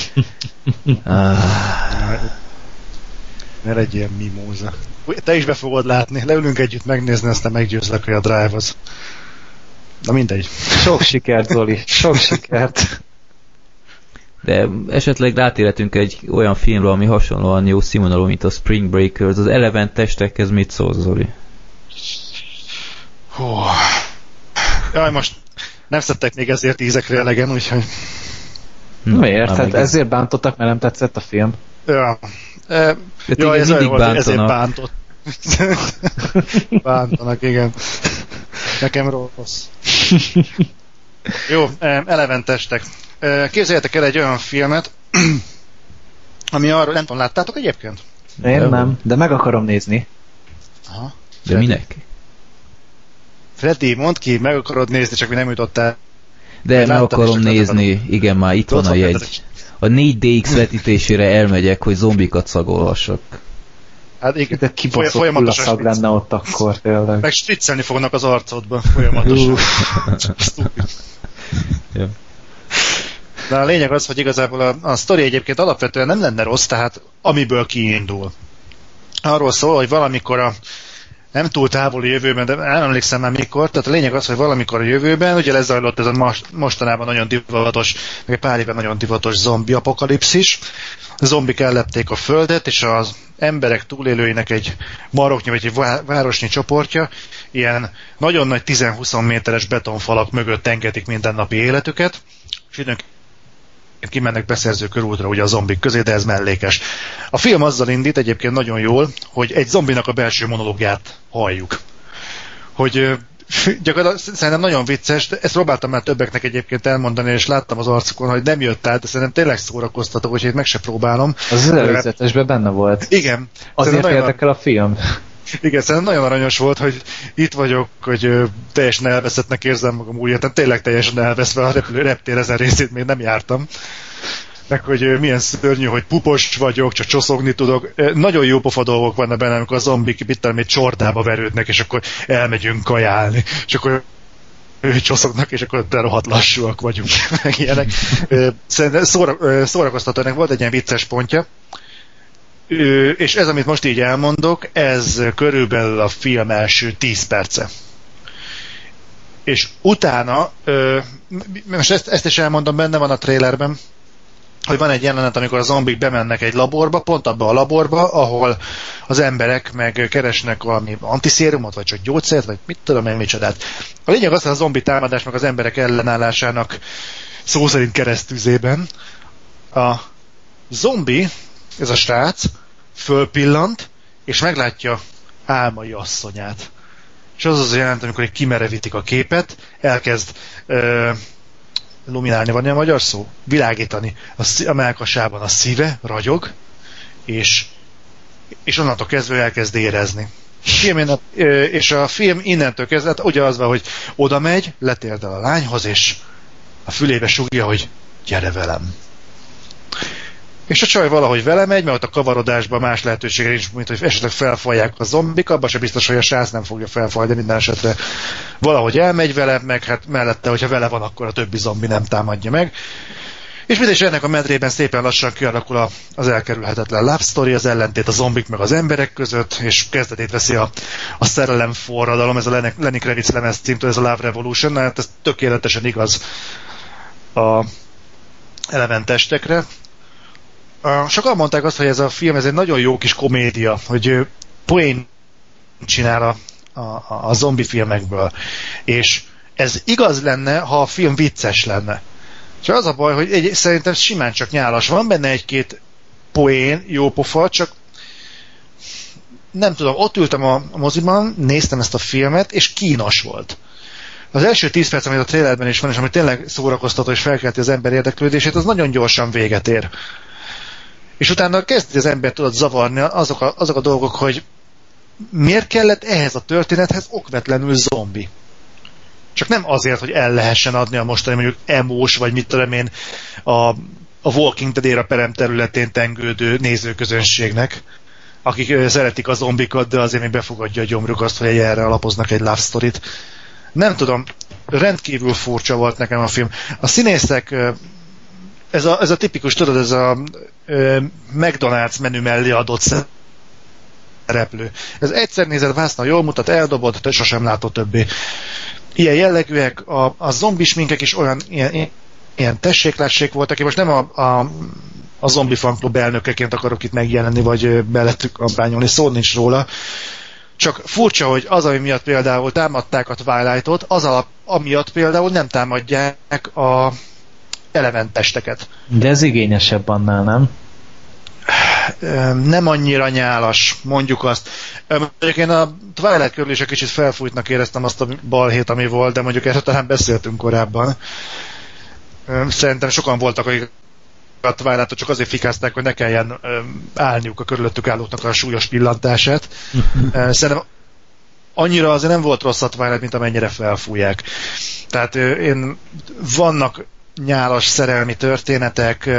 Mert egy ilyen mimóza. Te is be fogod látni, leülünk együtt megnézni, aztán meggyőzlek, hogy a Drive az. Na mindegy. Sok sikert, Zoli, sok sikert. De esetleg rátérhetünk egy olyan filmre, ami hasonlóan jó színvonalú, mint a Spring Breakers. Az Eleven testekhez mit szól, Zoli? Hú. Jaj, most nem szedtek még ezért ízekre elegen, úgyhogy... Miért? Hát ezért bántottak, mert nem tetszett a film? Ja. Jaj, ez olyan volt, ezért bántott. Bántanak, igen. Nekem rossz. Jó, Eleven testek. Képzeljetek el egy olyan filmet, ami arról, nem tudom, láttátok egyébként? Én nem, de meg akarom nézni. Aha. De minek? Freddy, mondd ki, meg akarod nézni, csak mi nem jutottál. De meg akarom nézni, igen, már itt van a jegy. A 4DX vetítésére elmegyek, hogy zombikat szagolhassak. Hát igen, de kibaszott hullaszag lenne ott akkor, tényleg. Meg striccelni fognak az arcodba folyamatosan. Ja. De a lényeg az, hogy igazából a sztori egyébként alapvetően nem lenne rossz, tehát amiből kiindul. Arról szól, hogy valamikor nem túl távoli jövőben, de nem emlékszem már mikor, tehát a lényeg az, hogy valamikor a jövőben, ugye lezajlott ez a mostanában nagyon divatos, meg egy pár éve nagyon divatos zombi apokalipszis. A zombik ellepték a földet, és az emberek túlélőinek egy maroknyi vagy egy városnyi csoportja ilyen nagyon nagy 10-20 méteres betonfalak mögött engedik mindennapi életüket, és időnként kimennek beszerző körútra ugye a zombik közé, de ez mellékes. A film azzal indít egyébként nagyon jól, hogy egy zombinak a belső monológiát halljuk. Hogy gyakorlatilag szerintem nagyon vicces, de ezt próbáltam már többeknek egyébként elmondani, és láttam az arcukon, hogy nem jött át, de szerintem tényleg szórakoztató, hogy én meg se próbálom. Az előzetesben benne volt. Igen. Azért érdekel a film. Igen, szerintem nagyon aranyos volt, hogy itt vagyok, hogy teljesen elveszettnek érzem magam úgy, értem, tényleg teljesen elveszve a reptér ezen részét még nem jártam. Meg hogy milyen szörnyű, hogy pupos vagyok, csak csoszogni tudok. Nagyon jó pofa dolgok vannak benne, amikor a zombik itt egy csordába verődnek, és akkor elmegyünk kajálni, és akkor csoszognak, és akkor rohadt lassúak vagyunk, meg ilyenek. Szerintem szórakoztatónak volt egy ilyen vicces pontja, és ez, amit most így elmondok, ez körülbelül a film első 10 perce. És utána, most ezt is elmondom, benne van a trailerben, hogy van egy jelenet, amikor a zombik bemennek egy laborba, pont abba a laborba, ahol az emberek meg keresnek valami antiszérumot, vagy csak gyógyszert, vagy mit tudom én micsodát. A lényeg az, hogy a zombi támadás meg az emberek ellenállásának szó szerint keresztüzében a zombi, ez a srác, fölpillant, és meglátja álmai asszonyát. És az jelent, amikor egy kimerevítik a képet, elkezd luminálni, van ilyen magyar szó? Világítani. A mellkasában a szíve ragyog, és onnantól kezdve elkezd érezni. És a film innentől kezdve, ugye az van, hogy oda megy, letérdel a lányhoz, és a fülébe sugja, hogy gyere velem. És a csaj valahogy vele megy, mert ott a kavarodásban más lehetősége nincs, mint hogy esetleg felfalják a zombik, abban sem biztos, hogy a srác nem fogja felfalni, de minden esetre valahogy elmegy vele, meg hát mellette, hogyha vele van, akkor a többi zombi nem támadja meg. És mindés ennek a medrében szépen lassan kialakul az elkerülhetetlen love story, az ellentét a zombik meg az emberek között, és kezdetét veszi a szerelem forradalom, ez a Lenny Kravitz lemez címtől, ez a Love Revolution, hát ez tökéletesen igaz a elementestekre. Sokan mondták azt, hogy ez a film ez egy nagyon jó kis komédia, hogy poén csinál a zombi filmekből. És ez igaz lenne, ha a film vicces lenne. Csak az a baj, hogy szerintem simán csak nyálas. Van benne egy-két poén, jó pofa, csak nem tudom, ott ültem a moziban, néztem ezt a filmet, és kínos volt. Az első 10 perc, amit a trailerben is van, és ami tényleg szórakoztató és felkelti az ember érdeklődését, az nagyon gyorsan véget ér. És utána kezdi az ember tudod zavarni azok a dolgok, hogy miért kellett ehhez a történethez okvetlenül zombi. Csak nem azért, hogy el lehessen adni a mostani mondjuk emós, vagy mit tudom én, a Walking Dead éra perem területén tengődő nézőközönségnek, akik szeretik a zombikat, de azért még befogadja a gyomruk azt, hogy erre alapoznak egy love storyt. Nem tudom, rendkívül furcsa volt nekem a film. A színészek, ez a tipikus, tudod, ez a McDonald's menü mellé adott szereplő. Ez egyszer nézed, vászna, jól mutat, eldobod, te sosem látod többé. Ilyen jellegűek, a zombi sminkek is olyan ilyen tessék-lássék voltak. Én most nem a zombi fanklub elnökeként akarok itt megjelenni, vagy belettük kampányolni, szó nincs róla. Csak furcsa, hogy az, ami miatt például támadták a Twilight-ot, amiatt például nem támadják a elementesteket. De ez igényesebb annál, nem? Nem annyira nyálas, mondjuk azt. Mondjuk én a Twilight körül is egy kicsit felfújtnak éreztem azt a balhét, ami volt, de mondjuk erről talán beszéltünk korábban. Szerintem sokan voltak, akik a Twilight-ot csak azért fikázták, hogy ne kelljen állniuk a körülöttük állóknak a súlyos pillantását. Szerintem annyira azért nem volt rossz a Twilight, mint amennyire felfújják. Tehát vannak nyálas szerelmi történetek,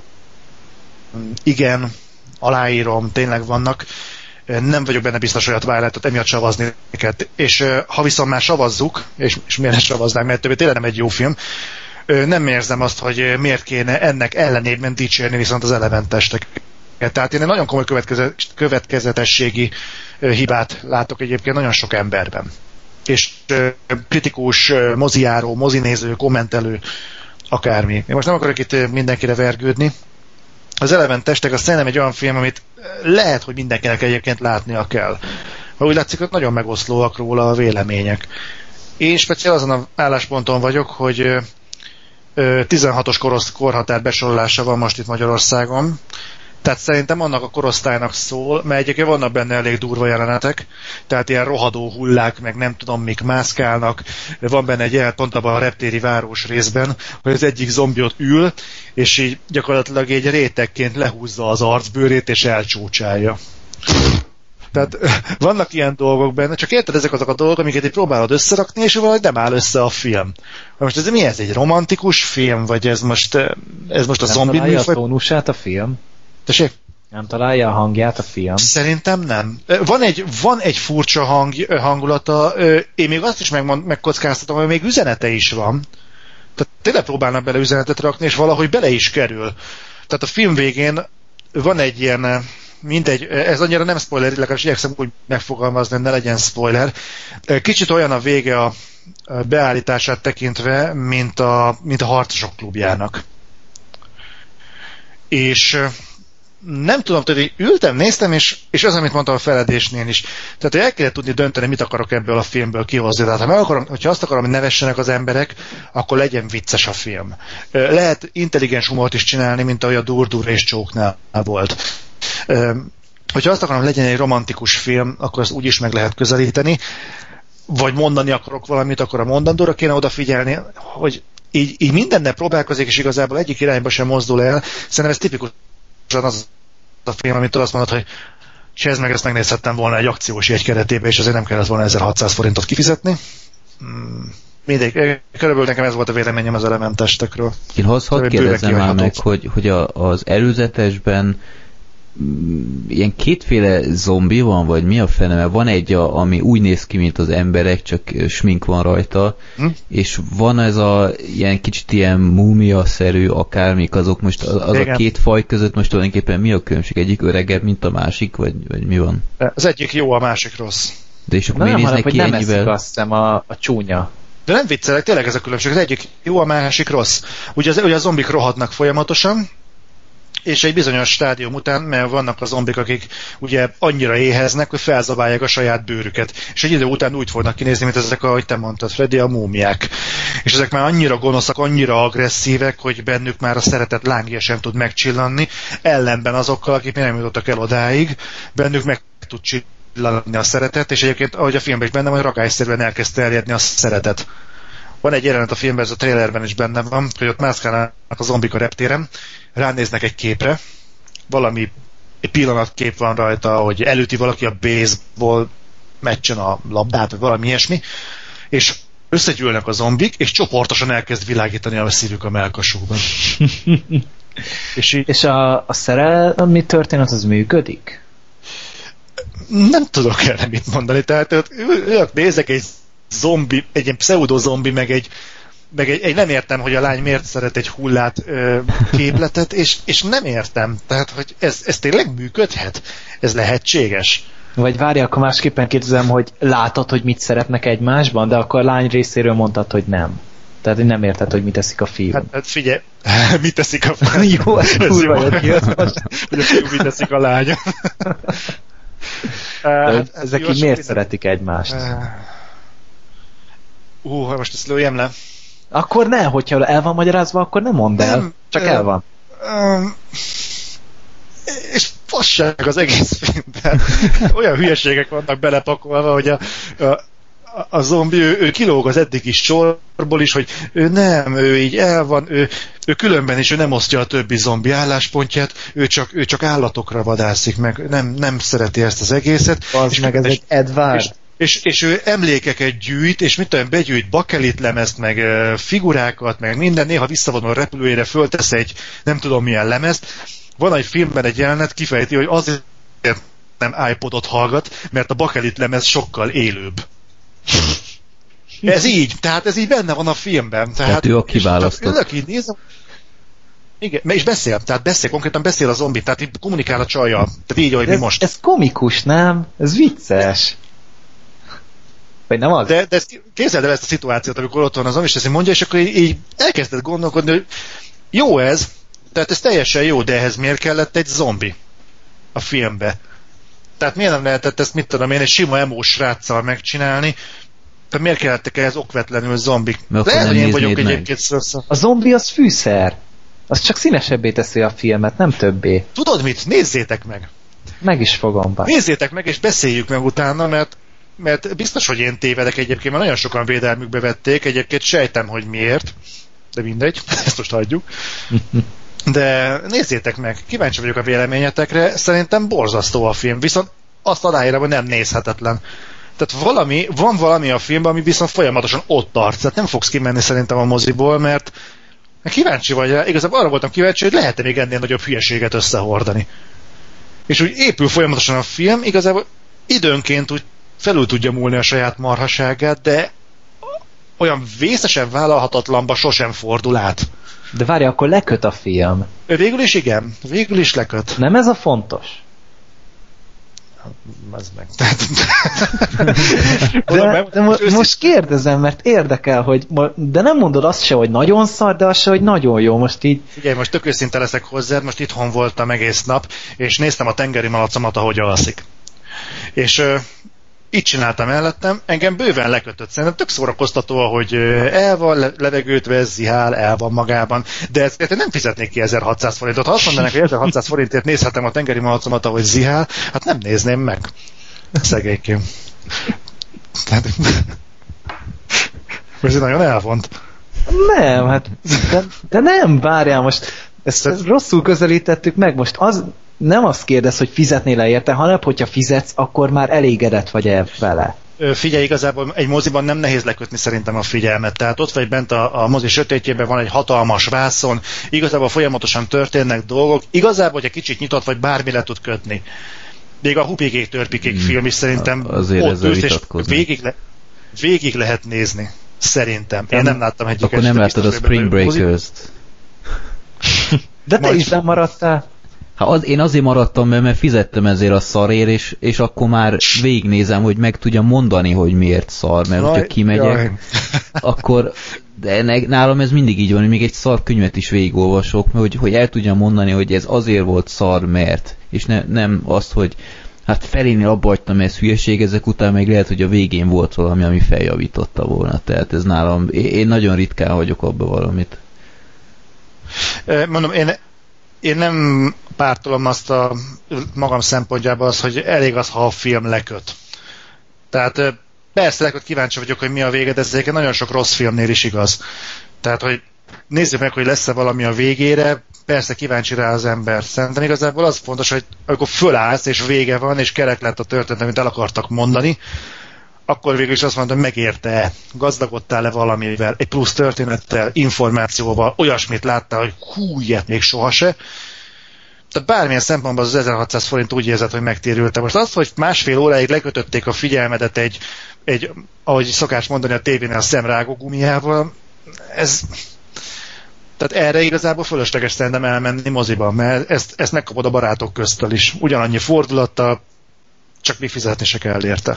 igen, aláírom, tényleg vannak. Nem vagyok benne biztos, hogy a Twilight-ot emiatt savazni kell. És ha viszont már savazzuk, és miért ne savaznánk, mert többé tényleg nem egy jó film, nem érzem azt, hogy miért kéne ennek ellenében dicsérni viszont az elementestek. Tehát én egy nagyon komoly következetességi hibát látok egyébként nagyon sok emberben. És kritikus, mozijáró, mozinéző, kommentelő, akármi. Én most nem akarok itt mindenkire vergődni. Az elementestek az szerintem egy olyan film, amit lehet, hogy mindenkinek egyébként látnia kell. Ha úgy látszik, hogy nagyon megoszlóak róla a vélemények. Én speciál azon az állásponton vagyok, hogy 16-os korhatár besorolása van most itt Magyarországon. Tehát szerintem annak a korosztálynak szól, mert egyébként vannak benne elég durva jelenetek, tehát ilyen rohadó hullák, meg nem tudom mik mászkálnak. Van benne egy jelenet pont abban a reptéri város részben, hogy az egyik zombi ott ül, és így gyakorlatilag egy rétegként lehúzza az arcbőrét, és elcsúcsálja. Tehát vannak ilyen dolgok benne, csak érted, ezek azok a dolgok, amiket így próbálod összerakni, és valahogy nem áll össze a film. Most ez mi ez? Egy romantikus film? Vagy ez most a zombi műfaj? Nem találja a tónusát a film? Tessék? Nem találja a hangját a film? Szerintem nem. Van egy furcsa hangulata. Én még azt is megkockáztatom, hogy még üzenete is van. Tehát tényleg próbálnak bele üzenetet rakni, és valahogy bele is kerül. Tehát a film végén van egy ilyen, mindegy, ez annyira nem spoiler, legalábbis igyekszem úgy megfogalmazni, ne legyen spoiler. Kicsit olyan a vége a beállítását tekintve, mint a Harcosok klubjának. És nem tudom, hogy ültem, néztem, és az, amit mondtam a feledésnél is. Tehát, hogy el kellett tudni dönteni, mit akarok ebből a filmből kihozni. Tehát, hogyha azt akarom, hogy nevessenek az emberek, akkor legyen vicces a film. Lehet intelligens humort is csinálni, mint ahogy a Dur-Dur és Csóknál volt. Hogyha azt akarom, legyen egy romantikus film, akkor azt úgy is meg lehet közelíteni. Vagy mondani akarok valamit, akkor a mondandóra kéne odafigyelni, hogy így mindennel próbálkozik, és igazából egyik irányba sem mozdul el. Szerintem ez tipikusan az a film, amit azt mondod, hogy ez meg ezt megnézhettem volna egy akciós jegy keretében, és azért nem kellett volna 1600 forintot kifizetni. Mindegy, körülbelül nekem ez volt a véleményem az Elementestekről. Én hadd kérdezzem már meg, hogy az előzetesben ilyen kétféle zombi van, vagy mi a fene? Mert van egy, ami úgy néz ki, mint az emberek, csak smink van rajta, és van ez ilyen kicsit ilyen múmia-szerű akármik azok most, az a két faj között most tulajdonképpen mi a különbség? Egyik öregebb, mint a másik, vagy mi van? Az egyik jó, a másik rossz. De és akkor mi néznek ki nem ennyivel? eszik, azt hiszem, a csúnya. De nem viccelek, tényleg ez a különbség. Az egyik jó, a másik rossz. Ugye a zombik rohadnak folyamatosan, és egy bizonyos stádium után, mert vannak a zombik, akik ugye annyira éheznek, hogy felzabálják a saját bőrüket. És egy idő után úgy fognak kinézni, mint ezek, ahogy te mondtad, Freddy, a múmiák. És ezek már annyira gonoszak, annyira agresszívek, hogy bennük már a szeretet lángja sem tud megcsillanni, ellenben azokkal, akik nem jutottak el odáig, bennük meg tud csillanni a szeretet, és egyébként, ahogy a filmben is benne van, ragályszerűen elkezd terjedni a szeretet. Van egy jelenet a filmben, ez a trailerben is benne van, hogy ott mászkálnak a zombik a reptéren, ránéznek egy képre, egy pillanatkép van rajta, hogy elüti valaki a baseball meccsen a labdát, vagy valami ilyesmi, és összegyűlnek a zombik, és csoportosan elkezd világítani a szívük a mellkasukban. és a szerelmi történet az működik? Nem tudok erre mit mondani, tehát nézek egy zombi, egy ilyen pseudo-zombi, meg egy nem értem, hogy a lány miért szeret egy hullát képletet, és nem értem. Tehát, hogy ez tényleg működhet? Ez lehetséges? Vagy várj, akkor másképpen kérdezem, hogy látod, hogy mit szeretnek egymásban, de akkor a lány részéről mondtad, hogy nem. Tehát, hogy nem érted, hogy mit teszik a fiú. Hát figyelj, mit teszik a fiú? Jó, ez kurva jött most. Hogy a fiú mit teszik a lánya. Ezek így miért szeretik egymást? Most ezt lőjem le. Akkor ne, hogyha el van magyarázva, akkor nem mondd el. Nem, csak el van. És fasság az egész filmben. Olyan hülyeségek vannak belepakolva, hogy a zombi, ő kilóg az eddigi sorból is, hogy ő így el van, ő különben is, ő nem osztja a többi zombi álláspontját, ő csak állatokra vadászik, meg nem szereti ezt az egészet. Az meg ez egy Edward. És ő emlékeket gyűjt, és mit tudom, begyűjt bakelit lemezt, meg figurákat, meg minden, néha visszavonul a repülőjére, föltesz egy nem tudom milyen lemezt. Van egy filmben egy jelenet, kifejti, hogy azért nem iPodot hallgat, mert a bakelit lemez sokkal élőbb. Ez így, tehát ez így benne van a filmben. Tehát ő a kiválasztott. Ülök így nézem. Igen, és konkrétan beszél a zombi, tehát így kommunikál a csajjal. Tehát így, ahogy mi most. Ez komikus, nem? Ez vicces. Vagy nem az? De képzeld el ezt a szituációt, amikor ott van az zombi, és ezt mondja, és akkor így elkezdett gondolkodni, hogy jó ez, tehát ez teljesen jó, de ehhez miért kellett egy zombi a filmbe? Tehát miért nem lehetett ezt, mit tudom én, egy sima emós sráccal megcsinálni? Tehát miért kellettek ehhez okvetlenül zombik? Lehet, hogy én vagyok egyébként szörször. A zombi az fűszer. Az csak színesebbé teszi a filmet, nem többé. Tudod mit? Nézzétek meg! Meg is fogom. Nézzétek meg, és beszéljük meg utána, mert biztos, hogy én tévedek egyébként, mert nagyon sokan védelmükbe vették, egyébként sejtem, hogy miért, de mindegy, ezt most hagyjuk. De nézzétek meg, kíváncsi vagyok a véleményetekre, szerintem borzasztó a film, viszont azt aláírom, hogy nem nézhetetlen. Tehát van valami a filmben, ami viszont folyamatosan ott tart, tehát nem fogsz kimenni szerintem a moziból, mert kíváncsi vagy rá, igazából arra voltam kíváncsi, hogy lehet-e még ennél nagyobb hülyeséget összehordani. És úgy épül folyamatosan a film, igazából időnként úgy felül tudja múlni a saját marhaságát, de olyan vészesen vállalhatatlanba sosem fordul át. De várj, akkor leköt a film. Végül is igen, végül is leköt. Nem ez a fontos? Az meg. Most kérdezem, mert érdekel, hogy de nem mondod azt se, hogy nagyon szar, de azt se, hogy nagyon jó. Most így... Figyelj, most tök őszinte leszek hozzád, most itthon voltam egész nap, és néztem a tengeri malacomat, ahogy alszik. És így csináltam mellettem, engem bőven lekötött. Szerintem tök szórakoztató, ahogy el van, levegőt vesz, zihál, el van magában, de ezért nem fizetnék ki 1600 forintot. Ha azt mondanak, hogy 1600 forintért nézhetem a tengeri malacomat, ahogy zihál, hát nem nézném meg. Szegélykém. Ez nagyon elvont. Nem, hát de nem, várjál most. Ezt rosszul közelítettük meg. Most az nem azt kérdez, hogy fizetnél érte, hanem hogyha fizetsz, akkor már elégedett vagy vele. Figyelj, igazából egy moziban nem nehéz lekötni szerintem a figyelmet. Tehát ott vagy bent a mozi sötétjében, van egy hatalmas vászon, igazából folyamatosan történnek dolgok. Igazából, hogyha kicsit nyitott vagy, bármi le tud kötni. Még a Hupikék Törpikék film is szerintem azért ott ülsz, és végig lehet nézni. Szerintem. Én nem láttam egyiket. Akkor nem láttad a Spring Breakers-t. De te is nem maradtál. Én azért maradtam, mert fizettem ezért a szarért, és akkor már végignézem, hogy meg tudjam mondani, hogy miért szar, mert hogyha kimegyek, akkor de nálam ez mindig így van, hogy még egy szar könyvet is végigolvasok, hogy el tudjam mondani, hogy ez azért volt szar, mert, és nem azt, hogy hát felénél abba hagytam, ez hülyeség, ezek után meg lehet, hogy a végén volt valami, ami feljavította volna, tehát ez nálam, én nagyon ritkán hagyok abba valamit. Mondom, én nem pártolom azt a magam szempontjából az, hogy elég az, ha a film leköt. Tehát persze leköt, kíváncsi vagyok, hogy mi a vége, de ez nagyon sok rossz filmnél is igaz. Tehát, hogy nézzük meg, hogy lesz-e valami a végére, persze kíváncsi rá az ember. Szerintem igazából az fontos, hogy amikor fölállsz, és vége van, és kerek lett a történet, amit el akartak mondani, akkor végül is azt mondom, hogy megérte-e, gazdagodtál-e valamivel, egy plusz történettel, információval, olyasmit láttál, hogy hú, ilyet még sohasem. Tehát bármilyen szempontból az 1600 forint úgy érzed, hogy megtérülte. Most az, hogy másfél óráig lekötötték a figyelmedet egy ahogy szokás mondani a tévénél, a szemrágó gumiával, tehát erre igazából fölösleges szerintem elmenni moziba, mert ezt megkapod a barátok köztől is. Ugyanannyi fordulattal, csak még fizetni se kell érte.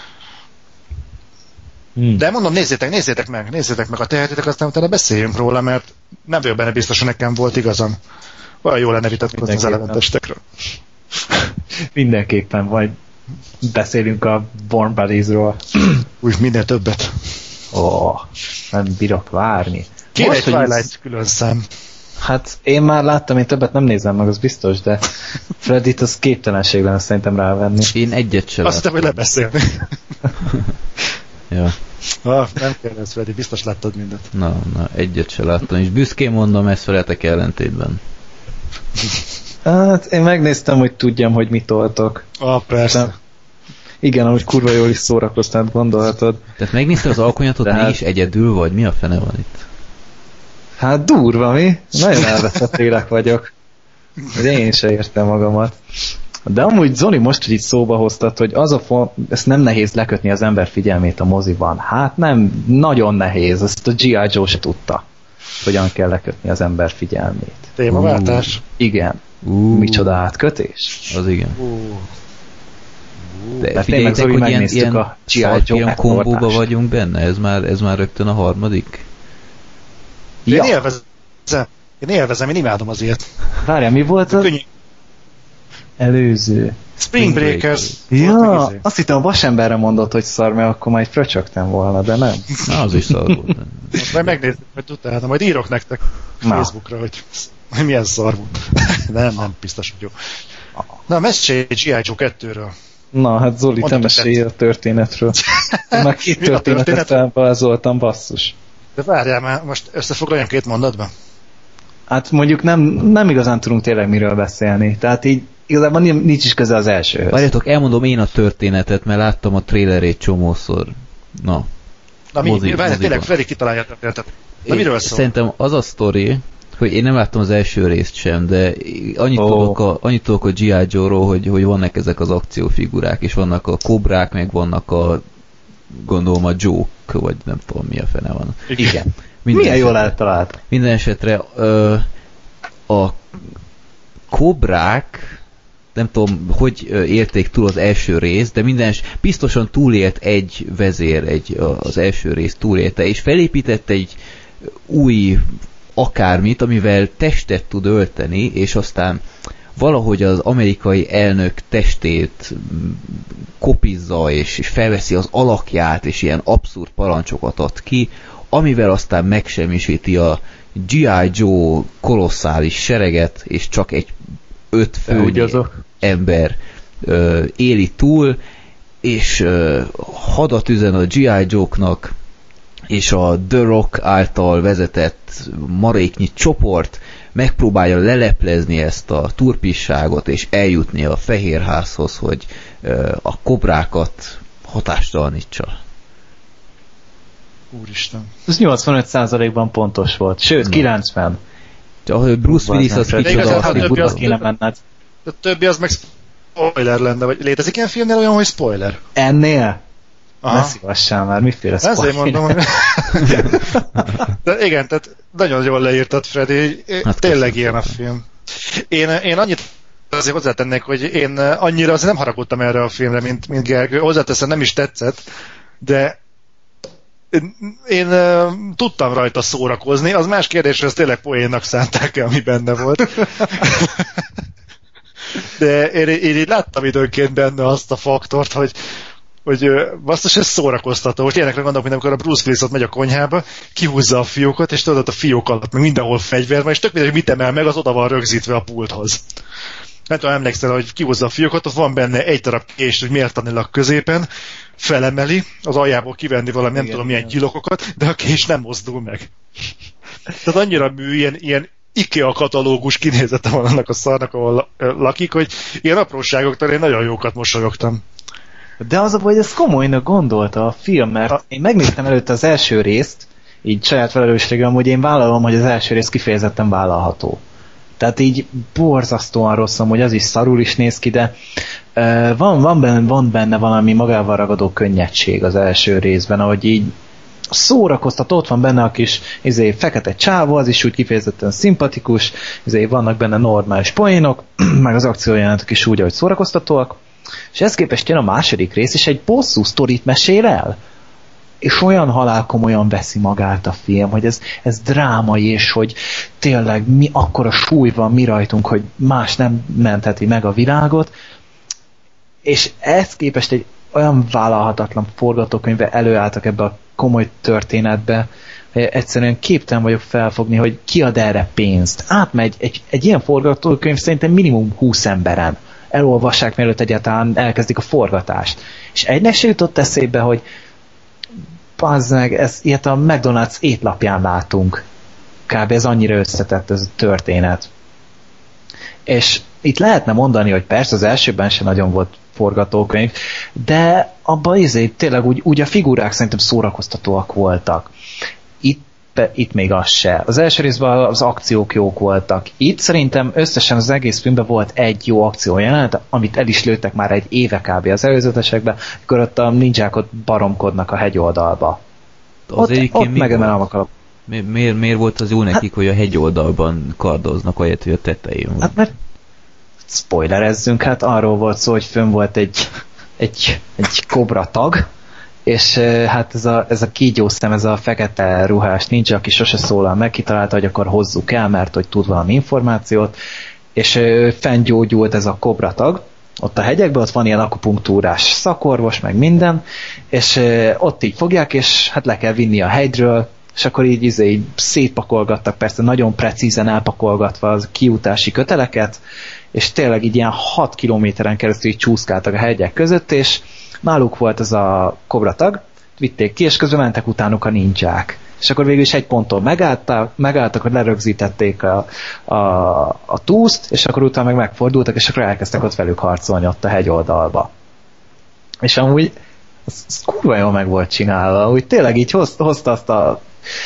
De mondom, nézzétek meg a tehetétek, aztán utána beszéljünk róla, mert nem vagyok benne biztos, hogy nekem volt igazam. Olyan jó lenne vitatkozni az elementestekről. Mindenképpen, vagy beszélünk a Warm Bodies-ról. Úgy minél többet. Nem bírok várni. Kéne egy Twilight külön szám. Hát én már láttam, én többet nem nézem meg, az biztos, de Freddyt az képtelenség lenne szerintem rávenni. Én egyet sem láttam. Azt hiszem, hogy lebeszélni. Ja. Nem kell ez, Freddy, biztos láttad mindent. Na, egyet sem láttam, és büszkén mondom ezt veletek ellentétben. Hát én megnéztem, hogy tudjam, hogy mit toltok. Persze. De, igen, ahogy kurva jól is szórakoztál, gondolhatod. Tehát megnézted az alkonyatot, mégis egyedül vagy? Mi a fene van itt? Hát durva, mi? Nagyon elveszett élek vagyok. Én se értem magamat. De amúgy Zoli most, hogy itt szóba hoztad, hogy ezt nem nehéz lekötni az ember figyelmét a moziban. Hát nem, nagyon nehéz. Ezt a G.I. Joe se tudta, hogyan kell lekötni az ember figyelmét. Témaváltás? Igen. Micsoda átkötés? Az igen. De figyeljétek, hogy ilyen szarfilm kombóba vagyunk benne? Ez már rögtön a harmadik? Ja. Én élvezem, én imádom az ilyet. Várjál, mi volt az? Előző. Spring Breakers. Ja, azt hittem a vasemberre mondott, hogy szar, mert akkor majd fröcsögtem volna, de nem. Na, az is szar volt. Most majd megnézzük, hogy utána, majd írok nektek Facebookra, hogy milyen szar volt. Nem, biztos, hogy jó. Na, mesélj G.I. Joe 2-ről. Na, hát Zoli, te mesélj a történetről. Én már 2 történetet felvázoltam, basszus. De várjál már, most összefoglaljam 2 mondatban. Hát mondjuk nem igazán tudunk tényleg miről beszélni. Tehát így igazából nincs is köze az elsőhöz. Várjátok, elmondom én a történetet, mert láttam a trailerét csomószor. Na várjál, tényleg Freddy kitalálja a történetet. Na, miről szól? Szerintem az a sztori, hogy én nem láttam az első részt sem, de annyit tudok a G.I. Joe-ról, hogy vannak ezek az akciófigurák, és vannak a kobrák, meg vannak gondolom a Joke, vagy nem tudom mi a fene van. Igen. Milyen jól eltalált. Minden esetre a kobrák, nem tudom, hogy élték túl az első részt, de biztosan túlélt egy vezér, az első rész túlélte, és felépített egy új akármit, amivel testet tud ölteni, és aztán valahogy az amerikai elnök testét kopizza, és felveszi az alakját, és ilyen abszurd parancsokat ad ki, amivel aztán megsemmisíti a G.I. Joe kolosszális sereget, és csak egy 5 főnyi ember éli túl, és hadat üzen a G.I. Joe-knak, és a The Rock által vezetett maréknyi csoport megpróbálja leleplezni ezt a turpisságot, és eljutni a Fehérházhoz, hogy a kobrákat hatástalanítsa. Úristen. Ez 85%-ban pontos volt, sőt, 90. Bruce Willis az kicsoda, azt Buda kéne menned. A többi az meg spoiler lenne, vagy létezik ilyen filmnél olyan, hogy spoiler? Ennél? Aha. Ne szívassál már, miféle spoiler? Ezért mondom, hogy... De igen, tehát nagyon jól leírtad, Freddy, tényleg ilyen a film. Én annyit azért hozzátennék, hogy én annyira azért nem haragudtam erre a filmre, mint Gergő. Hozzáteszem, nem is tetszett, de én tudtam rajta szórakozni. Az más kérdés, hogy ezt tényleg poénnak szánták-e, ami benne volt. De én így láttam időnként benne azt a faktort, hogy basszus, ez szórakoztató. Most ilyenekre gondolok, mint amikor a Bruce Willis ott megy a konyhába, kihúzza a fiókot, és tudod, a fiók alatt meg mindenhol fegyver van, és tök mindegy, mit emel meg, az oda van rögzítve a pulthoz. Nem tudom, emlékszel, hogy kihúzza a fiókot, ott van benne egy darab kés, hogy mértanilag középen, felemeli, az aljából kivenni valami, nem tudom milyen kilokokat, de a kés nem mozdul meg. Tehát annyira mű, ilyen IKEA katalógus kinézete van annak a szarnak, ahol lakik, hogy ilyen apróságoktól én nagyon jókat mosolyogtam. De az a baj, hogy ezt komolynak gondolta a film, mert én megnéztem előtte az első részt, így saját felelősségem, hogy én vállalom, hogy az első rész kifejezetten vállalható. Tehát így borzasztóan rosszom, hogy az is szarul is néz ki, de van benne valami magával ragadó könnyedség az első részben, ahogy így szórakoztat, ott van benne a kis fekete csávó, az is úgy kifejezetten szimpatikus, vannak benne normális poénok, meg az akciójelenetek is úgy, ahogy szórakoztatóak, és ezt képest jön a második rész, és egy bosszú sztorit mesél el, és olyan halálkomolyan veszi magát a film, hogy ez drámai, és hogy tényleg akkora súly van mi rajtunk, hogy más nem mentheti meg a világot, és ezt képest egy olyan vállalhatatlan forgatókönyvbe előálltak ebbe a komoly történetbe, hogy egyszerűen képtelen vagyok felfogni, hogy ki ad erre pénzt. Átmegy egy ilyen forgatókönyv szerintem minimum 20 emberen. Elolvassák, mielőtt egyáltalán elkezdik a forgatást. És egynek se jutott eszébe, hogy bazd meg, ilyet a McDonald's étlapján látunk. Kb. Ez annyira összetett ez a történet. És itt lehetne mondani, hogy persze az elsőben sem nagyon volt forgatókönyv, de abban tényleg úgy a figurák szerintem szórakoztatóak voltak. Itt még az se. Az első részben az akciók jók voltak. Itt szerintem összesen az egész filmben volt egy jó akciójelenet, amit el is lőttek már egy éve kb. Az előzetesekben, amikor ott a ninják ott baromkodnak a hegyoldalba. Ott megemelem a Miért volt az jó nekik, hogy a hegyoldalban kardoznak, ahelyett, hogy a tetején van? Hát mert spoilerezzünk, hát arról volt szó, hogy fönn volt egy kobra tag, és hát ez a kígyószem, ez a fekete ruhás nincs, aki sose szólal meg, kitalálta, hogy akkor hozzuk el, mert hogy tud valami információt, és fenngyógyult ez a kobra tag, ott a hegyekben, ott van ilyen akupunktúrás szakorvos, meg minden, és ott így fogják, és hát le kell vinni a hegyről, és akkor így szétpakolgattak, persze nagyon precízen elpakolgatva az kiutási köteleket, és tényleg így ilyen 6 kilométeren keresztül így csúszkáltak a hegyek között, és náluk volt ez a kobratag, vitték ki, és közben mentek utánuk a ninják. És akkor végül is egy ponton megálltak, hogy lerögzítették a túszt, és akkor utána meg megfordultak, és akkor elkezdtek ott velük harcolni ott a hegyoldalba. És amúgy ez kurva jól meg volt csinálva, úgy tényleg így hozta azt a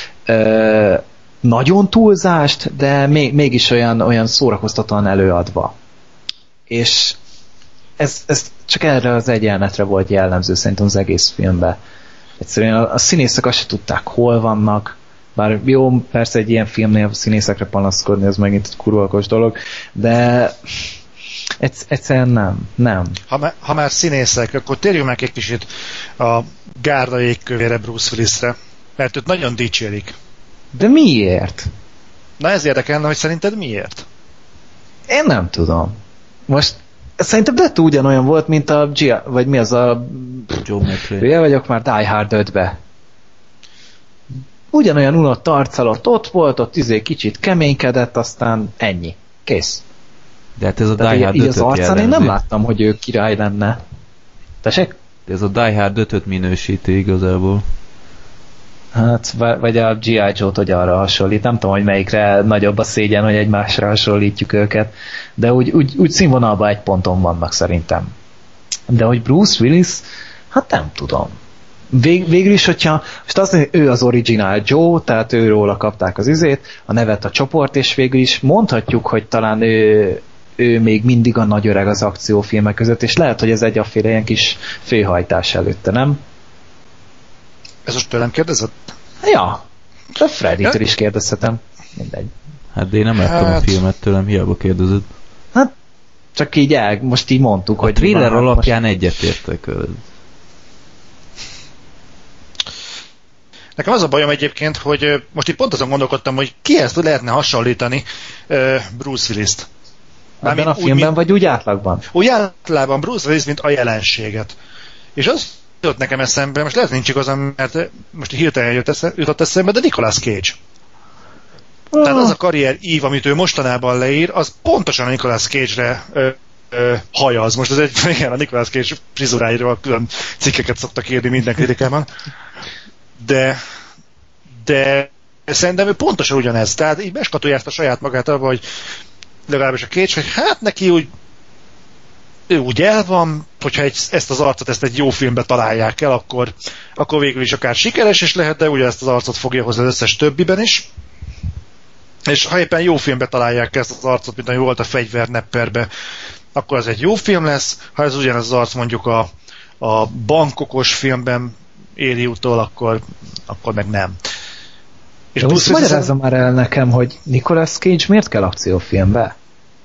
nagyon túlzást, de mégis olyan szórakoztatóan előadva. És ez csak erre az egy jelenetre volt jellemző szerintem az egész filmben. Egyszerűen a színészek azt se tudták, hol vannak, bár jó, persze egy ilyen filmnél a színészekre panaszkodni, ez megint egy kurva okos dolog, de Egyszerűen nem. Ha már színészek, akkor térjünk meg egy kicsit a gárda égkövére Bruce Willisre, mert őt nagyon dicsérik. De miért? Na ez érdekelne, hogy szerinted miért? Én nem tudom. Most szerintem Leto ugyanolyan volt, mint a Gia, vagy mi az a... Joe McClane. Hülye vagyok már Die Hard 5-be. Ugyanolyan unott arccal ott volt, kicsit keménykedett, aztán ennyi. Kész. De hát ez a Tehát Die Hard 5-öt az arcán jellemzi. én nem láttam, hogy ő király lenne. Tessék? Ez a Die Hard 5-öt minősíti igazából. Hát, vagy a G.I. Joe-t, hogy arra hasonlít. Nem tudom, hogy melyikre nagyobb a szégyen, hogy egymásra hasonlítjuk őket. De úgy színvonalban egy ponton vannak szerintem. De hogy Bruce Willis, hát nem tudom. Végül is, hogyha most azt mondja, ő az original Joe, tehát őróla kapták az izét, a nevet a csoport, és végül is mondhatjuk, hogy talán ő még mindig a nagy öreg az akciófilmek között, és lehet, hogy ez egyaféle ilyen kis főhajtás előtte, nem? Ez most tőlem kérdezed? Ja, de Freddy-től is kérdezhetem. Mindegy. Hát de én nem láttam a filmet tőlem, hiába kérdezed. Hát, csak így most így mondtuk, A hogy... thriller alapján egyetértek. Nekem az a bajom egyébként, hogy most itt pont azon gondolkodtam, hogy kihez lehetne hasonlítani Bruce Willis-t. Ebben a filmben, vagy úgy átlagban? Úgy általában Bruce Willis, mint a jelenséget. És az jutott nekem eszembe, most lehet nincs igazam, mert most hirtelen jutott eszembe, de Nicolas Cage. Tehát az a karrier ív, amit ő mostanában leír, az pontosan a Nicolas Cage-re hajaz. Most ez igen, a Nicolas Cage frizuráiról külön cikkeket szoktak írni minden kritikában. De szerintem ő pontosan ugyanez. Tehát így beskatujázta saját magát abba, hogy legalábbis a Cage, hogy hát neki ő úgy el van, hogyha ezt az arcot egy jó filmbe találják el, akkor végül is akár sikeres is lehet, de ugye ezt az arcot fogja hozni az összes többiben is. És ha éppen jó filmbe találják ezt az arcot, mint ami volt a Fegyvernepperbe, akkor az egy jó film lesz. Ha ez ugyanaz az arc mondjuk a Bangkokos filmben éri utol, akkor meg nem. És most magyarázza már el nekem, hogy Nicolas Cage miért kell akciófilmbe?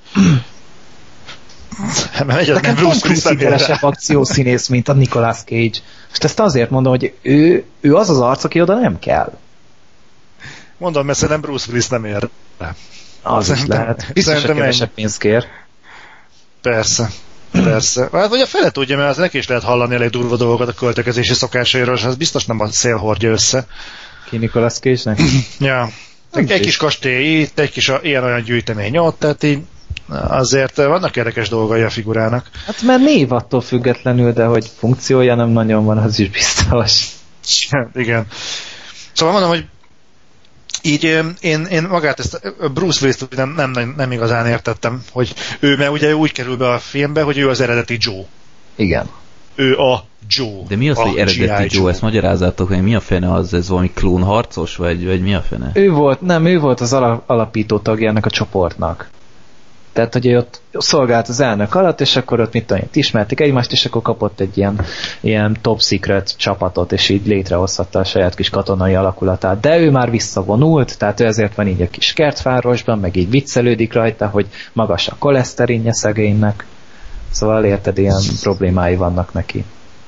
Nekem Tom Cruise sikeresebb akciószínész, mint a Nicolas Cage. És ezt azért mondom, hogy ő az az arc, aki oda nem kell. Mondom, mert szerintem Bruce Willis nem ér rá. Az is lehet. Biztos, hogy kevesebb pénzt kér. Persze. Hát vagy a fele tudja, mert az neki is lehet hallani elég durva dolgokat a költekezési szokásairól, és az biztos nem a szél hordja össze. Ki Nicolas Cage-nek? Ja. Egy kis kastély itt, egy kis ilyen-olyan gyűjtemény ott, tehát így azért vannak érdekes dolgai a figurának. Hát mert név attól függetlenül, de hogy funkciója nem nagyon van, az is biztos. Igen. Szóval mondom, hogy így én magát ezt Bruce Willis-t nem igazán értettem, hogy mert ugye úgy kerül be a filmbe, hogy ő az eredeti Joe. Igen. Ő a Joe. De mi az, hogy eredeti Joe? Ezt magyarázzátok, hogy mi a fene az? Ez valami klónharcos? Vagy mi a fene? Ő volt az alapító tagja ennek a csoportnak. Tehát, hogy ő ott szolgált az elnök alatt, és akkor ott mit tudom, ismerték egymást, és akkor kapott egy ilyen top secret csapatot, és így létrehozhatta a saját kis katonai alakulatát. De ő már visszavonult, tehát ő ezért van így a kis kertvárosban, meg így viccelődik rajta, hogy magas a koleszterinje szegénynek. Szóval érted, ilyen problémái vannak neki.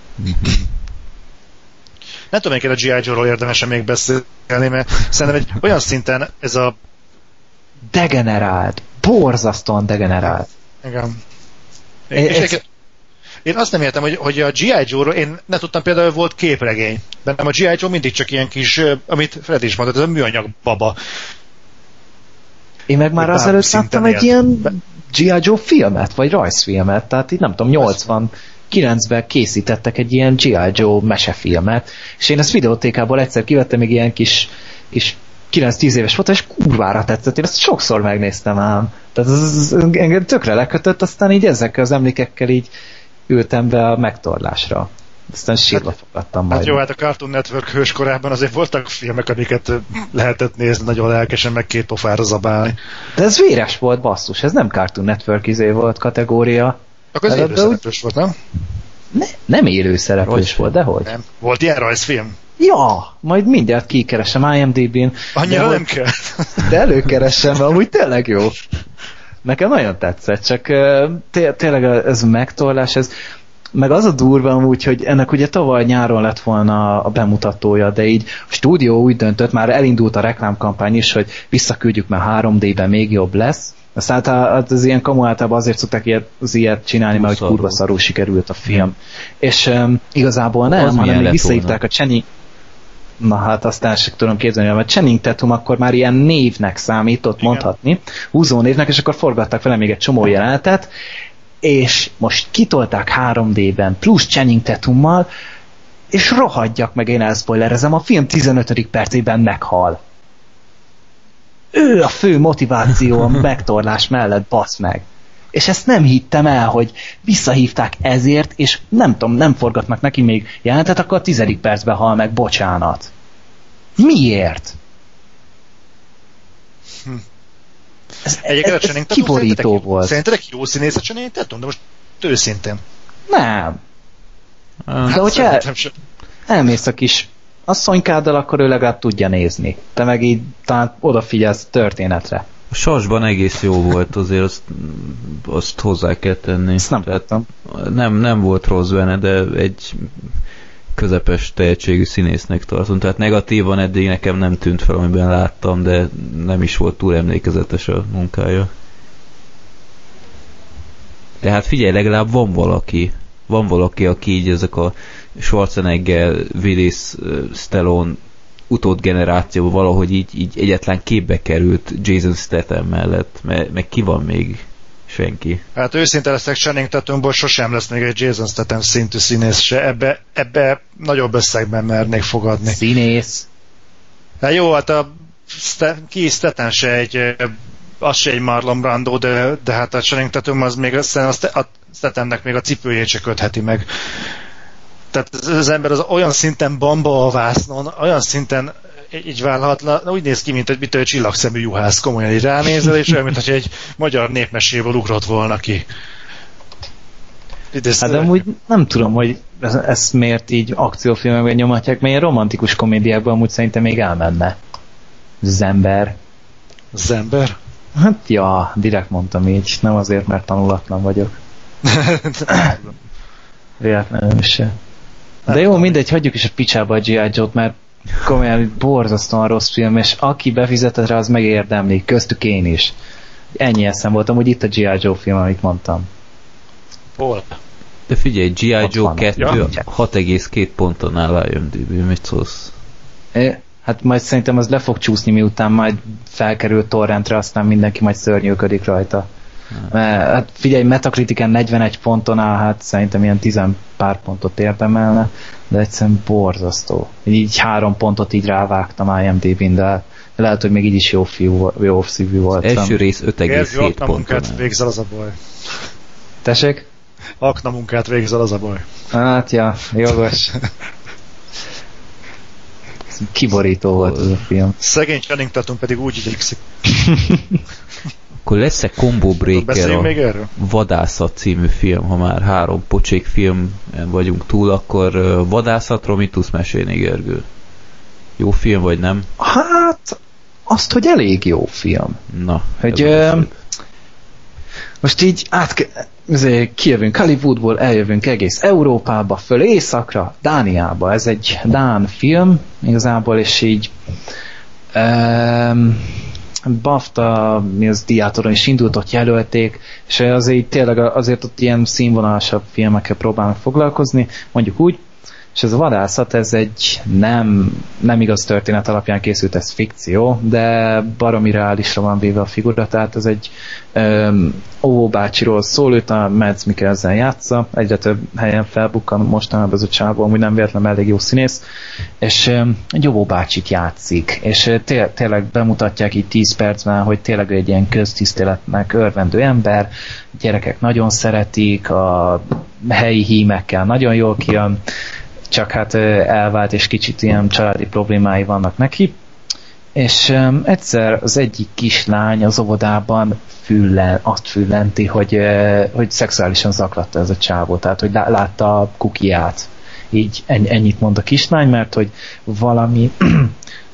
Nem tudom, hogy a G.I. Joe-ról érdemes még beszélni, mert szerintem egy olyan szinten ez a degenerált, borzasztóan degenerált. Igen. Én azt nem értem, hogy a G.I. Joe-ról, én nem tudtam például, hogy volt képregény. Bennem a G.I. Joe mindig csak ilyen kis, amit Fred is mondott, ez a műanyag baba. Én meg már azelőtt láttam egy ilyen G.I. Joe filmet, vagy rajzfilmet, tehát így nem tudom, 89-ben készítettek egy ilyen G.I. Joe mesefilmet, és én ezt videótékából egyszer kivettem, még ilyen kis 9-10 éves volt, és kurvára tetszett. Én ezt sokszor megnéztem ám. Tehát ez engem tökre lekötött, aztán így ezekkel az emlékekkel így ültem be a megtorlásra. Aztán sírva fogadtam majd. Hát jó, hát a Cartoon Network hőskorában azért voltak filmek, amiket lehetett nézni nagyon lelkesen, meg két pofára zabálni. De ez véres volt, basszus. Ez nem Cartoon Network volt kategória. Akkor ez élőszereplős volt, nem? Nem élőszereplős volt, dehogy? Nem. Volt ilyen rajzfilm? Ja, majd mindjárt kikeresem IMDb-n. Annyira nem kell. De előkeresem, mert amúgy tényleg jó. nekem nagyon tetszett, csak tényleg ez a megtorlás, ez meg az a durva amúgy, hogy ennek ugye tavaly nyáron lett volna a bemutatója, de így a stúdió úgy döntött, már elindult a reklámkampány is, hogy visszaküldjük, mert 3D-ben még jobb lesz. Aztán hát az ilyen kamu általában azért szokták ilyet csinálni, mert hogy kurva szarul sikerült a film. És igazából nem, hanem még visszahívták a Channing. Na hát aztán sem tudom képzelni, mert Channing Tatum akkor már ilyen névnek számított, mondhatni, húzó névnek, és akkor forgattak vele még egy csomó jelenetet, és most kitolták 3D-ben, plusz Channing Tatummal, és rohadjak meg, én elspoilerezem, a film 15. percében meghal. Ő a fő motiváció a megtorlás mellett, basz meg. És ezt nem hittem el, hogy visszahívták ezért, és nem tudom, nem forgatnak neki még jelentet, akkor a 10. percben hal meg, bocsánat. Miért? Ez kiborító volt. Szerintetek jó színész a Channing Tatum? De most őszintén. Nem. Hát de hogyha elmész a kis asszonykáddal, akkor ő legalább tudja nézni. Te meg így talán odafigyelsz a történetre. A Sasban egész jó volt, azért azt hozzá kell tenni. Ezt nem tettem. Nem volt rossz benne, de egy közepes tehetségű színésznek tartom. Tehát negatívan eddig nekem nem tűnt fel, amiben láttam, de nem is volt túl emlékezetes a munkája. Tehát figyelj, legalább van valaki, aki így ezek a Schwarzenegger, Willis, Stallone utódgenerációban valahogy így egyetlen képbe került Jason Statham mellett, meg ki van még? Senki. Hát őszinte leszek, Channing Tatumból sosem lesz még egy Jason Statham szintű színész se, ebbe nagyobb összegben mernék fogadni. Színész? Hát jó, hát ki Statham se az se egy Marlon Brando, de hát a Channing Tatum az még a Stathamnek még a cipőjét se kötheti meg. Tehát az ember az olyan szinten bamba a vásznon, olyan szinten így vállalhatna, úgy néz ki, mint egy csillagszemű juhász, komolyan így ránézel, és olyan, mintha egy magyar népmeséből ugrott volna ki. Hát de amúgy nem tudom, hogy ezt miért így akciófilmekben nyomatják, mert ilyen romantikus komédiákban amúgy szerintem még elmenne. Zember. Zember? Hát ja, direkt mondtam így, nem azért, mert tanulatlan vagyok. Véletlenül se. De jó, mindegy, hagyjuk is a picsába a G.I. Joe-t, mert komolyan borzasztóan rossz film, és aki befizetett rá, az megérdemli, köztük én is. Ennyi eszem voltam, hogy itt a G.I. Joe film, amit mondtam. Hol? De figyelj, G.I. Joe 2 6,2 ponton áll a IMDb, mit szólsz? Hát majd szerintem az le fog csúszni, miután majd felkerül torrentre, aztán mindenki majd szörnyűködik rajta. Hát figyelj, Metacritiken 41 ponton áll, hát szerintem ilyen 10 pár pontot érdemelne, de egyszerűen borzasztó. Így 3 pontot így rávágtam IMDb-n, de lehet, hogy még így is jó szívű voltam. Első rész 5,7 ponton áll. Végzel, az a baj. Tessék? Aknamunkát végzel, az a baj. Hát ja, jogos. Kiborító volt ez a film. Szegény Channing Tatum pedig úgy igyekszik. Akkor lesz-e Combo Breaker a még erről? Vadászat című film, ha már 3 pocsék film vagyunk túl, akkor Vadászatról mit tudsz mesélni, Gergő? Jó film, vagy nem? Hát, azt, hogy elég jó film. Na, hogy most így kijövünk Hollywoodból, eljövünk egész Európába, föl északra, Dániába. Ez egy dán film igazából, és így BAFTA díjátoron is indult, ott jelölték, és azért tényleg azért ott ilyen színvonalasabb filmekkel próbálnak foglalkozni, mondjuk úgy, és ez a Vadászat, ez egy nem igaz történet alapján készült, ez fikció, de baromi reálisra van véve a figura, tehát ez egy óvóbácsiról szól, őt a Mads Mikkelsen játsza, egyre több helyen felbukkan mostanában ez a csávó, amúgy nem véletlenül elég jó színész, és egy óvóbácsit játszik, és tényleg bemutatják így 10 percben, hogy tényleg egy ilyen köztiszteletnek örvendő ember, gyerekek nagyon szeretik, a helyi hímekkel nagyon jól kijön, csak hát elvált, és kicsit ilyen családi problémái vannak neki, és egyszer az egyik kislány az óvodában azt füllenti, hogy szexuálisan zaklatta ez a csávó, tehát hogy látta a kukiát. Így ennyit mond a kislány, mert hogy valami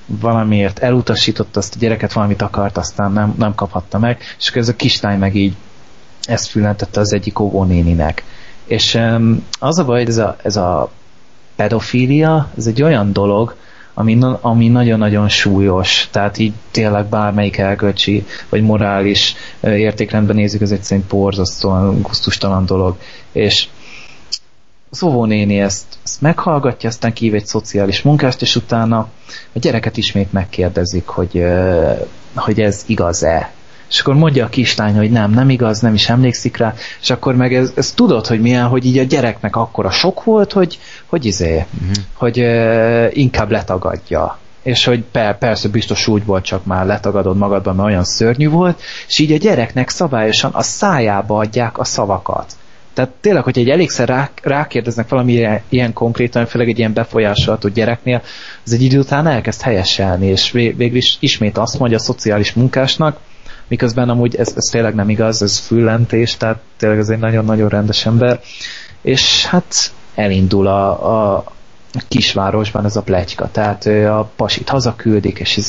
valamiért elutasította azt a gyereket, valamit akart, aztán nem kaphatta meg, és akkor ez a kislány meg így ezt fülentette az egyik óvónéninek. És az a baj, hogy ez a pedofília, ez egy olyan dolog, ami nagyon-nagyon súlyos, tehát így tényleg bármelyik erkölcsi vagy morális értékrendben nézzük, ez egyszerűen borzasztóan gusztustalan dolog. És az óvónéni ezt meghallgatja, aztán kihív egy szociális munkást, és utána a gyereket ismét megkérdezik, hogy ez igaz-e. És akkor mondja a kislány, hogy nem igaz, nem is emlékszik rá, és akkor meg ez tudod, hogy milyen, hogy így a gyereknek akkora sok volt, hogy inkább letagadja. És hogy persze biztos úgy volt, csak már letagadod magadban, mert olyan szörnyű volt, és így a gyereknek szabályosan a szájába adják a szavakat. Tehát tényleg, hogy egy elégszer rákérdeznek valami ilyen konkrétan, főleg egy ilyen befolyásolható gyereknél, az egy idő után elkezd helyeselni, és végül is ismét azt mondja a szociális munkásnak, miközben amúgy ez tényleg nem igaz, ez füllentés, tehát tényleg ez egy nagyon-nagyon rendes ember, és hát elindul a kisvárosban ez a pletyka, tehát a pasit hazaküldik, és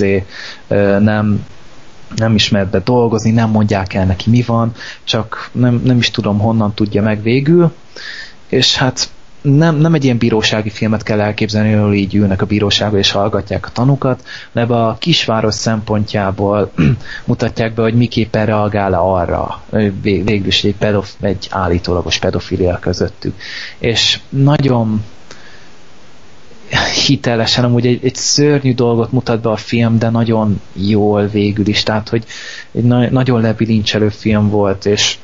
nem ismert be dolgozni, nem mondják el neki mi van, csak nem is tudom honnan tudja meg végül, és hát nem egy ilyen bírósági filmet kell elképzelni, hogy így ülnek a bíróságban és hallgatják a tanukat, hanem a kisváros szempontjából mutatják be, hogy miképpen reagál arra végül is egy állítólagos pedofilia közöttük. És nagyon hitelesen, amúgy egy szörnyű dolgot mutat be a film, de nagyon jól végül is, tehát hogy egy nagyon lebilincselő film volt, és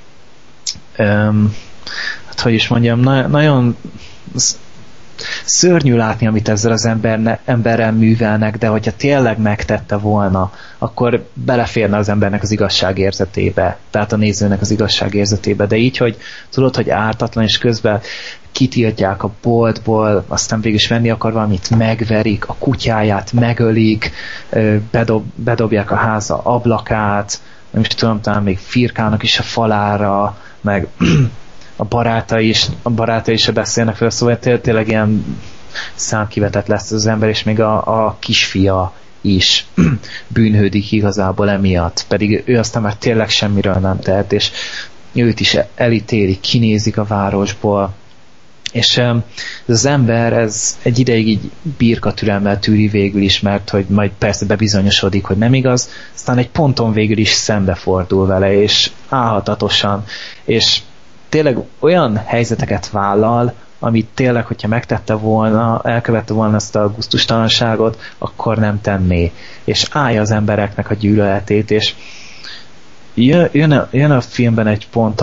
hát hogy is mondjam, nagyon szörnyű látni, amit ezzel az emberrel művelnek, de hogyha tényleg megtette volna, akkor beleférne az embernek az igazságérzetébe, tehát a nézőnek az igazságérzetébe, de így, hogy tudod, hogy ártatlan, és közben kitiltják a boltból, aztán végül is venni akar valamit, megverik, a kutyáját megölik, bedobják a háza ablakát, nem is tudom, talán még firkálnak is a falára, meg a barátai is beszélnek fel, szóval tényleg ilyen számkivetett lesz az ember, és még a kisfia is bűnhődik igazából emiatt, pedig ő aztán már tényleg semmiről nem tehet, és őt is elítélik, kinézik a városból, és ez az ember, ez egy ideig így birkatürelmmel tűri végül is, mert hogy majd persze bebizonyosodik, hogy nem igaz, aztán egy ponton végül is szembefordul vele, és álhatatosan, és tényleg olyan helyzeteket vállal, amit tényleg, hogyha megtette volna, elkövette volna ezt a gusztustalanságot, akkor nem tenné. És állja az embereknek a gyűlöletét, és jön a filmben egy pont,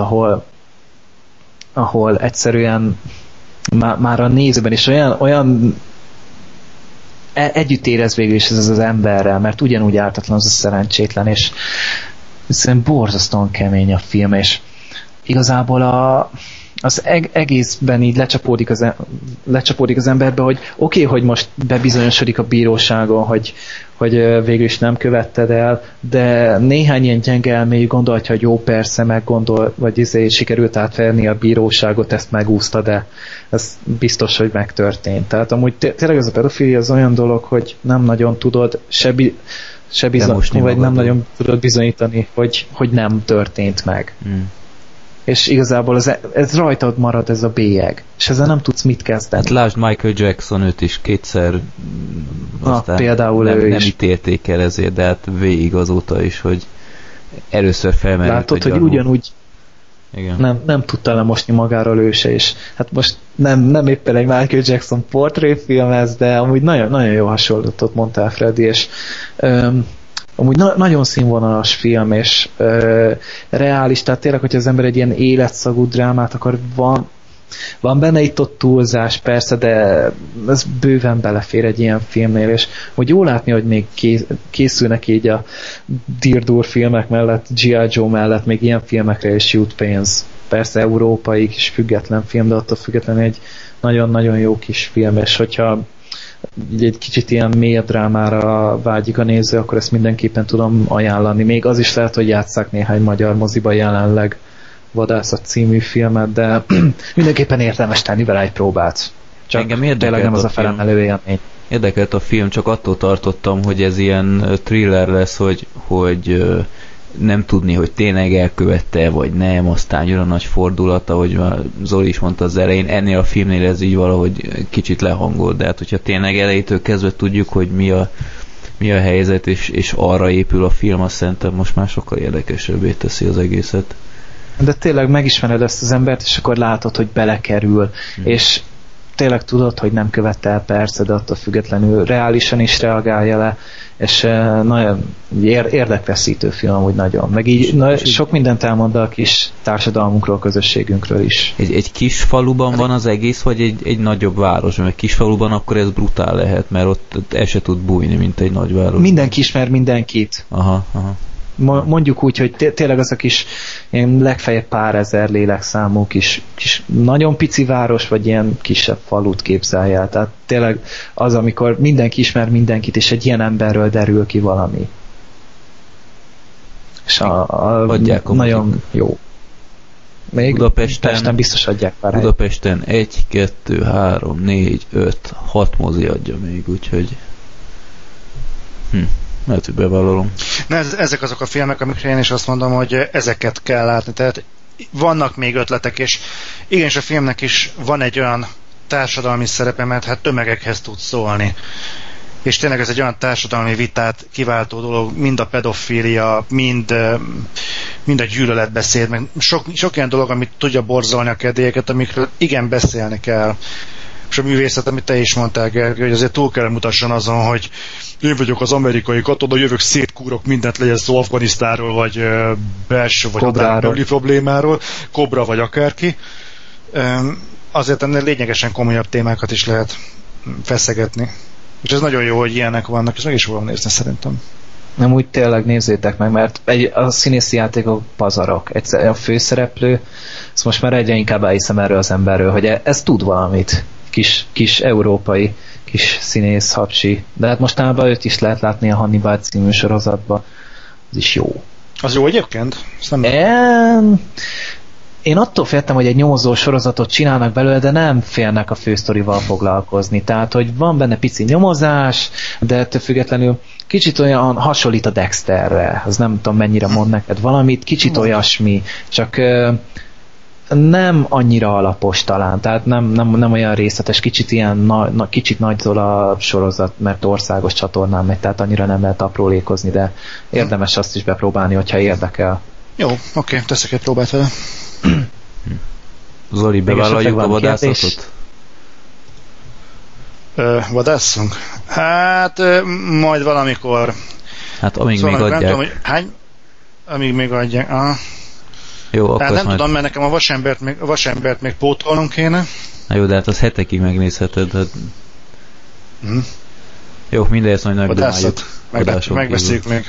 ahol egyszerűen már a nézőben is olyan együtt érez végül is ez az emberrel, mert ugyanúgy ártatlan az a szerencsétlen, és szerintem borzasztóan kemény a film, és igazából az egészben így lecsapódik az emberbe, hogy oké, hogy most bebizonyosodik a bíróságon, hogy végül is nem követted el, de néhány ilyen gyenge elmélyű gondolhatja, hogy jó, persze, vagy sikerült átverni a bíróságot, ezt megúszta, de ez biztos, hogy megtörtént. Tehát amúgy tényleg ez a pedofilia az olyan dolog, hogy nem nagyon tudod nem nagyon tudod bizonyítani, hogy nem történt meg. És igazából ez rajtad marad, ez a bélyeg. És ezzel nem tudsz mit kezdeni. Hát lásd Michael Jackson, őt is kétszer például nem ítélték el ezért, de hát végig azóta is, hogy először felmerült. Látod, hogy ugyanúgy nem tudta lemosni magáról ő se, és hát most nem éppen egy Michael Jackson portréfilm ez, de amúgy nagyon, nagyon jó hasonlatot mondtál, Freddy, és amúgy nagyon színvonalas film, és reális, tehát tényleg, hogyha az ember egy ilyen életszagú drámát akar, van benne itt ott túlzás, persze, de ez bőven belefér egy ilyen filmnél, és hogy jó látni, hogy még készülnek így a Dirdur filmek mellett, G.I. Joe mellett, még ilyen filmekre is jut pénz. Persze európai kis független film, de attól függetlenül egy nagyon-nagyon jó kis film, és hogyha egy kicsit ilyen mélyebb drámára vágyik a néző, akkor ezt mindenképpen tudom ajánlani. Még az is lehet, hogy játsszák néhány magyar moziba jelenleg Vadászat című filmet, de mindenképpen érdemes tenni vele egy próbát. Csak tényleg nem az a felemelő élmény. Érdekelt a film, csak attól tartottam, hogy ez ilyen thriller lesz, hogy nem tudni, hogy tényleg elkövette, vagy nem, aztán jön a nagy fordulat, ahogy Zoli is mondta az elején, ennél a filmnél ez így valahogy kicsit lehangolt, de hát hogyha tényleg elejétől kezdve tudjuk, hogy mi a helyzet, és arra épül a film, azt szerintem most már sokkal érdekesebbé teszi az egészet. De tényleg megismered ezt az embert, és akkor látod, hogy belekerül, és tényleg tudod, hogy nem követte el persze, de attól függetlenül reálisan is reagálja le, és nagyon érdekveszítő film, amúgy nagyon. Meg így sok mindent elmond a kis társadalmunkról, közösségünkről is. Egy kis faluban van az egész, vagy egy nagyobb város? Mert kis faluban akkor ez brutál lehet, mert ott el se tud bújni, mint egy nagyváros. Mindenki ismer mindenkit. Aha. Mondjuk úgy, hogy tényleg az a kis ilyen legfeljebb pár ezer lélekszámú kis nagyon pici város, vagy ilyen kisebb falut képzelj el. Tehát tényleg az, amikor mindenki ismer mindenkit, és egy ilyen emberről derül ki valami. És nagyon jó. Még Budapesten biztos adják pár Budapesten 1, 2, 3, 4, 5, 6 mozi adja még, úgyhogy lehet, hogy bevállalom. Ezek azok a filmek, amikre én is azt mondom, hogy ezeket kell látni. Tehát vannak még ötletek, és igenis a filmnek is van egy olyan társadalmi szerepe, mert hát tömegekhez tud szólni. És tényleg ez egy olyan társadalmi vitát kiváltó dolog, mind a pedofília, mind a gyűlöletbeszéd, meg sok ilyen dolog, amit tudja borzolni a kedélyeket, amikről igen beszélni kell. És a művészet, amit te is mondtál, Gergő, hogy azért túl kell mutasson azon, hogy én vagyok az amerikai katona, jövök, szétkúrok mindent, legyen szó Afganisztánról, vagy belső, vagy határőri problémáról, Kobra, vagy akárki. Azért ennél lényegesen komolyabb témákat is lehet feszegetni. És ez nagyon jó, hogy ilyenek vannak, és meg is fogom nézni szerintem. Nem úgy tényleg nézzétek meg, mert a színészi játékok pazarok. A főszereplő, ezt most már egyre inkább elhiszem erről az emberről, hogy ez tud valamit. Kis európai, kis színész, hapsi. De hát mostanában őt is lehet látni a Hannibal című sorozatban. Az is jó. Az jó egyébként? Én attól féltem, hogy egy nyomozó sorozatot csinálnak belőle, de nem félnek a fősztorival foglalkozni. Tehát, hogy van benne pici nyomozás, de ettől függetlenül kicsit olyan hasonlít a Dexterre. Az nem tudom, mennyire mond neked valamit, kicsit olyasmi, csak nem annyira alapos talán, tehát nem olyan részletes, kicsit ilyen kicsit nagyzol a sorozat, mert országos csatornán megy, tehát annyira nem lehet aprólékozni, de érdemes azt is bepróbálni, hogyha érdekel. Jó, oké, teszek egy próbát vele. Zoli, bevállaljuk a vadászatot? Vadásszunk? Hát, majd valamikor. Hát amíg szóval még adják. Nem tudom, hogy amíg még adják. Aha. Jó, akkor nem tudom, mert nekem a vasembert még pótolnunk kéne. Na jó, de hát az hetekig megnézheted. Hát... Jó, mindezt majd megdomáljuk. Megbeszéljük még.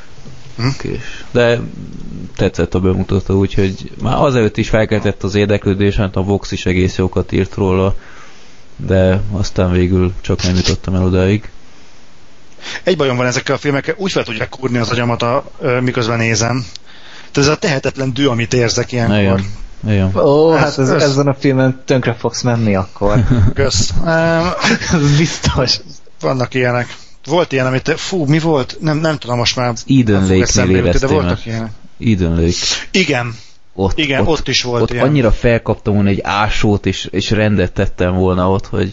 De tetszett a bemutató, úgyhogy már azelőtt is felkeltett az érdeklődés, hát a Vox is egész jókat írt róla, de aztán végül csak nem jutottam el odáig. Egy bajom van ezekkel a filmekkel, úgy fel tudják kúrni az agyamat, miközben nézem. Tehát ez a tehetetlen dű, amit érzek ilyenkor. Igen. Hát ezen a filmen tönkre fogsz menni akkor. Kösz. Ez biztos. Vannak ilyenek. Volt ilyen, amit... mi volt? Nem tudom most már... Eden Lake-nél éreztem, de voltak ilyenek. Eden Lake. Igen. Ott is volt ott ilyen. Annyira felkaptam volna egy ásót, és rendet tettem volna ott, hogy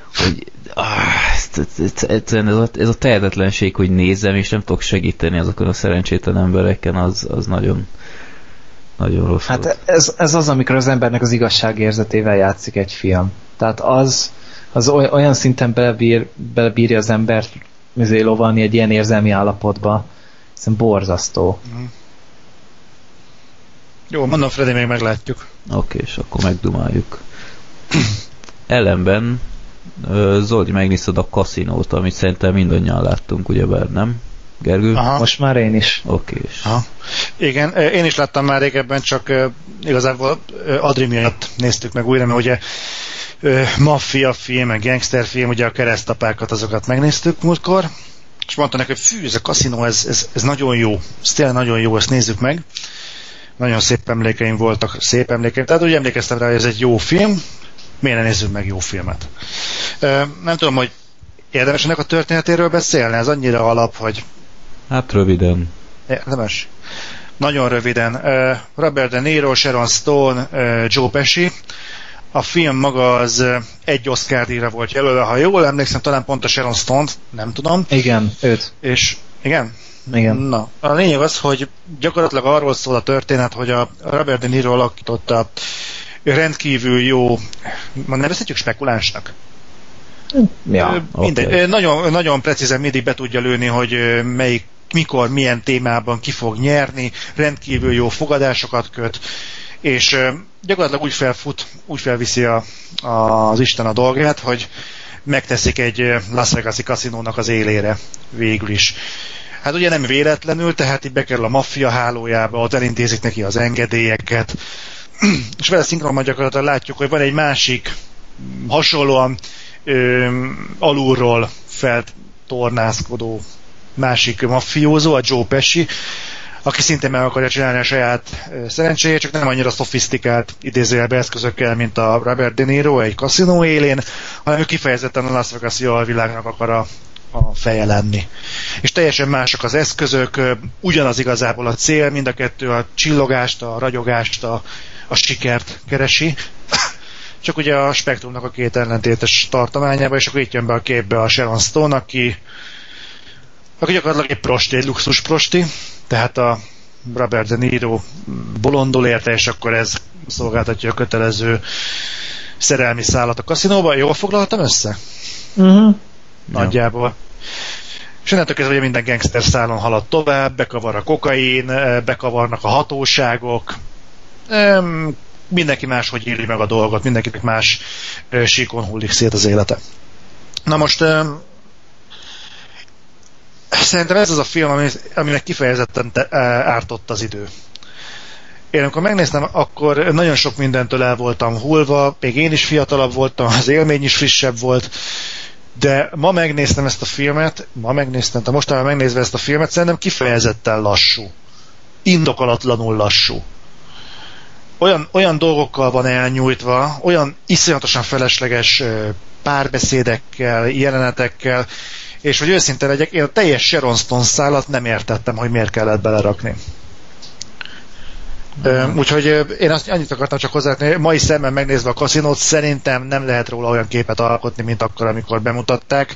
ez a tehetetlenség, hogy nézzem, és nem tudok segíteni azokon a szerencsétlen embereken, az nagyon rossz. Hát ez az, amikor az embernek az igazságérzetével játszik egy film. Tehát az olyan szinten belebírja az embert lovalni egy ilyen érzelmi állapotba. Szerintem borzasztó. Jó, mondom, Freddy, még meglátjuk. Oké, és akkor megdumáljuk. Ellenben Zoldi, megnézted a Casino-t, amit szerintem mindannyian láttunk, ugyebár, nem? Gergő? Aha. Most már én is. Oké. Igen, én is láttam már régebben, csak igazából Adri miatt néztük meg újra, mert ugye maffia film, meg gangster film, ugye a keresztapákat, azokat megnéztük múltkor, és mondta neki, hogy fű, ez a Casino, ez nagyon jó, ez tényleg nagyon jó, ezt nézzük meg. Nagyon szép emlékeim voltak, tehát úgy emlékeztem rá, hogy ez egy jó film, miért ne nézzük meg jó filmet. Nem tudom, hogy érdemes ennek a történetéről beszélni? Ez annyira alap, hogy... Hát röviden. Érdemes. Nagyon röviden. Robert De Niro, Sharon Stone, Joe Pesci. A film maga az 1 Oscar-díjra volt jelölve, ha jól emlékszem, talán pont a Sharon Stone-t, nem tudom. Igen, őt. És igen? Igen. Na, a lényeg az, hogy gyakorlatilag arról szól a történet, hogy a Robert De Niro alakította rendkívül jó, nevezhetjük spekulánsnak? Ja, okay. Nagyon, nagyon precízen mindig be tudja lőni, hogy mikor, milyen témában ki fog nyerni, rendkívül jó fogadásokat köt, és gyakorlatilag úgy felviszi az Isten a dolgát, hogy megteszik egy Las Vegas-i kaszinónak az élére végül is. Hát ugye nem véletlenül, tehát itt bekerül a maffia hálójába, ott elintézik neki az engedélyeket, és vele szinkronban gyakorlatilag látjuk, hogy van egy másik hasonlóan alulról feltornászkodó másik maffiózó, a Joe Pesci, aki szintén meg akarja csinálni a saját szerencséjét, csak nem annyira szofisztikált idézőjelbe eszközökkel, mint a Robert De Niro egy kaszinó élén, hanem ő kifejezetten a Las Vegas-i alvilágnak akar a feje lenni. És teljesen mások az eszközök, ugyanaz igazából a cél, mind a kettő a csillogást, a ragyogást, a sikert keresi, csak ugye a spektrumnak a két ellentétes tartományába, és akkor itt jön be a képbe a Sharon Stone, aki gyakorlatilag egy prosti, egy luxus prosti, tehát a Robert De Niro bolondul érte, és akkor ez szolgáltatja a kötelező szerelmi szállat a kaszinóba. Jól foglaltam össze? Nagyjából. És innentől kezdve ugye minden gangster szálon halad tovább, bekavar a kokain, bekavarnak a hatóságok, mindenki máshogy éli meg a dolgot, mindenkinek más síkon hullik szét az élete. Na most szerintem ez az a film, aminek kifejezetten ártott az idő. Én amikor megnéztem, akkor nagyon sok mindentől el voltam hullva, még én is fiatalabb voltam, az élmény is frissebb volt, de ma megnéztem ezt a filmet, mostanában megnézve ezt a filmet, szerintem kifejezetten lassú. Indokolatlanul lassú. Olyan dolgokkal van elnyújtva, olyan iszonyatosan felesleges párbeszédekkel, jelenetekkel, és hogy őszinte legyek, én a teljes Sharon Stone szálat nem értettem, hogy miért kellett belerakni. Úgyhogy én annyit akartam csak hozzátenni, mai szemmel megnézve a kaszinót, szerintem nem lehet róla olyan képet alkotni, mint akkor, amikor bemutatták.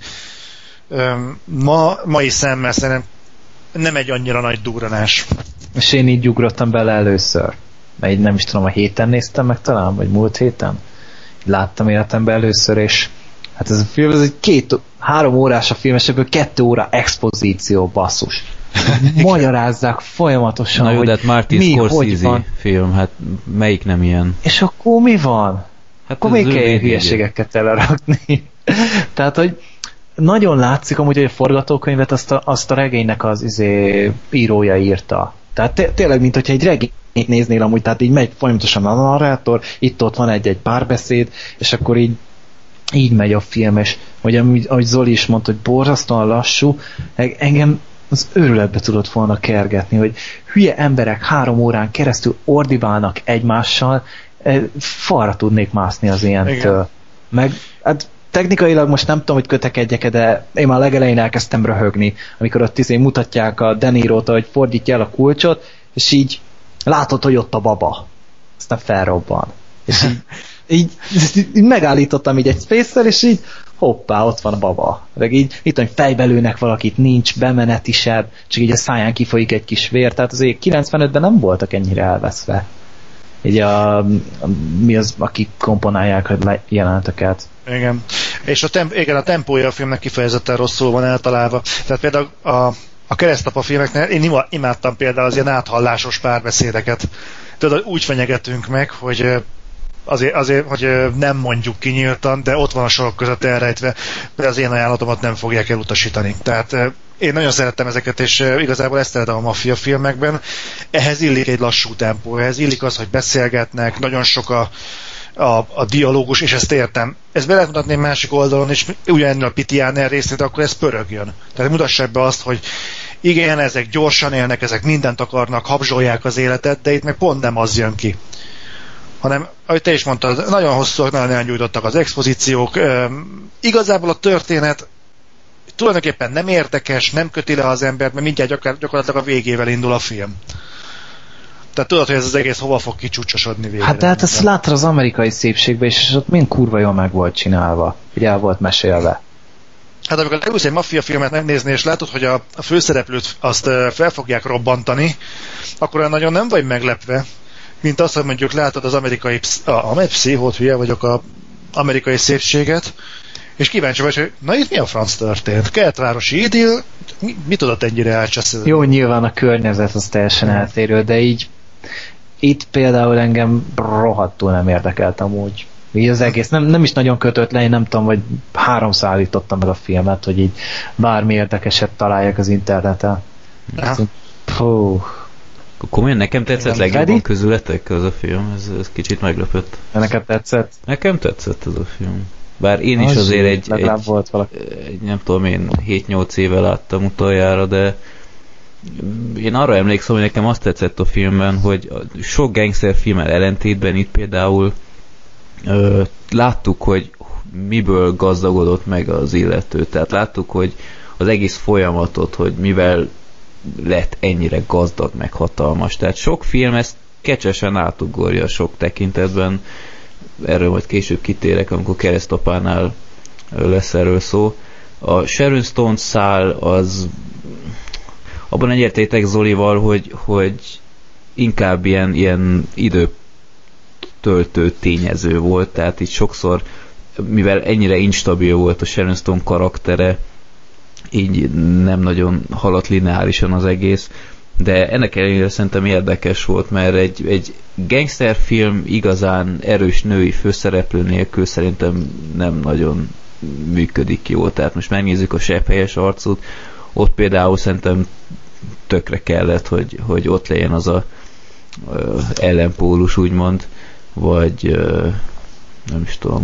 Mai szemmel szerintem nem egy annyira nagy durranás. És én így ugrottam bele először. Mert így nem is tudom, a héten néztem meg talán, vagy múlt héten. Láttam életemben először, és hát ez a film, ez egy 3 órás a film, és ebből 2 óra expozíció, basszus. Magyarázzák folyamatosan, na jó, hogy de hát Martin Scorsese film, hát melyik nem ilyen? És akkor mi van? Hát akkor még kell hülyeségeket telerakni. Tehát, hogy nagyon látszik amúgy, hogy a forgatókönyvet azt a regénynek az írója írta. Tehát tényleg, mint hogyha egy regényt néznél amúgy, tehát így megy folyamatosan a narrátor, itt-ott van egy párbeszéd, és akkor így megy a film, és ahogy Zoli is mondta, hogy borzasztóan lassú, engem az őrületbe tudott volna kergetni, hogy hülye emberek 3 órán keresztül ordibálnak egymással, falra tudnék mászni az ilyentől. Igen. Meg hát technikailag most nem tudom, hogy kötekedjek, de én már legelején elkezdtem röhögni, amikor ott mutatják a De Nirót, hogy fordítja el a kulcsot, és így látod, hogy ott a baba. Aztán felrobban. És így megállítottam így egy space-szel, és így hoppá, ott van a baba. Meg így, itt hogy fejbelőnek valakit, nincs bemenetisebb, csak így a száján kifolyik egy kis vér, tehát azért 95-ben nem voltak ennyire elveszve. Így mi az, akik komponálják a jeleneteket. Igen. És a tempója a filmnek kifejezetten rosszul van eltalálva. Tehát például a Keresztapa filmeknél én imádtam például az ilyen áthallásos párbeszédeket. Tudod, úgy fenyegetünk meg, hogy azért, hogy nem mondjuk kinyíltan, de ott van a sorok között elrejtve, de az én ajánlatomat nem fogják elutasítani. Tehát én nagyon szerettem ezeket, és igazából ezt szeretem a maffia filmekben. Ehhez illik egy lassú tempó, ehhez illik az, hogy beszélgetnek, nagyon sok a dialógus, és ezt értem. Ezt be lehet mutatni egy másik oldalon, és ugyanennél a Pitiáner részét, akkor ez pörögjön. Tehát mutassák be azt, hogy igen, ezek gyorsan élnek, ezek mindent akarnak, habzsolják az életet, de itt meg pont nem az jön ki. Hanem, ahogy te is mondtad, nagyon hosszúak, nagyon elnyújtottak az expozíciók. Igazából a történet tulajdonképpen nem érdekes, nem köti le az embert, mert mindjárt gyakorlatilag a végével indul a film. Tehát tudod, hogy ez az egész hova fog kicsúcsosodni végre. Hát de hát ezt láttad az Amerikai Szépségben, és ott mind kurva jól meg volt csinálva. Ugye el volt mesélve. Hát amikor leülsz egy maffia filmet megnézni, és látod, hogy a főszereplőt azt fel fogják robbantani, akkor olyan nagyon nem vagy meglepve, mint azt, hogy mondjuk látod az amerikai pszichót, hülye vagyok, a amerikai szépséget, és kíváncsi vagy, hogy na itt mi a franc történt? Keletvárosi idill, mi tudott ennyire elcsesződni? Jó, nyilván a környezet az teljesen eltérő, de így itt például engem rohadtul nem érdekelt amúgy. Így az egész nem is nagyon kötött le, én nem tudom, vagy 3-szor állítottam meg a filmet, hogy így bármi érdekeset találjak az interneten. Komolyan nekem tetszett legjobban közületek az a film, ez kicsit meglepett. Neked tetszett? Nekem tetszett ez a film. Bár én is azért egy nem tudom én 7-8 éve láttam utoljára, de én arra emlékszem, hogy nekem azt tetszett a filmben, hogy sok gangster filmmel ellentétben itt például láttuk, hogy miből gazdagodott meg az illető. Tehát láttuk, hogy az egész folyamatot, hogy mivel lett ennyire gazdag, meg hatalmas. Tehát sok film ezt kecsesen átugorja sok tekintetben. Erről majd később kitérek, amikor Keresztapánál lesz erről szó. A Sharon Stone szál az abban egyetértek Zolival, hogy inkább ilyen időtöltő tényező volt, tehát itt sokszor, mivel ennyire instabil volt a Sharon Stone karaktere, így nem nagyon haladt lineárisan az egész, de ennek ellenére szerintem érdekes volt, mert egy gangsterfilm igazán erős női főszereplő nélkül szerintem nem nagyon működik jól. Tehát most megnézzük a Sepphelyes arcút, ott például szerintem tökre kellett, hogy ott legyen az a ellenpólus, úgymond, vagy nem is tudom,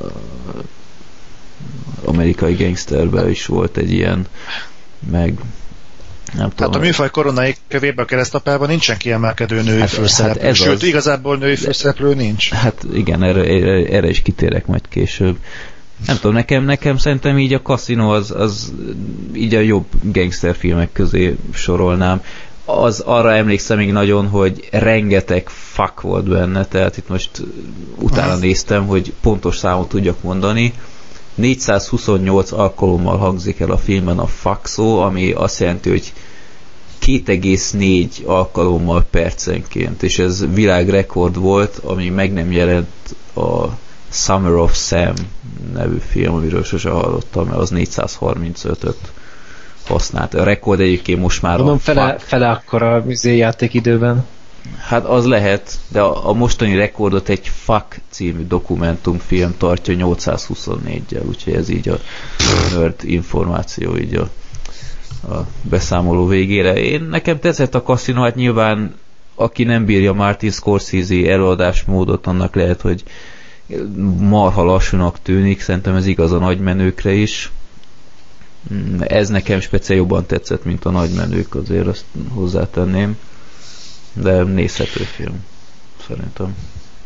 amerikai gangsterben is volt egy ilyen, meg nem tudom. Hát a műfaj koronai kövében a Keresztapában nincsen kiemelkedő női főszereplő. Hát sőt, igazából női főszereplő nincs. Hát igen, erre is kitérek majd később. Nem tudom, nekem szerintem így a Casino az így a jobb gangsterfilmek közé sorolnám. Arra emlékszem még nagyon, hogy rengeteg fuck volt benne, tehát itt most utána néztem, hogy pontos számot tudjak mondani. 428 alkalommal hangzik el a filmben a fuck szó, ami azt jelenti, hogy 2,4 alkalommal percenként, és ez világrekord volt, ami meg nem jelent a Summer of Sam nevű film, amiről sose hallottam, mert az 435-öt használt. A rekord egyébként most már mondom, fele akkor a játékidőben. Hát az lehet, de a mostani rekordot egy Fuck című dokumentumfilm tartja 824-jel, úgyhogy ez így a nerd információ így a beszámoló végére. Nekem tetszett a Casino, hát nyilván aki nem bírja Martin Scorsese előadásmódot, annak lehet, hogy marha lassúnak tűnik, szerintem ez igaz a nagymenőkre is. Ez nekem speciál jobban tetszett, mint a nagymenők, azért azt hozzátenném. De nézhető film, szerintem.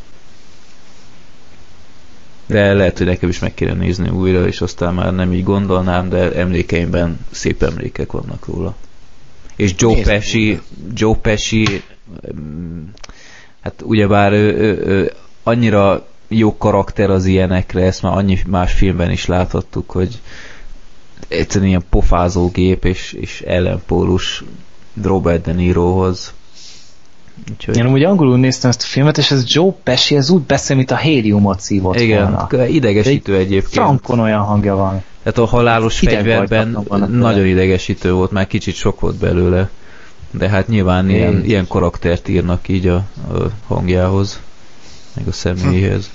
De lehet, hogy nekem is meg kéne nézni újra, és aztán már nem így gondolnám, de emlékeimben szép emlékek vannak róla. És Joe Pesci, hát ugyebár ő annyira jó karakter az ilyenekre, ezt már annyi más filmben is láthattuk, hogy egyszerűen ilyen pofázógép és ellenpólus Robert De Nirohoz. Úgyhogy... Én amúgy angolul néztem ezt a filmet, és ez Joe Pesci, ez úgy beszél, mint a héliumot szívott volna. Igen, idegesítő egyébként. Frankon olyan hangja van. Tehát a halálos fegyverben nagyon idegesítő volt, már kicsit sok volt belőle. De hát nyilván ilyen karaktert írnak így a hangjához, meg a személyéhez.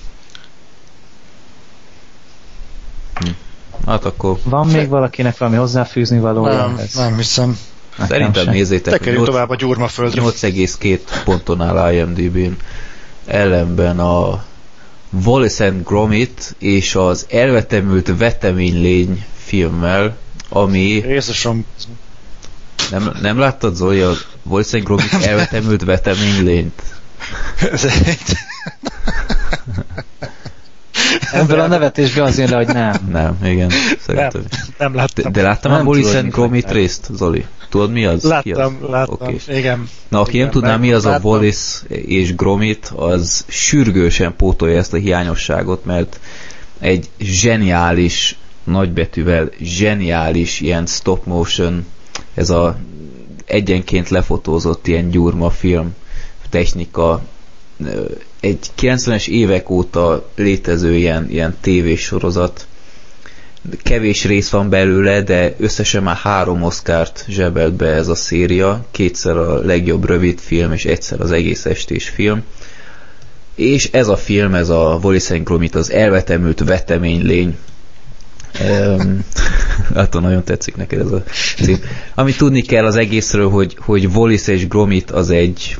Hát akkor... Van még valakinek valami hozzáfűzni valója? Nem hiszem. Szerintem nézzétek. Tekerjük tovább a gyurmaföldre. 8,2 ponton áll IMDb-n. Ellenben a Wallace and Gromit és az Elvetemült veteménylény filmmel, ami... Jézusom! Nem láttad, Zoli, a Wallace and Gromit elvetemült veteménylényt? Ebből a nevetésből az jön le, hogy nem. Nem, igen. Szerintem. Nem láttam. De láttam Nem a Wallis tudod, and mit Gromit láttam. részt, Zoli? Tudod mi az? Ki az? Láttam, Oké. igen. Na, aki Igen, nem tudná, mi az a láttam. Wallis és Gromit, az sürgősen pótolja ezt a hiányosságot, mert egy zseniális, nagybetűvel zseniális ilyen stop motion, ez a egyenként lefotózott ilyen gyurma film technika, egy 90-es évek óta létező ilyen tévésorozat. Kevés rész van belőle, de összesen már 3 Oscart zsebelt be ez a széria, 2-szer a legjobb rövid film, és 1-szer az egész estés film. És ez a film, ez a Wallis and Gromit, az elvetemült veteménylény. Hát nagyon tetszik neked ez a cím. Amit tudni kell az egészről, hogy Wallis és Gromit az egy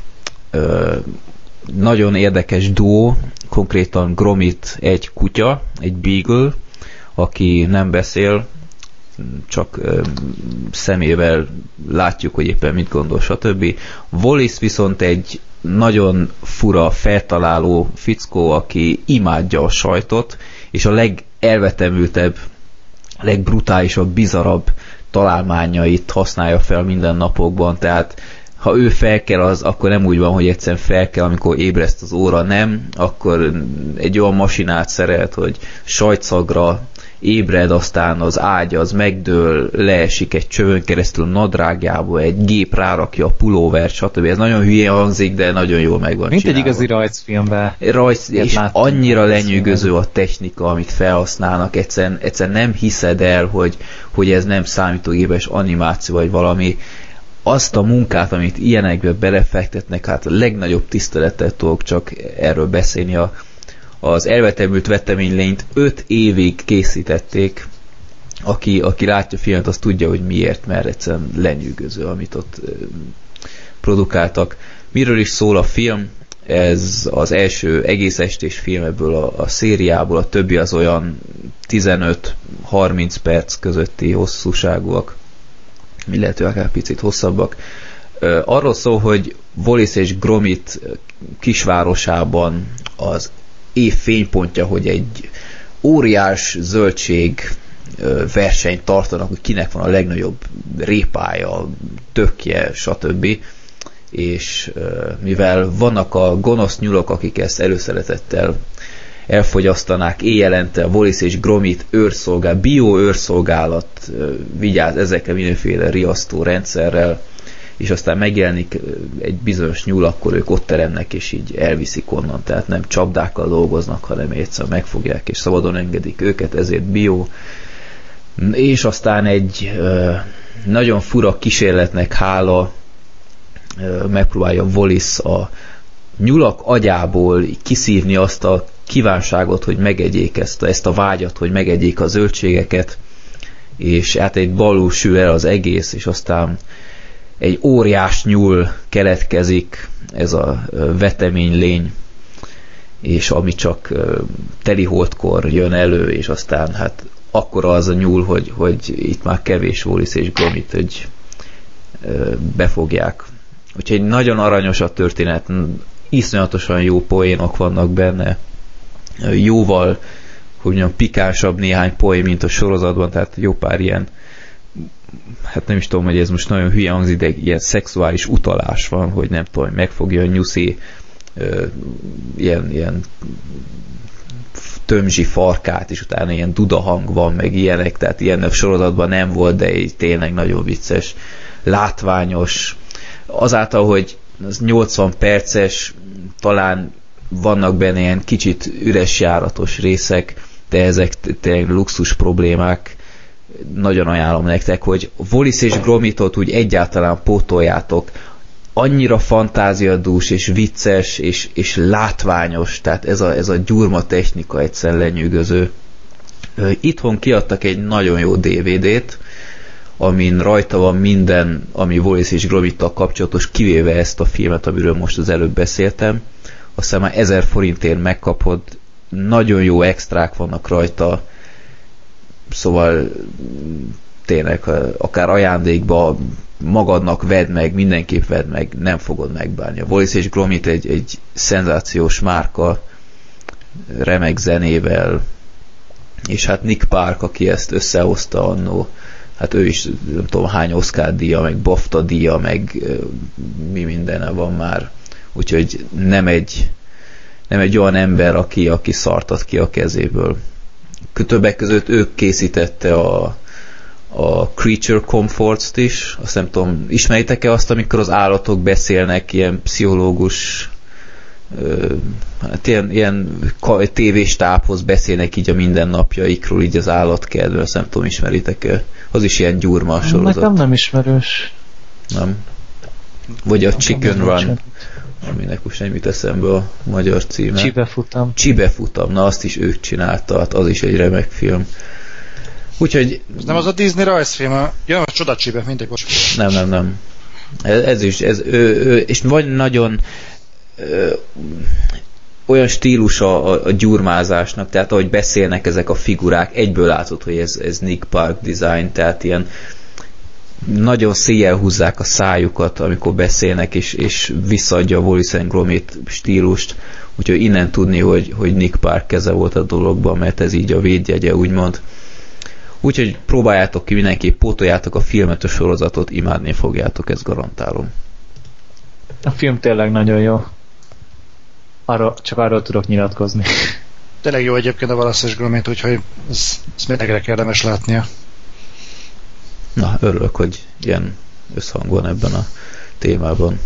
nagyon érdekes duó, konkrétan Gromit egy kutya, egy beagle, aki nem beszél, csak szemével látjuk, hogy éppen mit gondol, stb. Wallis viszont egy nagyon fura, feltaláló fickó, aki imádja a sajtot, és a legelvetemültebb, legbrutálisabb, bizarabb találmányait használja fel minden napokban, tehát ha ő felkel, az akkor nem úgy van, hogy egyszerűen felkel, amikor ébreszt az óra, nem, akkor egy olyan masinát szerelt, hogy sajtszagra ébred, aztán az ágy az megdől, leesik egy csövön keresztül nadrágjába, egy gép rárakja a pulóvert, stb. Ez nagyon hülye hangzik, de nagyon jól meg van Mint csinálva. egy igazi rajzfilmben. Rajz, és láttam. annyira lenyűgöző a technika, amit felhasználnak, egyszerűen nem hiszed el, hogy ez nem számítógépes animáció, vagy valami. Azt a munkát, amit ilyenekbe belefektetnek, hát a legnagyobb tisztelettel tudok csak erről beszélni. Az elvetemült veteménylényt 5 évig készítették. Aki látja a filmet, az tudja, hogy miért, mert egyszerűen lenyűgöző, amit ott produkáltak. Miről is szól a film? Ez az első egész estés film ebből a szériából, a többi az olyan 15-30 perc közötti hosszúságúak, illetve akár picit hosszabbak. Arról szól, hogy Wallis és Gromit kisvárosában az év fénypontja, hogy egy óriás zöldség versenyt tartanak, hogy kinek van a legnagyobb répája, tökje, stb. És mivel vannak a gonosz nyulok, akik ezt előszeretettel elfogyasztanák éjjelente, a Wallis és Gromit bio-őrszolgálat vigyáz ezekre mindenféle riasztó rendszerrel, és aztán megjelenik egy bizonyos nyúl, akkor ők ott teremnek, és így elviszik onnan, tehát nem csapdákkal dolgoznak, hanem egyszer megfogják, és szabadon engedik őket, ezért bio. És aztán egy nagyon fura kísérletnek hála megpróbálja Wallis a nyulak agyából kiszívni azt a kívánságot, hogy megegyék ezt a vágyat, hogy megegyék a zöldségeket, és hát egy balul sül el az egész, és aztán egy óriás nyúl keletkezik, ez a veteménylény, és ami csak teliholdkor jön elő, és aztán hát akkora az a nyúl, hogy itt már kevés Wallis és Gromit, hogy befogják. Úgyhogy nagyon aranyos a történet, iszonyatosan jó poénok vannak benne, jóval, hogy mondjam, pikánsabb néhány poén, mint a sorozatban, tehát jó pár ilyen, hát nem is tudom, hogy ez most nagyon hülye hangzik, de ilyen szexuális utalás van, hogy nem tudom, megfogja a nyuszi ilyen tömzsi farkát, és utána ilyen dudahang van, meg ilyenek, tehát ilyenek sorozatban nem volt, de így tényleg nagyon vicces, látványos, azáltal, hogy az 80 perces, talán vannak benne ilyen kicsit üres járatos részek, de ezek tényleg luxus problémák. Nagyon ajánlom nektek, hogy Wallis és Gromitot úgy egyáltalán pótoljátok. Annyira fantáziadús és vicces és látványos, tehát ez a gyurma technika egyszerűen lenyűgöző. Itthon kiadtak egy nagyon jó DVD-t, amin rajta van minden, ami Wallis és Gromittal kapcsolatos, kivéve ezt a filmet, amiről most az előbb beszéltem. Aztán már 1000 forintért megkapod, nagyon jó extrák vannak rajta, szóval tényleg akár ajándékba magadnak vedd meg, mindenképp vedd meg, nem fogod megbánni. A Wallis és Gromit egy szenzációs márka, remek zenével, és hát Nick Park, aki ezt összehozta annó, hát ő is nem tudom hány Oscar díja, meg BAFTA díja, meg mi mindene van már. Úgyhogy nem egy olyan ember, aki szartat ki a kezéből. Többek között ők készítette a Creature Comforts-t is. Azt nem tudom, ismeritek-e azt, amikor az állatok beszélnek, ilyen pszichológus hát ilyen tévéstábhoz beszélnek így a mindennapjaikról, így az állatkertben, azt nem tudom, ismeritek-e? Az is ilyen gyurma sorozat. Nekem nem ismerős. Nem? Vagy a Chicken Run, aminek most nem jut eszembe a magyar címe. Csibefutam, na azt is ők csinálta, hát az is egy remek film. Úgyhogy... Nem az a Disney rajzfilm, ja, a Csodacsibe, mindegy, bocs. Nem. Ez is, és vagy nagyon olyan stílus a gyurmázásnak, tehát ahogy beszélnek ezek a figurák, egyből látod, hogy ez Nick Park design, tehát ilyen nagyon széjjel húzzák a szájukat, amikor beszélnek, és visszaadja a Wallace & Gromit stílust, úgyhogy innen tudni, hogy Nick Park keze volt a dologban, mert ez így a védjegye, úgymond. Úgyhogy próbáljátok ki mindenképp, pótoljátok a filmet, a sorozatot, imádni fogjátok, ezt garantálom. A film tényleg nagyon jó. Csak arról tudok nyilatkozni. Tényleg jó egyébként a Wallace & Gromit, úgyhogy ez mindenkinek érdemes látnia. Na, örülök, hogy ilyen összhang van ebben a témában.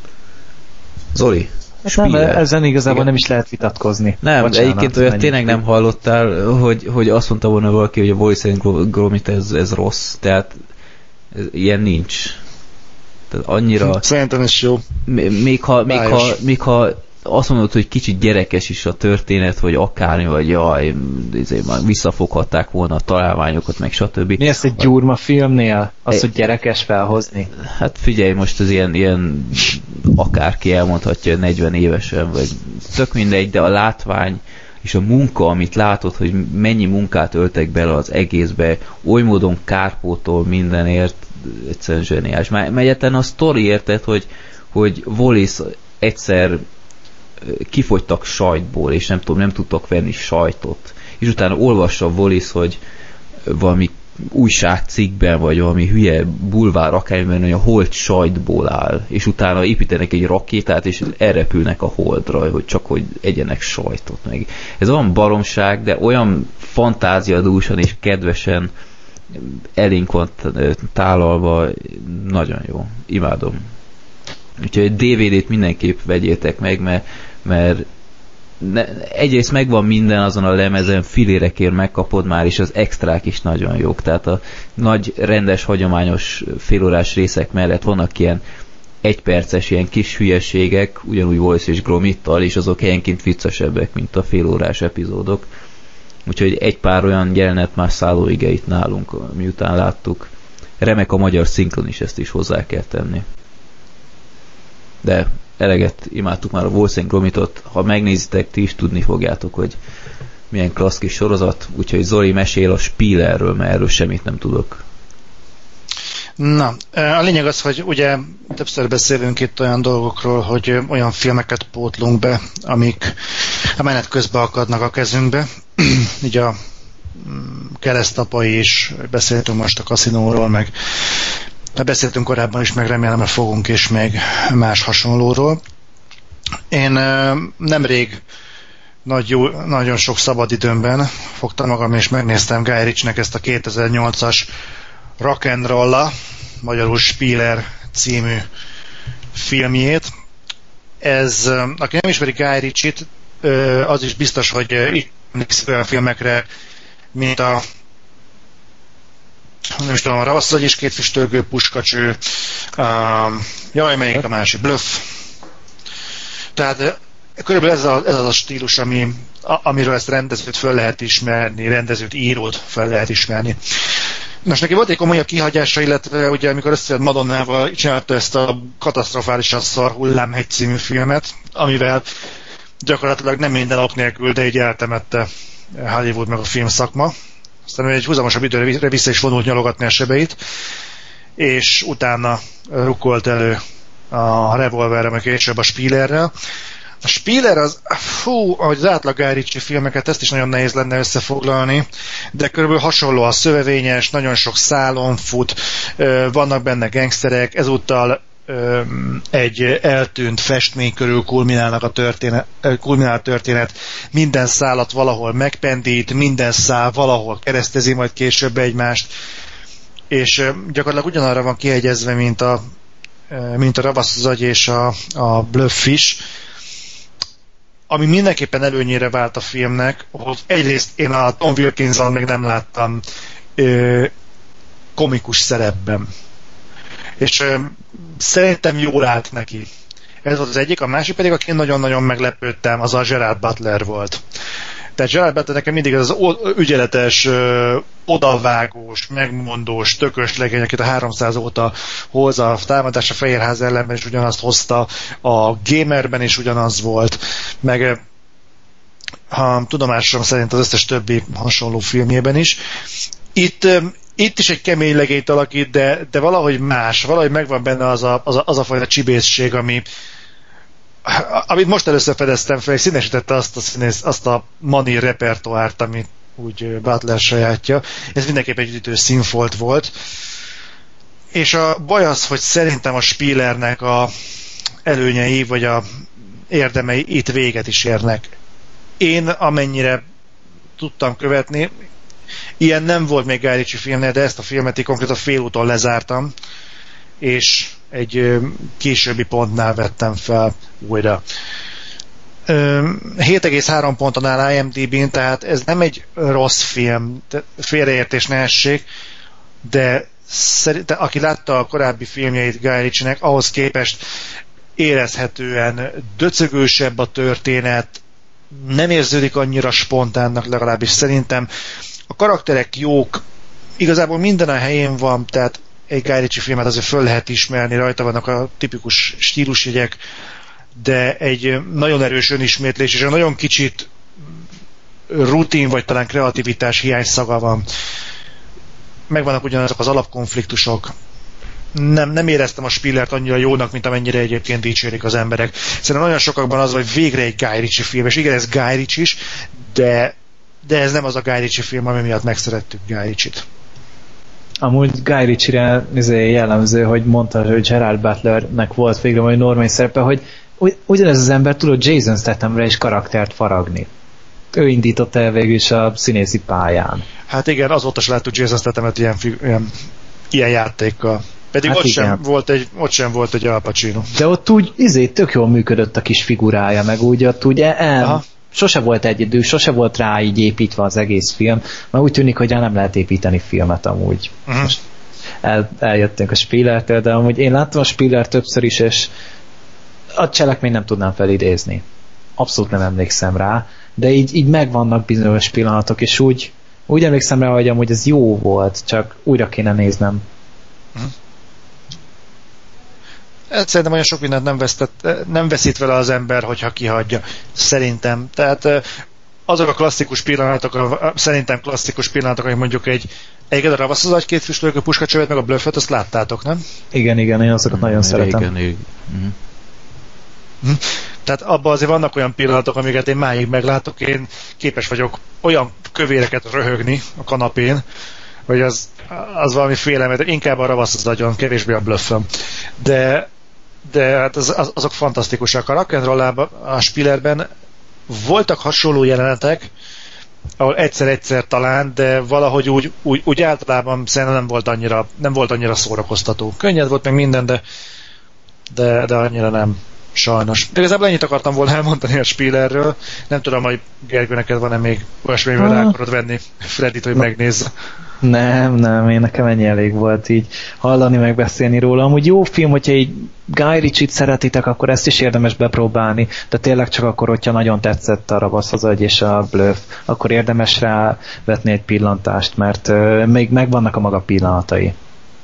Zoli? Nem, ezen igazából nem is lehet vitatkozni. Nem, bocsánat, egyébként olyat tényleg nem hallottál, hogy azt mondta volna valaki, hogy a Wallace & Gromit ez rossz, tehát ilyen nincs. Tehát annyira... Szerintem ez jó. Még ha azt mondod, hogy kicsit gyerekes is a történet, vagy akármi, vagy jaj, már visszafoghatták volna a találmányokat, meg stb. Mi ezt egy gyurma filmnél? Azt, hogy gyerekes felhozni? Hát figyelj, most az ilyen akárki elmondhatja 40 évesen, vagy tök mindegy, de a látvány és a munka, amit látod, hogy mennyi munkát öltek bele az egészbe, oly módon kárpótol mindenért, egyszerűen zseniális. Már egyetlen a sztori érted, hogy Wallace egyszer kifogytak sajtból, és nem tudtak venni sajtot. És utána olvassa Wallace, hogy valami újságcikkben, vagy valami hülye bulvár akármiben, hogy a hold sajtból áll, és utána építenek egy rakétát, és elrepülnek a holdra, hogy egyenek sajtot meg. Ez olyan baromság, de olyan fantáziadúsan és kedvesen elénk van tálalva, nagyon jó. Imádom. Úgyhogy DVD-t mindenképp vegyétek meg, mert egyrészt megvan minden azon a lemezen, filérekért megkapod már, és az extrák is nagyon jók. Tehát a nagy, rendes, hagyományos félórás részek mellett vannak ilyen egyperces, ilyen kis hülyeségek, ugyanúgy Wallace és Gromittal, és azok helyenként viccesebbek, mint a félórás epizódok. Úgyhogy egy pár olyan jelenet már szállóigeit nálunk, miután láttuk. Remek a magyar szinkron is, ezt is hozzá kell tenni. De eleget imádtuk már a Wallace & Gromitot. Ha megnézitek, ti is tudni fogjátok, hogy milyen klassz kis sorozat. Úgyhogy Zoli mesél a Spielerről, mert erről semmit nem tudok. Na, a lényeg az, hogy ugye többször beszélünk itt olyan dolgokról, hogy olyan filmeket pótlunk be, amik a menet közben akadnak a kezünkbe. Így a keresztapai is, beszéltünk most a kaszinóról, meg beszéltünk korábban is, meg remélem, hogy fogunk is még más hasonlóról. Én nemrég nagyon sok szabadidőmben fogtam magam és megnéztem Guy Ritchie-nek ezt a 2008-as Rock'n'Rolla, magyarul Spieler című filmjét. Ez, aki nem ismeri Guy Ritchie-t, az is biztos, hogy emlékszik olyan filmekre, mint a nem is tudom, a Ravasz vagyis két füstölgő puskacső, jaj, melyik a másik, Bluff. Tehát körülbelül ez az a stílus, amiről ezt rendezőt fel lehet ismerni, rendezőt, írót fel lehet ismerni. Most neki volt egy komolyabb kihagyása, illetve ugye amikor összejött Madonnával csinálta ezt a katasztrofálisan szar Hullámhegy című filmet, amivel gyakorlatilag nem minden ok nélkül, de így eltemette Hollywood meg a filmszakma. Aztán egy húzamosabb időre vissza is vonult nyalogatni a sebeit, és utána rukkolt elő a Revolverre, meg később a Spielerrel, A Spiller az, ahogy az átlag Guy Ritchie filmeket, ezt is nagyon nehéz lenne összefoglalni, de körülbelül hasonló a szövevényes, nagyon sok szálon fut, vannak benne gangsterek, ezúttal egy eltűnt festmény körül kulminál a történet, minden szálat valahol megpendít, minden szál valahol keresztezi majd később egymást, és gyakorlatilag ugyanarra van kihegyezve, mint a Ravasz az agy és a Bluff is, ami mindenképpen előnyére vált a filmnek, hogy egyrészt én a Tom Wilkinson még nem láttam komikus szerepben. És szerintem jól állt neki. Ez volt az egyik, a másik pedig, akin nagyon-nagyon meglepődtem, az a Gerard Butler volt. Tehát Gerard Butler nekem mindig az ügyeletes, odavágós, megmondós, tökös legény, akit a 300 óta hoz a támadás a Fehérház ellenben is ugyanazt hozta, a Gamerben is ugyanaz volt, meg ha tudomásom szerint az összes többi hasonló filmjében is. Itt is egy kemény legényt alakít, de valahogy más, valahogy megvan benne az a fajta csibészség, amit most először fedeztem fel, és színesítette azt a Money repertoárt, amit úgy Butler sajátja. Ez mindenképp egy ütő színfolt volt. És a baj az, hogy szerintem a Spielernek a előnyei, vagy a érdemei itt véget is érnek. Én amennyire tudtam követni, ilyen nem volt még Guy Ritchie filmnél, de ezt a filmet így konkrétan félúton lezártam, és egy későbbi pontnál vettem fel újra. 7,3 ponton áll IMDb-n, tehát ez nem egy rossz film, félreértés ne essék, de aki látta a korábbi filmjeit Guy Ritchie-nek, ahhoz képest érezhetően döcögősebb a történet, nem érződik annyira spontánnak, legalábbis szerintem. A karakterek jók, igazából minden a helyén van, tehát egy Guy Ritchie filmet azért föl lehet ismerni, rajta vannak a tipikus stílusjegyek, de egy nagyon erős önismétlés, és egy nagyon kicsit rutin, vagy talán kreativitás hiányszaga van. Megvannak ugyanazok az alapkonfliktusok. Nem éreztem a Spielert annyira jónak, mint amennyire egyébként dicsérik az emberek. Szerintem nagyon sokakban az, hogy végre egy Guy Ritchie film, és igen, ez Guy Ritchie is, de ez nem az a Guy Ritchie film, ami miatt megszerettük Guy Ritchie-t. Amúgy Guy Ritchie-re jellemző, hogy mondta, hogy Gerard Butlernek volt végre majd normális szerepe, hogy ugyanez az ember tudott Jason Stathamre is karaktert faragni. Ő indította el végül is a színészi pályán. Hát igen, azóta sem láttuk Jason Stathamet ilyen játékkal. Pedig hát ott sem volt egy Al Pacino. De ott úgy tök jól működött a kis figurája, meg úgy ott úgy sose volt egyedül, sose volt rá így építve az egész film, mert úgy tűnik, hogy rá nem lehet építeni filmet amúgy. Most eljöttünk a Spielertől, de amúgy én láttam a Spieler többször is, és a cselekményt nem tudnám felidézni. Abszolút nem emlékszem rá, de így megvannak bizonyos pillanatok, és úgy emlékszem rá, hogy amúgy ez jó volt, csak újra kéne néznem. Szerintem olyan sok mindent nem veszít vele az ember, hogyha kihagyja. Szerintem. Tehát azok a klasszikus pillanatok, szerintem klasszikus pillanatok, hogy mondjuk egy a Ravasz az agy, két füstölőkő puskacsövet, meg a Bluffet, azt láttátok, nem? Igen, én azokat nagyon szeretem. Igen. Tehát abban azért vannak olyan pillanatok, amiket én máig meglátok, én képes vagyok olyan kövéreket röhögni a kanapén, hogy az valami félelmet, inkább a Ravasz az agyon, kevésbé a Bluffem. De hát azok fantasztikusak. A Rock'n'Roll-ában, a Spielerben voltak hasonló jelenetek, ahol egyszer-egyszer talán, de valahogy úgy általában szerintem nem volt annyira szórakoztató. Könnyed volt meg minden, de annyira nem. Sajnos. De igazából ennyit akartam volna elmondani a Spielerről. Nem tudom, hogy Gergő, neked van-e még olyasmivel rá akarod venni Freddit, hogy megnézze. Nem, én nekem ennyi elég volt így hallani, meg beszélni róla. Amúgy jó film, hogyha így Guy Ritchie-t szeretitek, akkor ezt is érdemes bepróbálni, de tényleg csak akkor, hogyha nagyon tetszett a Ravasz az agy és a Bluff, akkor érdemes rá vetni egy pillantást, mert még megvannak a maga pillanatai.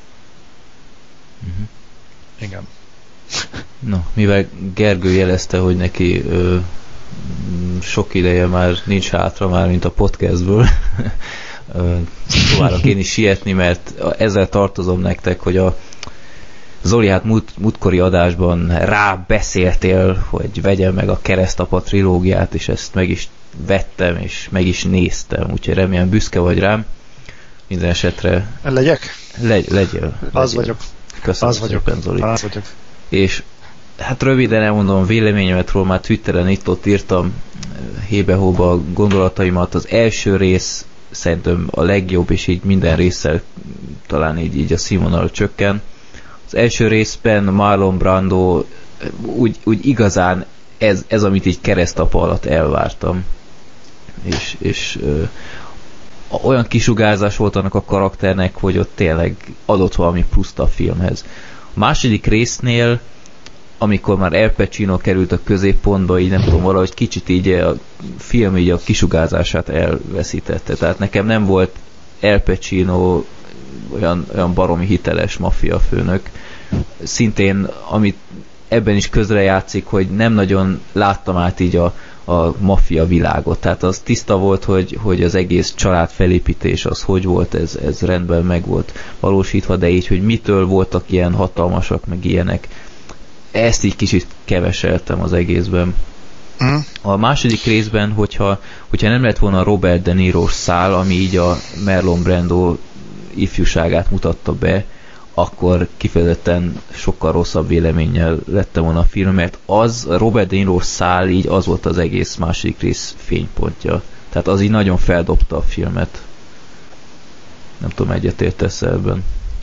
Igen. No, mivel Gergő jelezte, hogy neki sok ideje már nincs hátra, már mint a podcastből, próbálok én is sietni, mert ezzel tartozom nektek, hogy Zoli, hát múltkori adásban rá beszéltél, hogy vegyem meg a Keresztapa trilógiát, és ezt meg is vettem, és meg is néztem, úgyhogy remélem büszke vagy rám. Minden esetre... Legyek? Legyél. Az vagyok. Köszönöm az vagyok. szépen, Zoli. Az vagyok. És hát röviden elmondom véleményemet róla, már Twitteren itt-ott írtam hébe-hóba gondolataimat. Az első rész szerintem a legjobb, és így minden résszel talán így a színvonal csökken. Az első részben Marlon Brando úgy igazán ez amit így keresztapa alatt elvártam. És olyan kisugárzás volt annak a karakternek, hogy ott tényleg adott valami pluszt a filmhez. A második résznél, amikor már Al Pacino került a középpontba, így nem tudom, valahogy kicsit így a film így a kisugárzását elveszítette. Tehát nekem nem volt Al Pacino olyan baromi hiteles maffia főnök. Szintén, amit ebben is közrejátszik, hogy nem nagyon láttam át így a maffia világot. Tehát az tiszta volt, hogy az egész család felépítés az hogy volt, ez rendben meg volt valósítva, de így, hogy mitől voltak ilyen hatalmasak, meg ilyenek, ezt így kicsit keveseltem az egészben. A második részben, hogyha nem lett volna Robert De Niro szál, ami így a Marlon Brando ifjúságát mutatta be, akkor kifejezetten sokkal rosszabb véleménnyel lettem volna a film, mert az Robert De Niro szál így az volt az egész második rész fénypontja. Tehát az így nagyon feldobta a filmet. Nem tudom, egyetértesz ebben?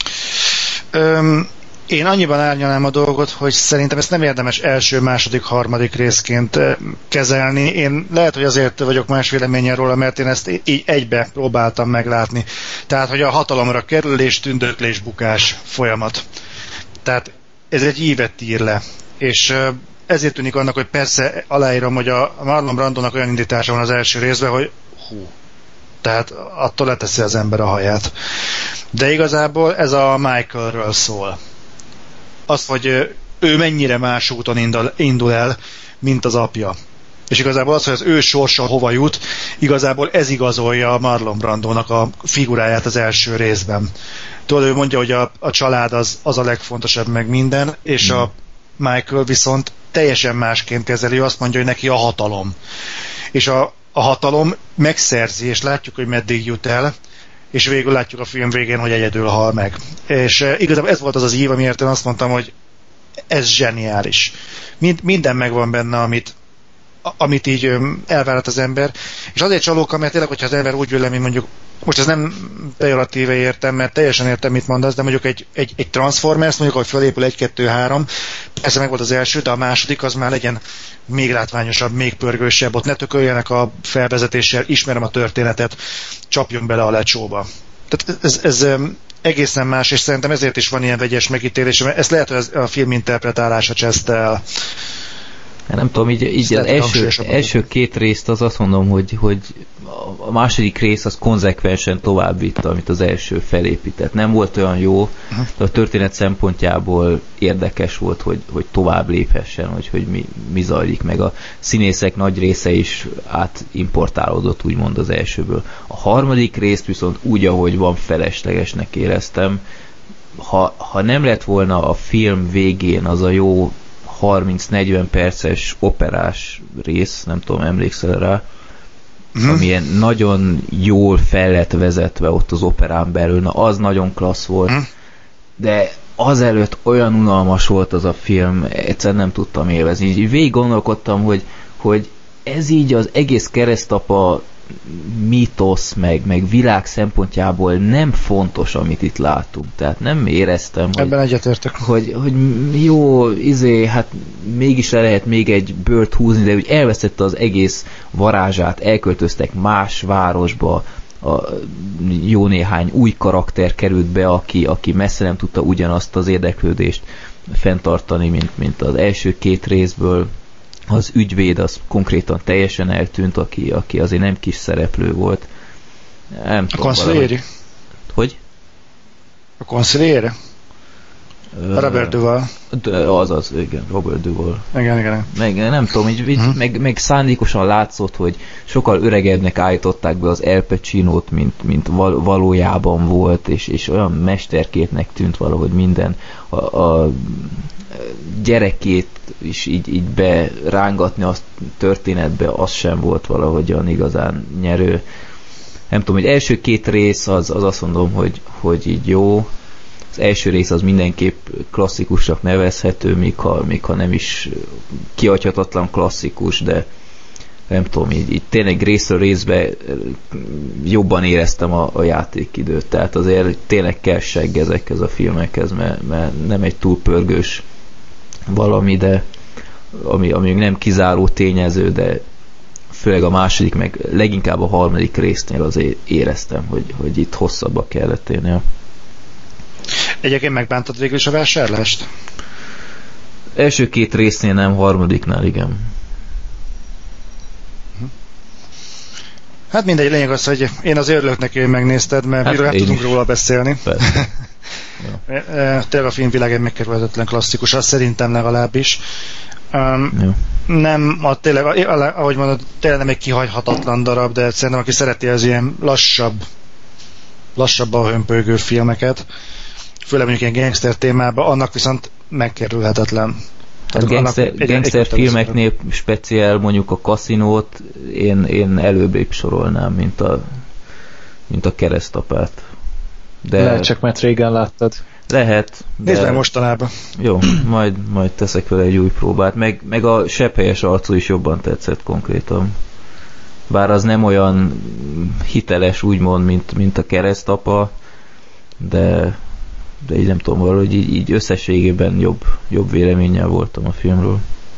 Én annyiban árnyalnám a dolgot, hogy szerintem ezt nem érdemes első, második, harmadik részként kezelni. Én lehet, hogy azért vagyok más véleményen róla, mert én ezt így egybe próbáltam meglátni. Tehát, hogy a hatalomra kerülés, tündöklés, bukás folyamat. Tehát ez egy ívet ír le. És ezért tűnik annak, hogy persze aláírom, hogy a Marlon Brandónak olyan indítása van az első részben, hogy tehát attól leteszi az ember a haját. De igazából ez a Michaelről szól. Az, hogy ő mennyire más úton indul el, mint az apja. És igazából az, hogy az ő sorsa hova jut, igazából ez igazolja a Marlon Brandónak a figuráját az első részben. Tudod, ő mondja, hogy a család az a legfontosabb meg minden, és a Michael viszont teljesen másként kezeli, azt mondja, hogy neki a hatalom. És a hatalom megszerzi, és látjuk, hogy meddig jut el, és végül látjuk a film végén, hogy egyedül hal meg. És igazából ez volt az ív, amiért én azt mondtam, hogy ez zseniális. Minden megvan benne, amit így elvárat az ember. És azért csalóka, mert tényleg, hogyha az ember úgy vélem, mondjuk, most ez nem pejoratíve értem, mert teljesen értem, mit mondasz, de mondjuk egy Transformers, mondjuk, hogy fölépül 1, 2, 3, persze meg volt az első, de a második az már legyen még látványosabb, még pörgősebb, ott ne tököljenek a felvezetéssel, ismerem a történetet, csapjunk bele a lecsóba. Tehát ez egészen más, és szerintem ezért is van ilyen vegyes megítélés, mert ezt lehet, hogy a film interpretálása cseszte el. Nem tudom, így az első két részt az azt mondom, hogy a második rész az konzekvensen tovább vitte, amit az első felépített. Nem volt olyan jó, de a történet szempontjából érdekes volt, hogy tovább léphessen, hogy mi zajlik, meg a színészek nagy része is átimportálódott, úgymond az elsőből. A harmadik részt viszont úgy, ahogy van, feleslegesnek éreztem. Ha nem lett volna a film végén az a jó 30-40 perces operás rész, nem tudom, emlékszel rá, amilyen nagyon jól fel lett vezetve ott az operán belül, na az nagyon klassz volt, de azelőtt olyan unalmas volt az a film, egyszerűen nem tudtam élvezni. Így végig gondolkodtam, hogy ez így az egész keresztapa mítosz, meg világ szempontjából nem fontos, amit itt látunk. Tehát nem éreztem, ebben egyetértek. Hogy jó, hát mégis le lehet még egy bőrt húzni, de úgy elvesztette az egész varázsát, elköltöztek más városba, jó néhány új karakter került be, aki messze nem tudta ugyanazt az érdeklődést fenntartani, mint az első két részből. Az ügyvéd az konkrétan teljesen eltűnt, aki azért nem kis szereplő volt. Nem a konsziliéri? Hogy? A konsziliére? Robert Duvall. Azaz, igen, Robert Duvall. Igen. Meg nem tudom, így, meg szándékosan látszott, hogy sokkal öregebbnek állították be az Al Pacinót, mint valójában volt, és olyan mesterképnek tűnt valahogy minden. A gyerekét is így berángatni a történetbe, az sem volt valahogyan igazán nyerő. Nem tudom, hogy első két rész az azt mondom, hogy így jó. Az első rész az mindenképp klasszikusnak nevezhető, még ha nem is kihagyhatatlan klasszikus, de nem tudom, így tényleg részről részbe jobban éreztem a játékidőt, tehát azért tényleg kell segg ezekhez a filmekhez, mert nem egy túl pörgős valami, de ami nem kizáró tényező, de főleg a második, meg leginkább a harmadik résznél azért éreztem, hogy itt hosszabbak kellett élnie. Egyébként megbántad végül is a vásárlást? Első két résznél nem, harmadiknál igen. Hát mindegy, lényeg az, hogy én az örülök neki, hogy megnézted, mert miről nem tudunk róla beszélni. Tényleg a filmvilág egy megkerülhetetlen klasszikus, az szerintem legalábbis. Nem, tényleg, ahogy mondod, tényleg nem egy kihagyhatatlan darab, de szerintem aki szereti az ilyen lassabban hömpölygő filmeket, főleg mondjuk ilyen gangster témában, annak viszont megkerülhetetlen. A gangster filmeknél speciál mondjuk a kaszinót én előbbébb sorolnám, mint a Keresztapát. De lehet, csak mert régen láttad. Lehet. Nézd meg mostanában. Jó, majd teszek vele egy új próbát. Meg a sebhelyes arcú is jobban tetszett konkrétan. Bár az nem olyan hiteles úgymond, mint a Keresztapa, de így nem tudom, valahogy így összességében jobb véleménnyel voltam a filmről.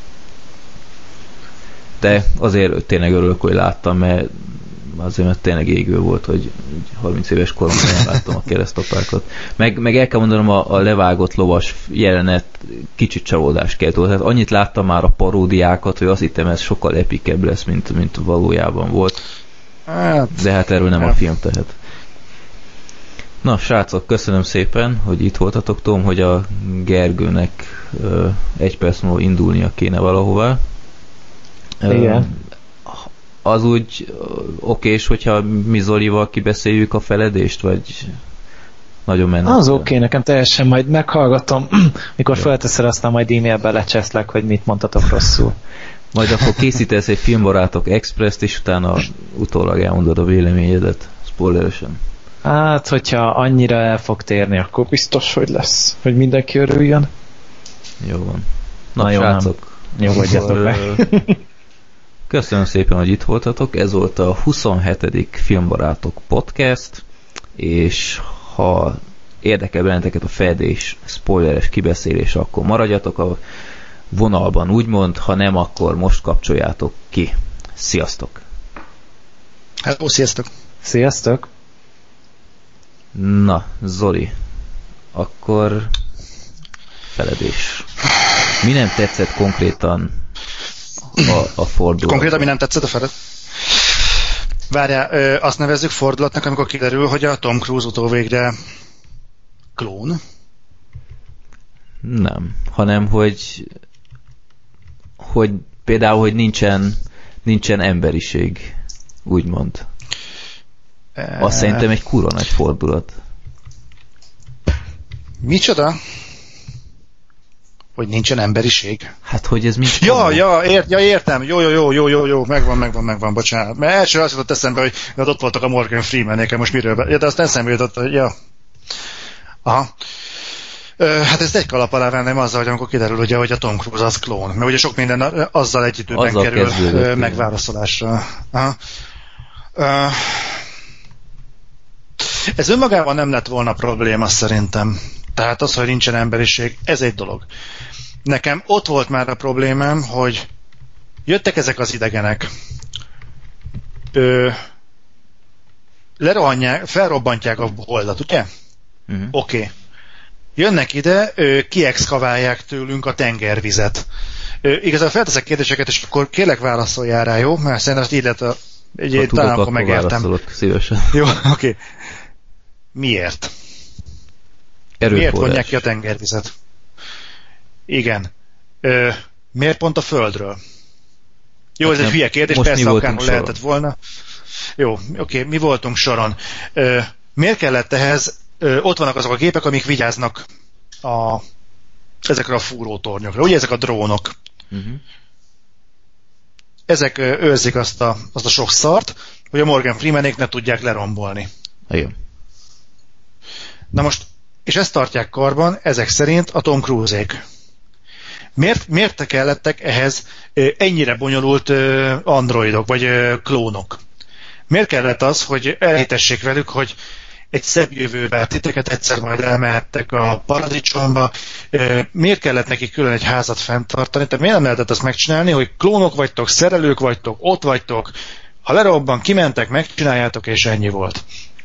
De azért tényleg örülök, hogy láttam, mert tényleg égő volt, hogy 30 éves koromban nem láttam a Keresztapákat. Meg el kell mondanom, a levágott lovas jelenet kicsit csalódás keltő. Tehát annyit láttam már a paródiákat, hogy azt hittem, ez sokkal epikebb lesz, mint valójában volt. De hát erről nem a film tehet. Na, srácok, köszönöm szépen, hogy itt voltatok. Tudom, hogy a Gergőnek egy perc múlva indulnia kéne valahová. Igen. Az úgy okés, hogyha mi Zolival kibeszéljük a feledést, vagy nagyon mennek? Az oké, nekem teljesen majd meghallgatom, mikor felteszel, aztán majd e-mailbe lecseszlek, hogy mit mondtatok rosszul. Majd akkor készítesz egy Filmbarátok Express-t, és utána utólag elmondod a véleményedet, spoileresen. Hát, hogyha annyira el fog térni, akkor biztos, hogy lesz, hogy mindenki örüljön. Jó van. Na jó, srácok. Nyugodjatok meg. Köszönöm szépen, hogy itt voltatok. Ez volt a 27. Filmbarátok podcast, és ha érdekel benneteket a feledés spoileres kibeszélés, akkor maradjatok a vonalban, úgymond, ha nem, akkor most kapcsoljátok ki. Sziasztok! Hello, sziasztok! Sziasztok! Na, Zoli, akkor feledés. Mi nem tetszett konkrétan a fordulat? Konkrétan mi nem tetszett a felet? Várjál, azt nevezzük fordulatnak, amikor kiderül, hogy a Tom Cruise utóvégre klón? Nem, hanem hogy például, hogy nincsen emberiség, úgymond. Azt szerintem egy kurva nagy fordulat. Micsoda? Hogy nincsen emberiség? Hát, hogy ez mit? Értem. Jó, megvan, bocsánat. Mert első azt jutott eszembe, hogy ott voltak a Morgan Freeman-éken, most miről de azt eszembe jutott, hogy Aha. Hát ezt egy kalap alá venném azzal, hogy amikor kiderül, ugye, hogy a Tom Cruise az klón. Mert ugye sok minden azzal egy időben kerül megválaszolásra. Aha. Ez önmagában nem lett volna probléma szerintem. Tehát az, hogy nincsen emberiség, ez egy dolog. Nekem ott volt már a problémám, hogy jöttek ezek az idegenek, felrobbantják a holdat, ugye? Uh-huh. Oké. Jönnek ide, kiexkaválják tőlünk a tengervizet. Igazából felteszek kérdéseket, és akkor kérlek válaszoljál rá, jó? Mert szerintem azt így lehet talán akkor megértem. Szívesen. Jó, oké. Miért? Miért vonják ki a tengervizet? Igen. Miért pont a Földről? Jó, ez egy hülye kérdés, most persze akárhol lehetett volna. Jó, oké, mi voltunk soron. Miért kellett ehhez, ott vannak azok a gépek, amik vigyáznak ezekre a fúrótornyokra, ugye ezek a drónok. Ezek őrzik azt a sok szart, hogy a Morgan Freemanék ne tudják lerombolni. Igen. Na most, és ezt tartják karban, ezek szerint a Tom Cruise-ék. Miért kellettek ehhez ennyire bonyolult androidok, vagy klónok? Miért kellett az, hogy elhitessék velük, hogy egy szebb jövőben titeket egyszer majd elmehettek a paradicsomba? Miért kellett nekik külön egy házat fenntartani? Tehát miért nem lehetett azt megcsinálni, hogy klónok vagytok, szerelők vagytok, ott vagytok, ha lerobban, kimentek, megcsináljátok, és ennyi volt.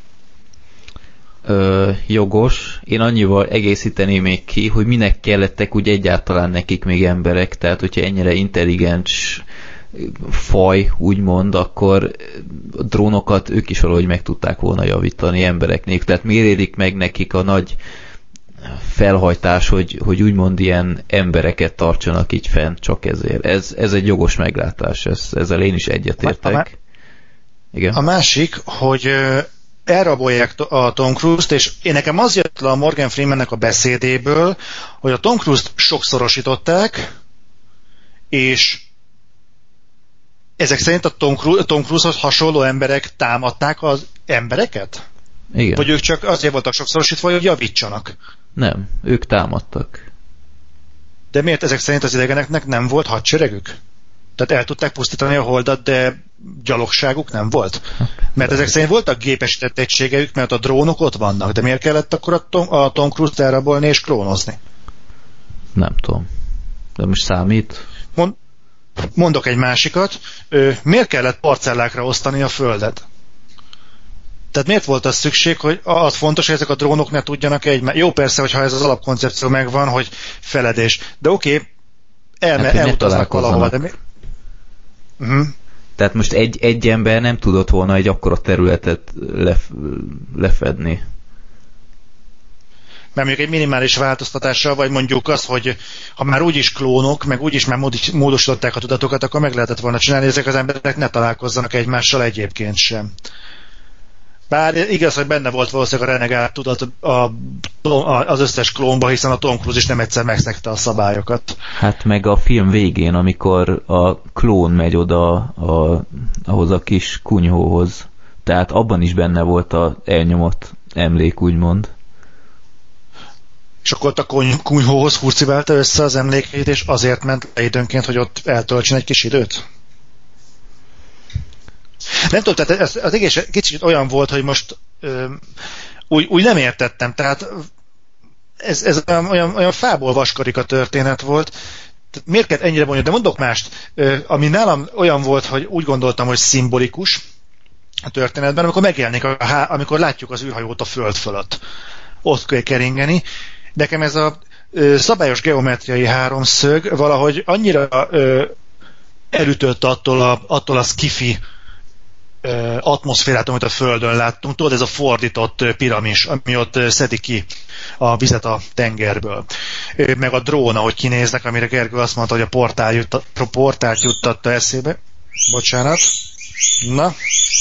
Jogos. Én annyival egészíteném még ki, hogy minek kellettek úgy egyáltalán nekik még emberek, tehát hogyha ennyire intelligens faj, úgymond, akkor a drónokat ők is valahogy meg tudták volna javítani embereknél. Tehát miért érik meg nekik a nagy felhajtás, hogy úgymond ilyen embereket tartsanak így fent, csak ezért. Ez egy jogos meglátás, ezzel én is egyetértek. Igen. A másik, hogy elrabolják a Tom Cruise-t, és én nekem az jött le a Morgan Freemannek a beszédéből, hogy a Tom Cruise-t sokszorosították, és ezek szerint a Tom Cruise-hoz hasonló emberek támadták az embereket? Igen. Vagy ők csak azért voltak sokszorosítva, hogy javítsanak? Nem, ők támadtak. De miért ezek szerint az idegeneknek nem volt hadseregük? Tehát el tudták pusztítani a holdat, de gyalogságuk nem volt? Mert ezek szerint voltak gépesített egységeük, mert a drónok ott vannak, de miért kellett akkor a Tom Cruise-t elrabolni és klónozni? Nem tudom. De most számít? Mondok egy másikat. Miért kellett parcellákra osztani a földet? Tehát miért volt az szükség, hogy az fontos, hogy ezek a drónok ne tudjanak Jó, persze, hogyha ez az alapkoncepció megvan, hogy feledés. De oké, elutaznak valahova. De Tehát most egy ember nem tudott volna egy akkora területet lefedni. Mert mondjuk egy minimális változtatással, vagy mondjuk az, hogy ha már úgyis klónok, meg úgyis már módosították a tudatokat, akkor meg lehetett volna csinálni, ezek az emberek ne találkozzanak egymással egyébként sem. Bár igaz, hogy benne volt valószínűleg a renegált tudat az összes klónba, hiszen a Tom Cruise is nem egyszer megszegte a szabályokat. Hát meg a film végén, amikor a klón megy oda ahhoz a kis kunyhóhoz, tehát abban is benne volt az elnyomott emlék, úgymond. És akkor ott a kunyhóhoz hurcibálta össze az emlékeit, és azért ment le időnként, hogy ott eltöltsen egy kis időt? Nem tudom, tehát az egész kicsit olyan volt, hogy most úgy nem értettem, tehát ez olyan fából vaskarika történet volt. Tehát miért kellett ennyire bonyolult? De mondok mást, ami nálam olyan volt, hogy úgy gondoltam, hogy szimbolikus a történetben, amikor megjelenik, amikor látjuk az űrhajót a föld fölött. Ott kell keringeni. Nekem ez a szabályos geometriai háromszög valahogy annyira elütött attól a skifi atmoszférát, amit a Földön láttunk. Tudod, ez a fordított piramis, ami ott szedi ki a vizet a tengerből. Meg a drón, ahogy kinéznek, amire Gergő azt mondta, hogy a portált juttatta eszébe. Bocsánat. Na.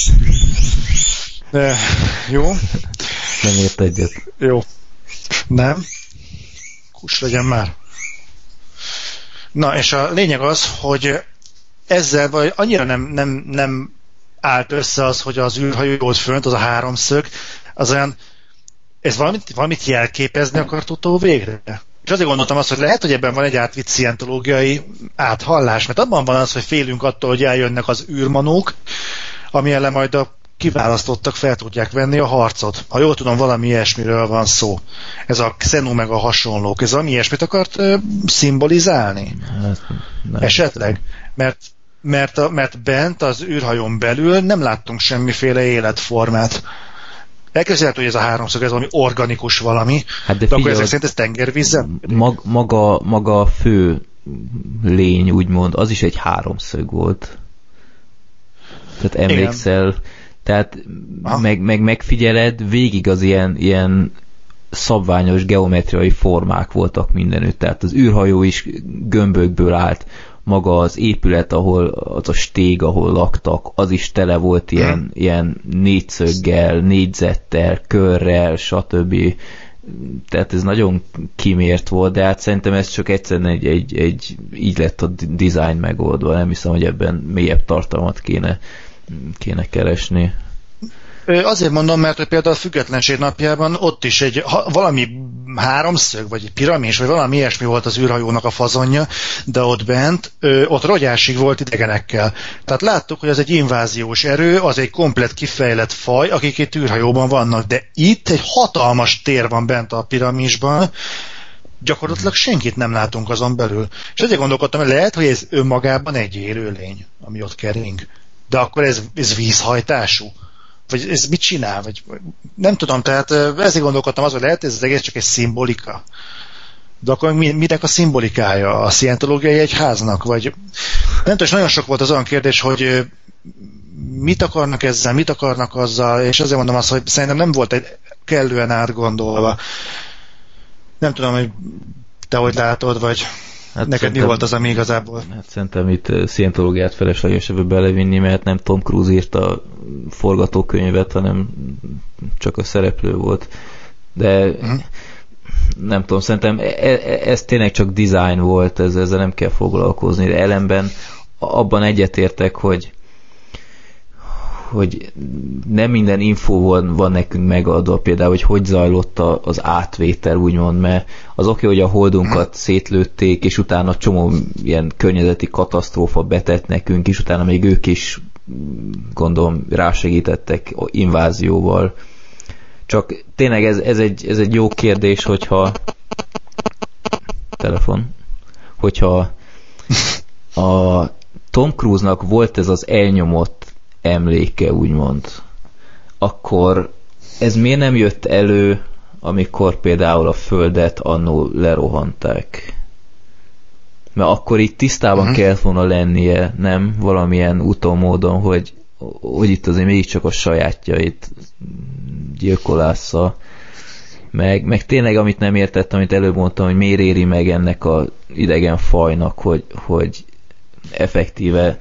Jó. Nem ért egyet. Jó. Nem. Kus legyen már. Na, és a lényeg az, hogy ezzel vagy annyira nem állt össze az, hogy az űrhajó fönt, az a háromszög, az olyan, ez valamit jelképezni akart utó végre. És azért gondoltam azt, hogy lehet, hogy ebben van egy átvitt szientológiai áthallás, mert abban van az, hogy félünk attól, hogy eljönnek az űrmanók, ami ellen majd a kiválasztottak fel tudják venni a harcot. Ha jól tudom, valami ilyesmiről van szó. Ez a Xenu meg a hasonlók. Ez valami ilyesmit akart szimbolizálni? Esetleg? Mert bent az űrhajón belül nem láttunk semmiféle életformát. Elképzelhető, hogy ez a háromszög, ez valami organikus valami, hát de akkor ezek szerint ez tengervízzel? Maga a fő lény, úgymond, az is egy háromszög volt. Tehát emlékszel, igen. Tehát megfigyeled, végig az ilyen szabványos geometriai formák voltak mindenütt, tehát az űrhajó is gömbökből állt, maga az épület, ahol az a stég, ahol laktak, az is tele volt ilyen négyszöggel, négyzettel, körrel, stb. Tehát ez nagyon kimért volt, de hát szerintem ez csak egyszerűen egy így lett a design megoldva, nem hiszem, hogy ebben mélyebb tartalmat kéne keresni. Azért mondom, mert hogy például a Függetlenség napjában ott is valami háromszög, vagy egy piramis, vagy valami ilyesmi volt az űrhajónak a fazonja, de ott bent, ott rogyásig volt idegenekkel. Tehát láttuk, hogy ez egy inváziós erő, az egy komplett kifejlett faj, akik itt űrhajóban vannak, de itt egy hatalmas tér van bent a piramisban, gyakorlatilag senkit nem látunk azon belül. És azért gondolkodtam, hogy lehet, hogy ez önmagában egy élőlény, ami ott kering. De akkor ez vízhajtású? Vagy ez mit csinál? Vagy nem tudom, tehát ezért gondolkodtam az, hogy lehet, ez az egész csak egy szimbolika. De akkor minek a szimbolikája? A szientológiai egyháznak? Vagy nem tudom, és nagyon sok volt az olyan kérdés, hogy mit akarnak ezzel, mit akarnak azzal, és azért mondom azt, hogy szerintem nem volt egy kellően átgondolva. Nem tudom, hogy te hogy látod, vagy hát neked mi volt az, ami igazából? Hát szerintem itt szientológiát felesleges ebbe belevinni, mert nem Tom Cruise írta a forgatókönyvet, hanem csak a szereplő volt. De nem tudom, szerintem ez tényleg csak design volt, ezzel nem kell foglalkozni, de ellenben abban egyetértek, hogy nem minden infó van nekünk megadva, például, hogy zajlott az átvétel, úgymond, mert az oké, hogy a holdunkat szétlőtték, és utána csomó ilyen környezeti katasztrófa betett nekünk, és utána még ők is, gondolom, rásegítettek invázióval. Csak tényleg ez egy jó kérdés, hogyha a Tom Cruise-nak volt ez az elnyomott emléke, úgymond, akkor ez miért nem jött elő, amikor például a Földet annó lerohanták? Mert akkor itt tisztában kellett volna lennie, nem? Valamilyen úton, módon, hogy itt azért mégiscsak a sajátjait gyilkolásza. Meg tényleg, amit nem értettem, amit előbb mondtam, hogy miért éri meg ennek az idegen fajnak, hogy effektíve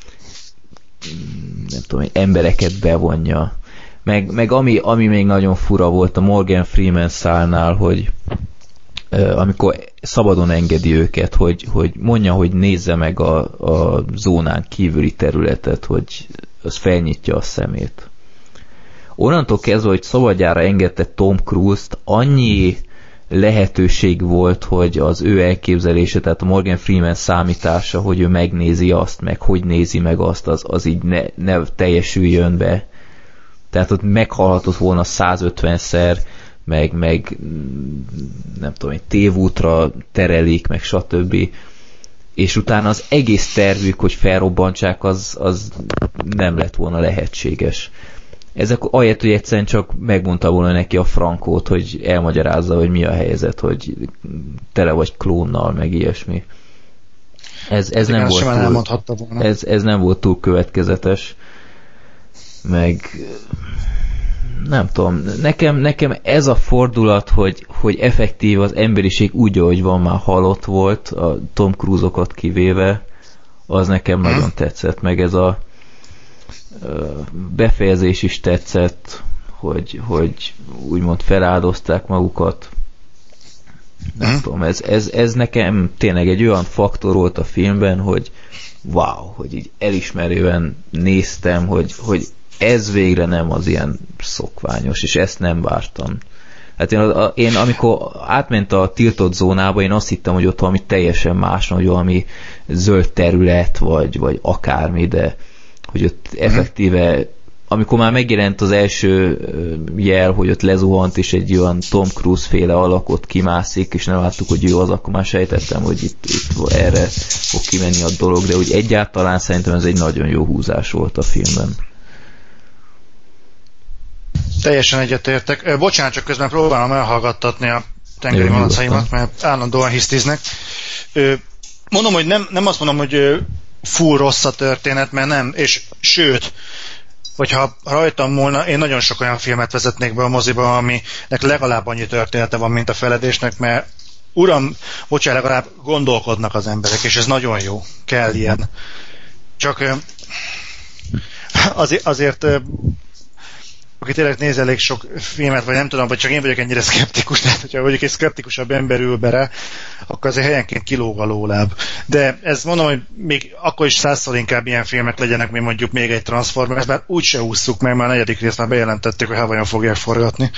nem tudom, embereket bevonja. Meg ami még nagyon fura volt a Morgan Freeman szálnál, hogy amikor szabadon engedi őket, hogy mondja, hogy nézze meg a zónán kívüli területet, hogy az felnyitja a szemét. Onnantól kezdve, hogy szabadjára engedte Tom Cruise-t, annyi lehetőség volt, hogy az ő elképzelése, tehát a Morgan Freeman számítása, hogy ő megnézi azt, meg hogy nézi meg azt, az így ne teljesüljön be. Tehát ott meghalhatott volna 150-szer, meg nem tudom, egy tévútra terelik, meg stb. És utána az egész tervük, hogy felrobbantsák, az nem lett volna lehetséges. Ezek ahelyett, hogy egyszerűen csak megmondta volna neki a frankót, hogy elmagyarázza, hogy mi a helyzet, hogy tele vagy klónnal, meg ilyesmi. Ez nem volt túl, ez nem volt túl következetes. Meg nem tudom, nekem ez a fordulat, hogy effektív az emberiség úgy, ahogy van, már halott volt, a Tom Cruise-okat kivéve, az nekem nagyon tetszett, meg ez a befejezés is tetszett, hogy úgymond feláldozták magukat. Nem tudom, ez nekem tényleg egy olyan faktor volt a filmben, hogy wow, hogy így elismerően néztem, hogy ez végre nem az ilyen szokványos, és ezt nem vártam. Hát én amikor átment a tiltott zónába, én azt hittem, hogy ott valami teljesen más, hogy valami zöld terület, vagy akármi, de hogy ott effektíve, amikor már megjelent az első jel, hogy ott lezuhant, és egy olyan Tom Cruise féle alakot kimászik, és nem láttuk, hogy ő az, akkor már sejtettem, hogy itt erre fog kimenni a dolog, de úgy egyáltalán szerintem ez egy nagyon jó húzás volt a filmben. Teljesen egyetértek. Bocsánat, csak közben próbálom elhallgattatni a tengeri malacaimat, mert állandóan hisztiznek. Mondom, hogy nem azt mondom, hogy full rossz a történet, mert nem, és sőt, vagy ha rajtam múlna, én nagyon sok olyan filmet vezetnék be a moziba, aminek legalább annyi története van, mint a Feledésnek, mert uram, bocsánat, legalább gondolkodnak az emberek, és ez nagyon jó. Kell ilyen. Csak azért aki tényleg néz elég sok filmet, vagy nem tudom, vagy csak én vagyok ennyire szkeptikus, tehát hogyha mondjuk egy szkeptikusabb ember ül be rá, akkor azért helyenként kilóg a lóláb. De ez mondom, hogy még akkor is 100-szor inkább ilyen filmek legyenek, mint mondjuk még egy Transformers, bár úgyse ússzuk meg, már a 4. részt már bejelentették, hogy havajon fogják forgatni.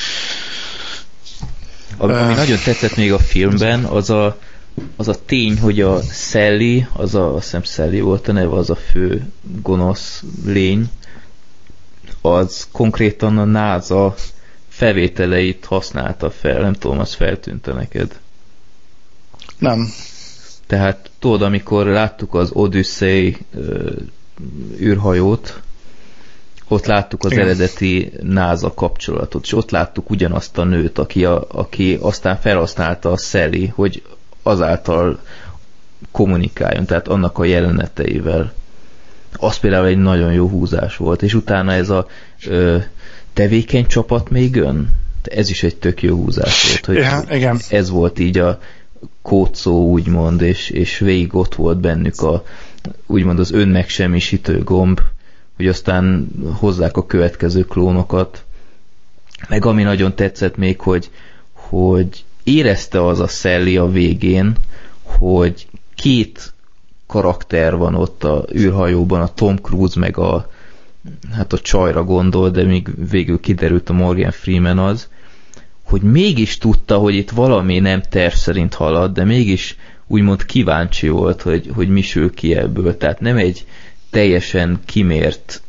Ami nagyon tetszett még a filmben, az a tény, hogy a Sally, azt hiszem Sally volt a neve, az a fő gonosz lény, az konkrétan a NASA felvételeit használta fel, nem tudom, az feltűnte neked? Nem. Tehát tudod, amikor láttuk az Odyssey űrhajót, ott láttuk az eredeti NASA kapcsolatot, és ott láttuk ugyanazt a nőt, aki aztán felhasználta a Sally, hogy azáltal kommunikáljon, tehát annak a jeleneteivel. Az például egy nagyon jó húzás volt, és utána ez a tevékeny csapat még ön? Ez is egy tök jó húzás volt, hogy igen. Ez volt így a kódszó, úgymond, és végig ott volt bennük úgymond az önmegsemmisítő gomb, hogy aztán hozzák a következő klónokat. Meg ami nagyon tetszett még, hogy érezte az a Sally a végén, hogy két karakter van ott a űrhajóban, a Tom Cruise meg a csajra gondol, de még végül kiderült a Morgan Freeman az, hogy mégis tudta, hogy itt valami nem terv szerint halad, de mégis úgymond kíváncsi volt, hogy mi sül ki ebből. Tehát nem egy teljesen kimért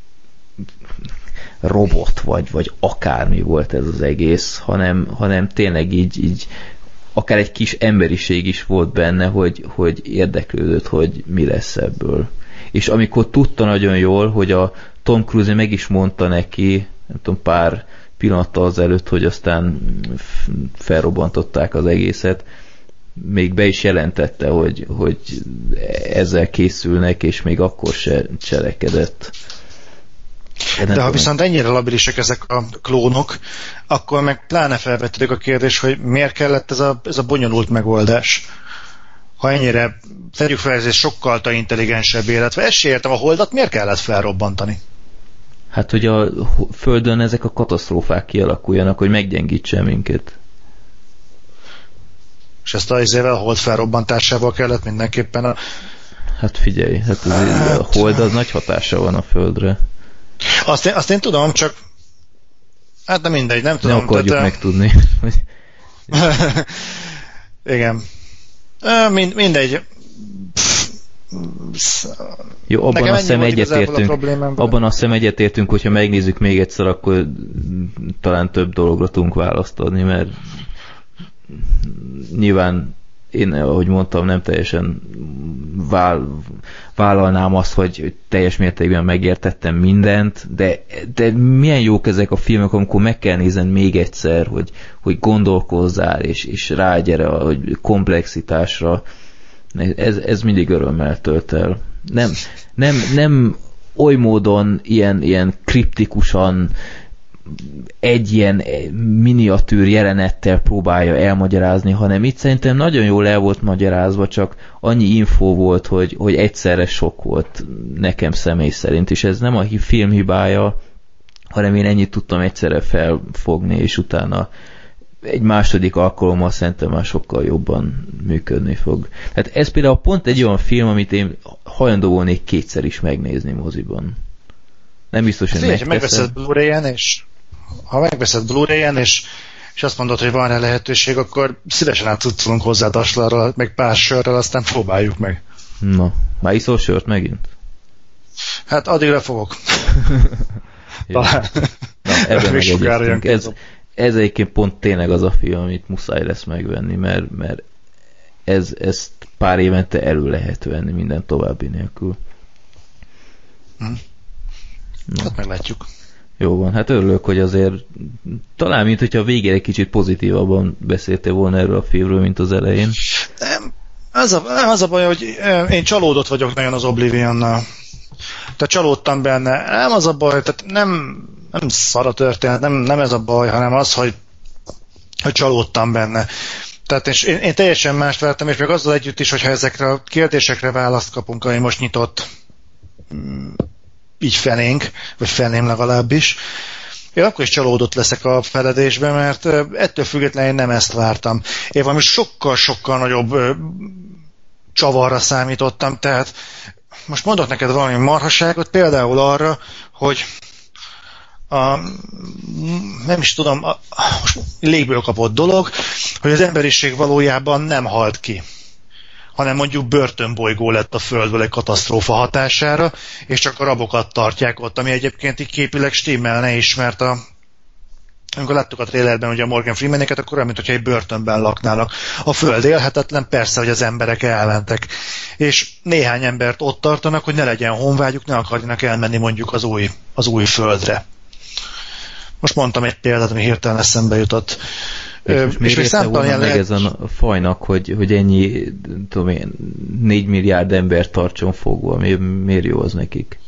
robot, vagy akármi volt ez az egész, hanem tényleg így akár egy kis emberiség is volt benne, hogy érdeklődött, hogy mi lesz ebből. És amikor tudta nagyon jól, hogy a Tom Cruise meg is mondta neki, nem tudom, pár pillanattal azelőtt, hogy aztán felrobbantották az egészet, még be is jelentette, hogy ezzel készülnek, és még akkor se cselekedett. De ha viszont ennyire labilisek ezek a klónok, akkor meg pláne felvetődik a kérdés, hogy miért kellett ez a bonyolult megoldás. Ha ennyire tegyük fel, ez egy sokkal intelligensebb életve, ezt se értem, a Holdat miért kellett felrobbantani? Hát, hogy a Földön ezek a katasztrófák kialakuljanak, hogy meggyengítsen minket. És ezt az izével a Hold felrobbantásával kellett mindenképpen Hát figyelj, a Hold az nagy hatása van a Földre. Azt én tudom, csak hát de mindegy, nem tudom. Nem akarjuk megtudni. Igen. Mindegy. Jó, abban azt hiszem egyetértünk, hogyha megnézzük még egyszer, akkor talán több dologra tudunk választ adni, mert nyilván én, ahogy mondtam, nem teljesen vállalnám azt, hogy teljes mértékben megértettem mindent, de milyen jók ezek a filmek, amikor meg kell nézned még egyszer, hogy gondolkozzál, és rágyere a komplexitásra. Ez mindig örömmel tölt el. Nem oly módon ilyen kriptikusan egy ilyen miniatűr jelenettel próbálja elmagyarázni, hanem itt szerintem nagyon jól el volt magyarázva, csak annyi infó volt, hogy egyszerre sok volt nekem személy szerint, és ez nem a film hibája, hanem én ennyit tudtam egyszerre felfogni, és utána egy második alkalommal szerintem már sokkal jobban működni fog. Tehát ez például pont egy olyan film, amit én hajlandó volnék kétszer is megnézni moziban. Nem biztos, hogy megteszem. Megveszed Blu-ray-en, és ha megveszed Blu-ray-en, és azt mondod, hogy van rá lehetőség, akkor szívesen átcucolunk hozzá daslarral, meg pár sörrel, aztán próbáljuk meg. Na, már iszol sört megint? Hát addigra fogok. Na, ebben megegyeztünk. Ez egyébként pont tényleg az a film, amit muszáj lesz megvenni, mert ezt pár évente elő lehet venni minden további nélkül. Hát meglátjuk. Jó van, hát örülök, hogy azért talán, mint hogyha a végére egy kicsit pozitívabban beszéltél volna erről a filmről, mint az elején. Nem, az a baj, hogy én csalódott vagyok nagyon az Oblivionnal. Tehát csalódtam benne. Nem az a baj, tehát nem szar a történet, nem ez a baj, hanem az, hogy csalódtam benne. Tehát én teljesen mást vártam, és még azzal együtt is, hogyha ezekre a kérdésekre választ kapunk, ami most nyitott, így felénk, vagy felém legalábbis, én akkor is csalódott leszek a feledésbe, mert ettől függetlenül én nem ezt vártam. Én valami sokkal-sokkal nagyobb csavarra számítottam, tehát most mondok neked valami marhaságot, például arra, hogy nem is tudom, most légből kapott dolog, hogy az emberiség valójában nem halt ki, hanem mondjuk börtönbolygó lett a Földből egy katasztrófa hatására, és csak a rabokat tartják ott, ami egyébként így képileg stimmelne is, mert amikor láttuk a trailerben ugye a Morgan Freemaneket, akkor olyan, mintha egy börtönben laknának. A Föld élhetetlen, persze, hogy az emberek elmentek. És néhány embert ott tartanak, hogy ne legyen honvágyuk, ne akarjanak elmenni mondjuk az új Földre. Most mondtam egy példát, ami hirtelen eszembe jutott. És még számtalan meg ezen a fajnak, hogy ennyi, tudom én, 4 milliárd ember tartson fogva, miért jó az nekik?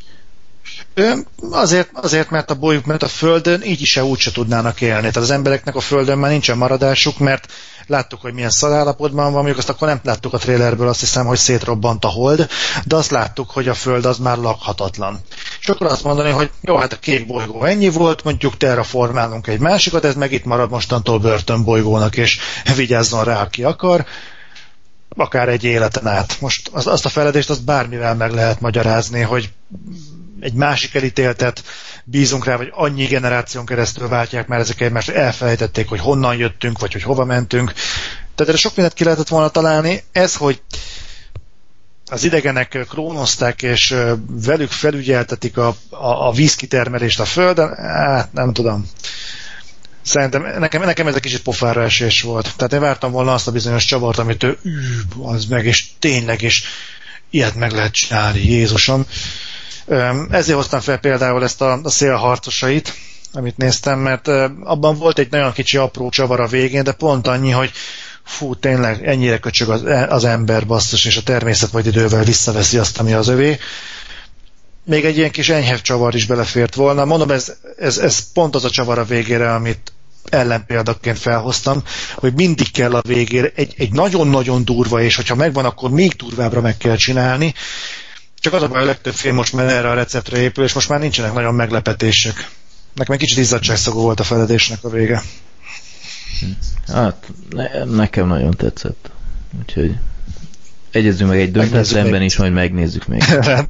Azért, mert a bolygók, mert a Földön így is úgy se tudnának élni. Tehát az embereknek a Földön már nincsen maradásuk, mert láttuk, hogy milyen szarállapotban van, mondjuk azt akkor nem láttuk a trailerből, azt hiszem, hogy szétrobbant a hold, de azt láttuk, hogy a Föld az már lakhatatlan. És akkor azt mondani, hogy jó, hát a kék bolygó ennyi volt, mondjuk terraformálunk egy másikat, ez meg itt marad mostantól börtönbolygónak, és vigyázzon rá, aki akar, akár egy életen át. Most azt a feledést azt bármivel meg lehet magyarázni, hogy egy másik elítéltet bízunk rá, vagy annyi generáción keresztül váltják már ezek egymást, elfelejtették, hogy honnan jöttünk, vagy hogy hova mentünk. Tehát erre sok mindent ki lehetett volna találni. Ez, hogy az idegenek klónozták, és velük felügyeltetik a vízkitermelést a Földön, hát nem tudom. Szerintem nekem ez egy kicsit pofára esés volt. Tehát én vártam volna azt a bizonyos csavart, amit ő az meg, és tényleg, és ilyet meg lehet csinálni, Jézusom. Ezért hoztam fel például ezt a szélharcosait, amit néztem, mert abban volt egy nagyon kicsi apró csavar a végén, de pont annyi, hogy fú, tényleg ennyire köcsög az ember, basszus, és a természet majd idővel visszaveszi azt, ami az övé. Még egy ilyen kis enyhebb csavar is belefért volna. Mondom, ez pont az a csavar a végére, amit ellenpéldaként felhoztam, hogy mindig kell a végére egy nagyon-nagyon durva, és hogyha megvan, akkor még durvábbra meg kell csinálni. Csak az a baj, a legtöbb film most már erre a receptre épül, és most már nincsenek nagyon meglepetések. Nekem egy kicsit izzadságszagú volt a feledésnek a vége. Hát, nekem nagyon tetszett. Úgyhogy egyezünk meg egy döntetlenben is, majd megnézzük még.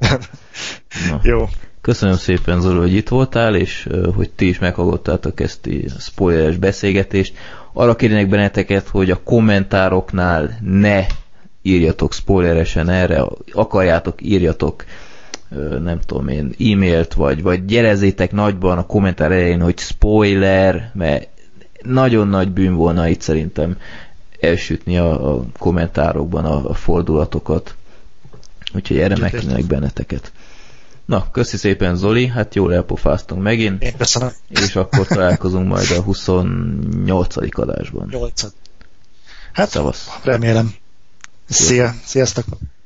Jó. Köszönöm szépen, Zoli, hogy itt voltál, és hogy ti is meghallgattátok ezt a spoileres beszélgetést. Arra kérnék benneteket, hogy a kommentároknál ne írjatok spoileresen erre, akarjátok, írjatok nem tudom én, e-mailt, vagy jelezzétek nagyban a kommentár elején, hogy spoiler, mert nagyon nagy bűn volna itt szerintem elsütni a kommentárokban a fordulatokat. Úgyhogy erre megkérnek benneteket. Na, köszi szépen, Zoli, hát jól elpofáztunk megint. Én köszönöm. És akkor találkozunk majd a 28. adásban. 8. Hát, szavasz. Remélem. Sziasztok!